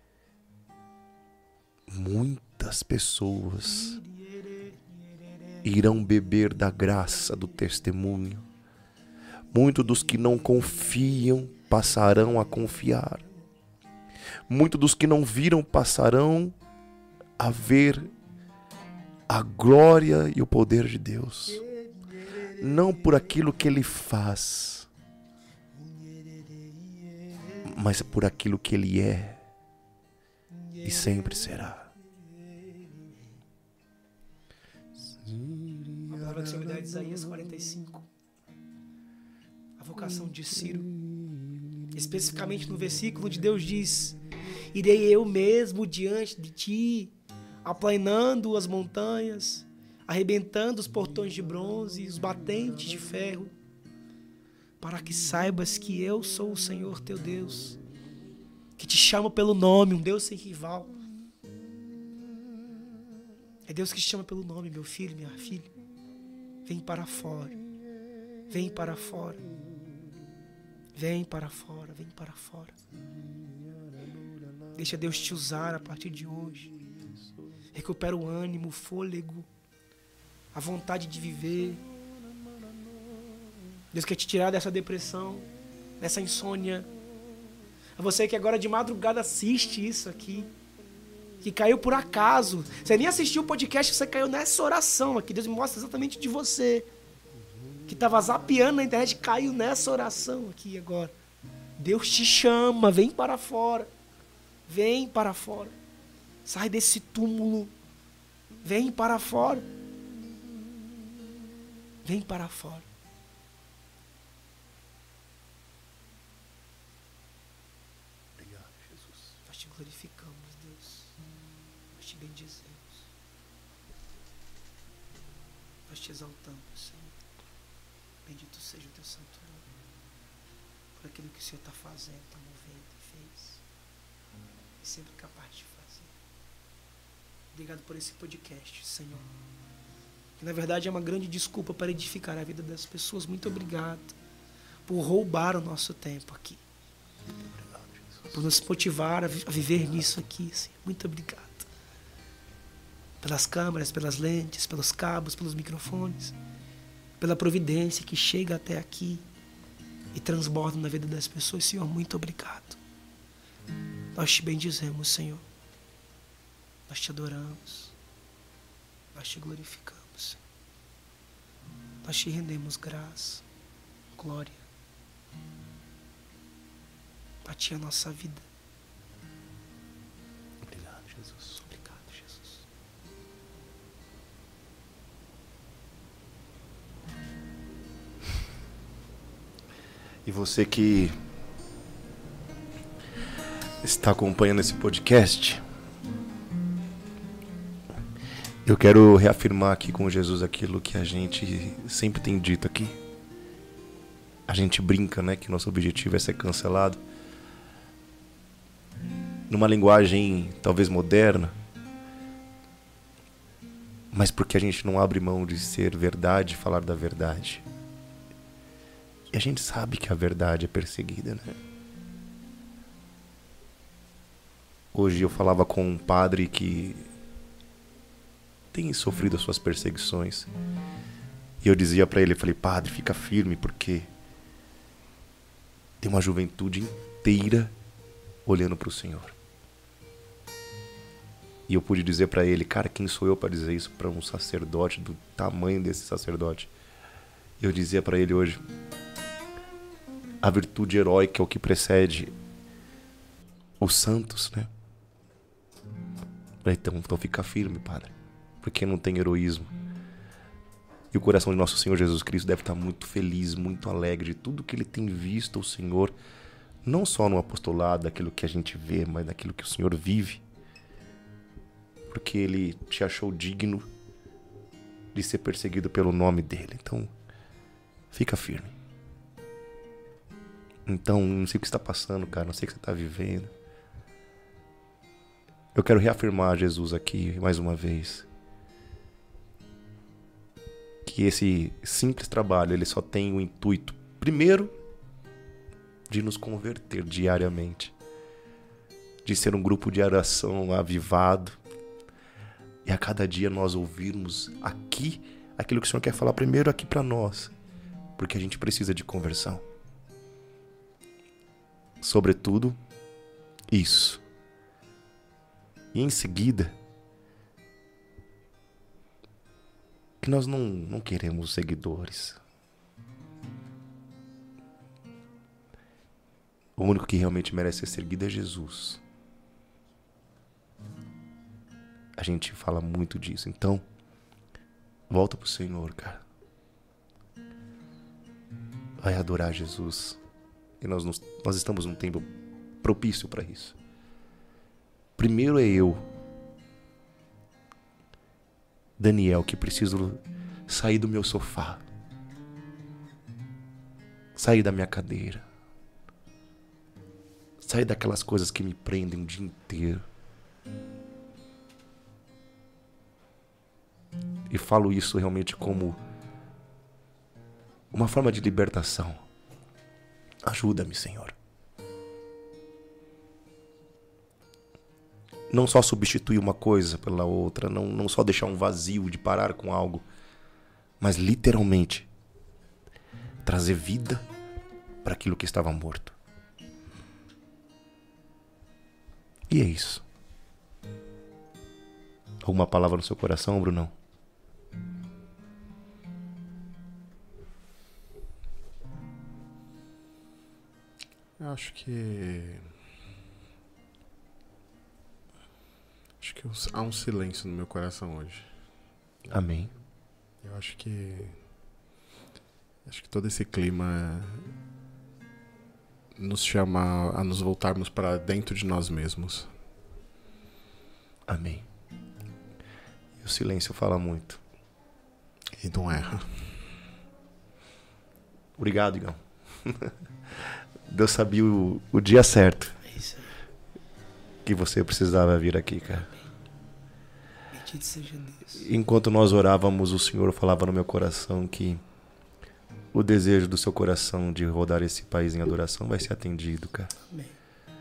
muitas pessoas irão beber da graça do testemunho. Muitos dos que não confiam passarão a confiar. Muitos dos que não viram passarão a ver a glória e o poder de Deus. Não por aquilo que Ele faz, mas por aquilo que Ele é e sempre será. A palavra que o Senhor me dá é de Isaías quarenta e cinco. A vocação de Ciro. Especificamente no versículo onde Deus diz: irei eu mesmo diante de ti, aplanando as montanhas, arrebentando os portões de bronze e os batentes de ferro, para que saibas que eu sou o Senhor teu Deus, que te chama pelo nome, um Deus sem rival. É Deus que te chama pelo nome, meu filho, minha filha. Vem para fora, vem para fora, vem para fora, vem para fora. Deixa Deus te usar a partir de hoje. Recupera o ânimo, o fôlego, a vontade de viver. Deus quer te tirar dessa depressão, dessa insônia. A você que agora de madrugada assiste isso aqui, que caiu por acaso. Você nem assistiu o podcast, você caiu nessa oração aqui. Deus me mostra exatamente de você, que estava zapeando na internet, caiu nessa oração aqui agora. Deus te chama, vem para fora. Vem para fora. Sai desse túmulo. Vem para fora. Vem para fora. Obrigado, Jesus. Nós te glorificamos, Deus. Nós te bendizemos. Nós te exaltamos, Senhor. Bendito seja o teu santo nome. Por aquilo que o Senhor está fazendo, está movendo e fez. E sempre capaz de fazer. Obrigado por esse podcast, Senhor. Que na verdade é uma grande desculpa para edificar a vida das pessoas. Muito obrigado por roubar o nosso tempo aqui. Obrigado, Jesus. Por nos motivar a, vi- a viver nisso aqui, Senhor. Muito obrigado. Pelas câmeras, pelas lentes, pelos cabos, pelos microfones. Pela providência que chega até aqui e transborda na vida das pessoas. Senhor, muito obrigado. Nós te bendizemos, Senhor. Nós te adoramos. Nós te glorificamos. Nós te rendemos graça, glória. A ti a nossa vida. Obrigado, Jesus. Obrigado, Jesus. E você que está acompanhando esse podcast, eu quero reafirmar aqui com Jesus aquilo que a gente sempre tem dito aqui. A gente brinca, né, que nosso objetivo é ser cancelado. Numa linguagem talvez moderna, mas porque a gente não abre mão de ser verdade, falar da verdade. E a gente sabe que a verdade é perseguida, né? Hoje eu falava com um padre que tem sofrido as suas perseguições. E eu dizia pra ele, eu falei, padre, fica firme, porque tem uma juventude inteira olhando pro Senhor. E eu pude dizer pra ele, cara, quem sou eu pra dizer isso pra um sacerdote do tamanho desse sacerdote? E eu dizia pra ele hoje, a virtude heróica é o que precede os santos, né? Então, então fica firme, padre, porque não tem heroísmo. E o coração de nosso Senhor Jesus Cristo deve estar muito feliz, muito alegre de tudo que ele tem visto o Senhor, não só no apostolado, daquilo que a gente vê, mas daquilo que o Senhor vive. Porque ele te achou digno de ser perseguido pelo nome dele. Então, fica firme. Então, não sei o que você está passando, cara. Não sei o que você está vivendo. Eu quero reafirmar Jesus aqui, mais uma vez. Que esse simples trabalho, ele só tem o intuito, primeiro, de nos converter diariamente. De ser um grupo de oração avivado. E a cada dia nós ouvirmos aqui aquilo que o Senhor quer falar primeiro aqui para nós. Porque a gente precisa de conversão. Sobretudo, isso. E em seguida, que nós não, não queremos seguidores. O único que realmente merece ser seguido é Jesus. A gente fala muito disso. Então, volta pro Senhor, cara. Vai adorar Jesus. E nós, nos, nós estamos num tempo propício para isso. Primeiro é eu, Daniel, que preciso sair do meu sofá. Sair da minha cadeira. Sair daquelas coisas que me prendem o dia inteiro. E falo isso realmente como uma forma de libertação. Ajuda-me, Senhor. Não só substituir uma coisa pela outra, não, não só deixar um vazio de parar com algo, mas literalmente trazer vida para aquilo que estava morto. E é isso. Alguma palavra no seu coração, Brunão? Eu acho que... Acho que há um silêncio no meu coração hoje. Amém. Eu acho que... Acho que todo esse clima nos chama a nos voltarmos para dentro de nós mesmos. Amém. E o silêncio fala muito. E não erra. Obrigado, Igão. Deus sabia o, o dia certo. É isso aí. Que você precisava vir aqui, cara. Bendito seja Deus. Enquanto nós orávamos, o Senhor falava no meu coração que o desejo do seu coração de rodar esse país em adoração vai ser atendido, cara. Amém.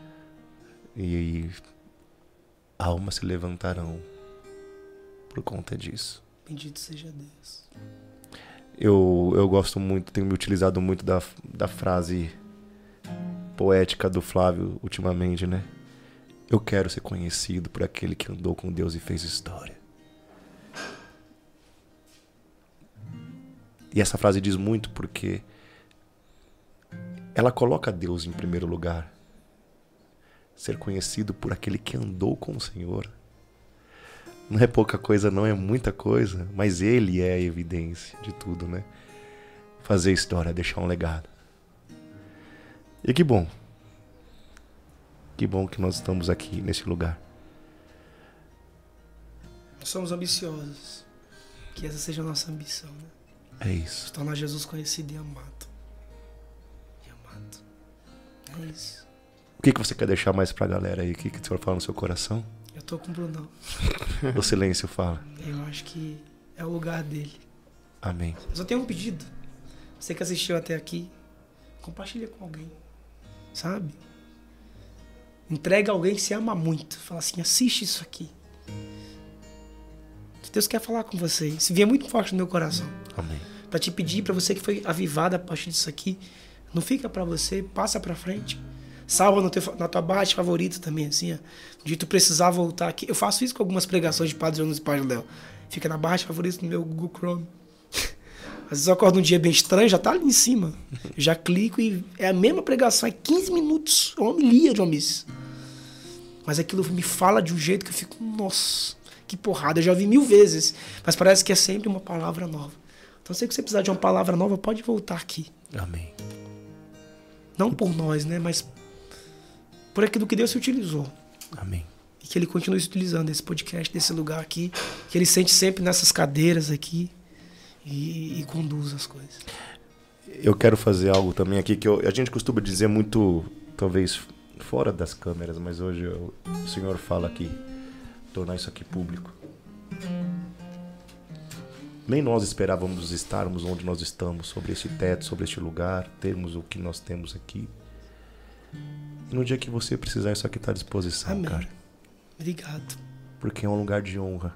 E almas se levantarão por conta disso. Bendito seja Deus. Eu, eu gosto muito, tenho me utilizado muito da, da frase poética do Flávio ultimamente, né? Eu quero ser conhecido por aquele que andou com Deus e fez história. E essa frase diz muito porque ela coloca Deus em primeiro lugar. Ser conhecido por aquele que andou com o Senhor. Não é pouca coisa, não, é muita coisa, mas Ele é a evidência de tudo, né? Fazer história, deixar um legado. E que bom. Que bom que nós estamos aqui nesse lugar. Nós somos ambiciosos. Que essa seja a nossa ambição, né? É isso. Se tornar Jesus conhecido e amado. E amado. É isso. O que, que você quer deixar mais pra galera aí? O que, que o Senhor fala no seu coração? Eu tô com o Brunão. O silêncio fala. Eu acho que é o lugar dele. Amém. Eu só tenho um pedido. Você que assistiu até aqui, compartilha com alguém. Sabe? Entrega alguém que se ama muito. Fala assim, assiste isso aqui. Deus quer falar com você. Isso vinha muito forte no meu coração. Amém. Pra te pedir, pra você que foi avivado a partir disso aqui, não fica pra você, passa pra frente. Salva no teu, na tua barra de favorito também, assim, ó. De tu precisar voltar aqui. Eu faço isso com algumas pregações de Padre Jonas e Padre Léo. Fica na barra de favorito no meu Google Chrome. Às vezes eu acordo um dia bem estranho, já tá ali em cima. Eu já clico e é a mesma pregação, é quinze minutos, é uma homilia de uma missa. Mas aquilo me fala de um jeito que eu fico, nossa, que porrada, eu já ouvi mil vezes. Mas parece que é sempre uma palavra nova. Então, se você precisar de uma palavra nova, pode voltar aqui. Amém. Não por nós, né? Mas por aquilo que Deus se utilizou. Amém. E que Ele continue se utilizando esse podcast, desse lugar aqui. Que Ele sente sempre nessas cadeiras aqui. e, e conduz as coisas. Eu quero fazer algo também aqui que eu, a gente costuma dizer muito, talvez fora das câmeras, mas hoje eu, o Senhor fala aqui, tornar isso aqui público. Nem nós esperávamos estarmos onde nós estamos, sobre este teto, sobre este lugar, termos o que nós temos aqui. E no dia que você precisar, isso aqui está à disposição, Amém. cara. Obrigado. Porque é um lugar de honra.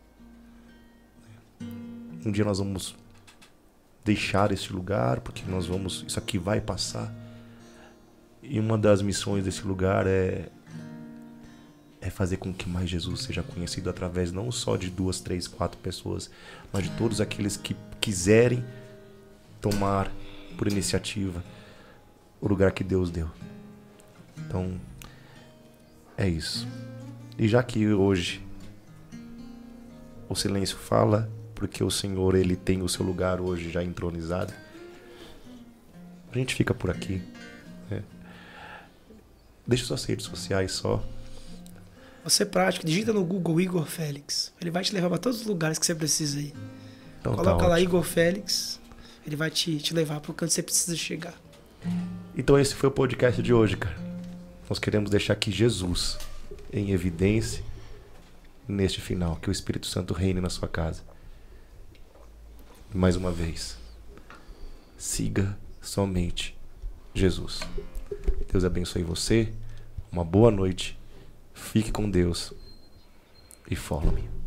Um dia nós vamos deixar este lugar, porque nós vamos, isso aqui vai passar. E uma das missões desse lugar é é fazer com que mais Jesus seja conhecido através não só de duas, três, quatro pessoas, mas de todos aqueles que quiserem tomar por iniciativa o lugar que Deus deu. Então, é isso. E já que hoje o silêncio fala, porque o Senhor, Ele tem o seu lugar hoje já entronizado, a gente fica por aqui, né? Deixa suas redes sociais só. Você é prático, digita no Google Igor Félix. Ele vai te levar para todos os lugares que você precisa ir. Então, Coloca tá lá ótimo. Igor Félix, ele vai te, te levar para o canto que você precisa chegar. Então esse foi o podcast de hoje, cara. Nós queremos deixar aqui Jesus em evidência neste final, que o Espírito Santo reine na sua casa. Mais uma vez, siga somente Jesus. Deus abençoe você, uma boa noite, fique com Deus e follow me.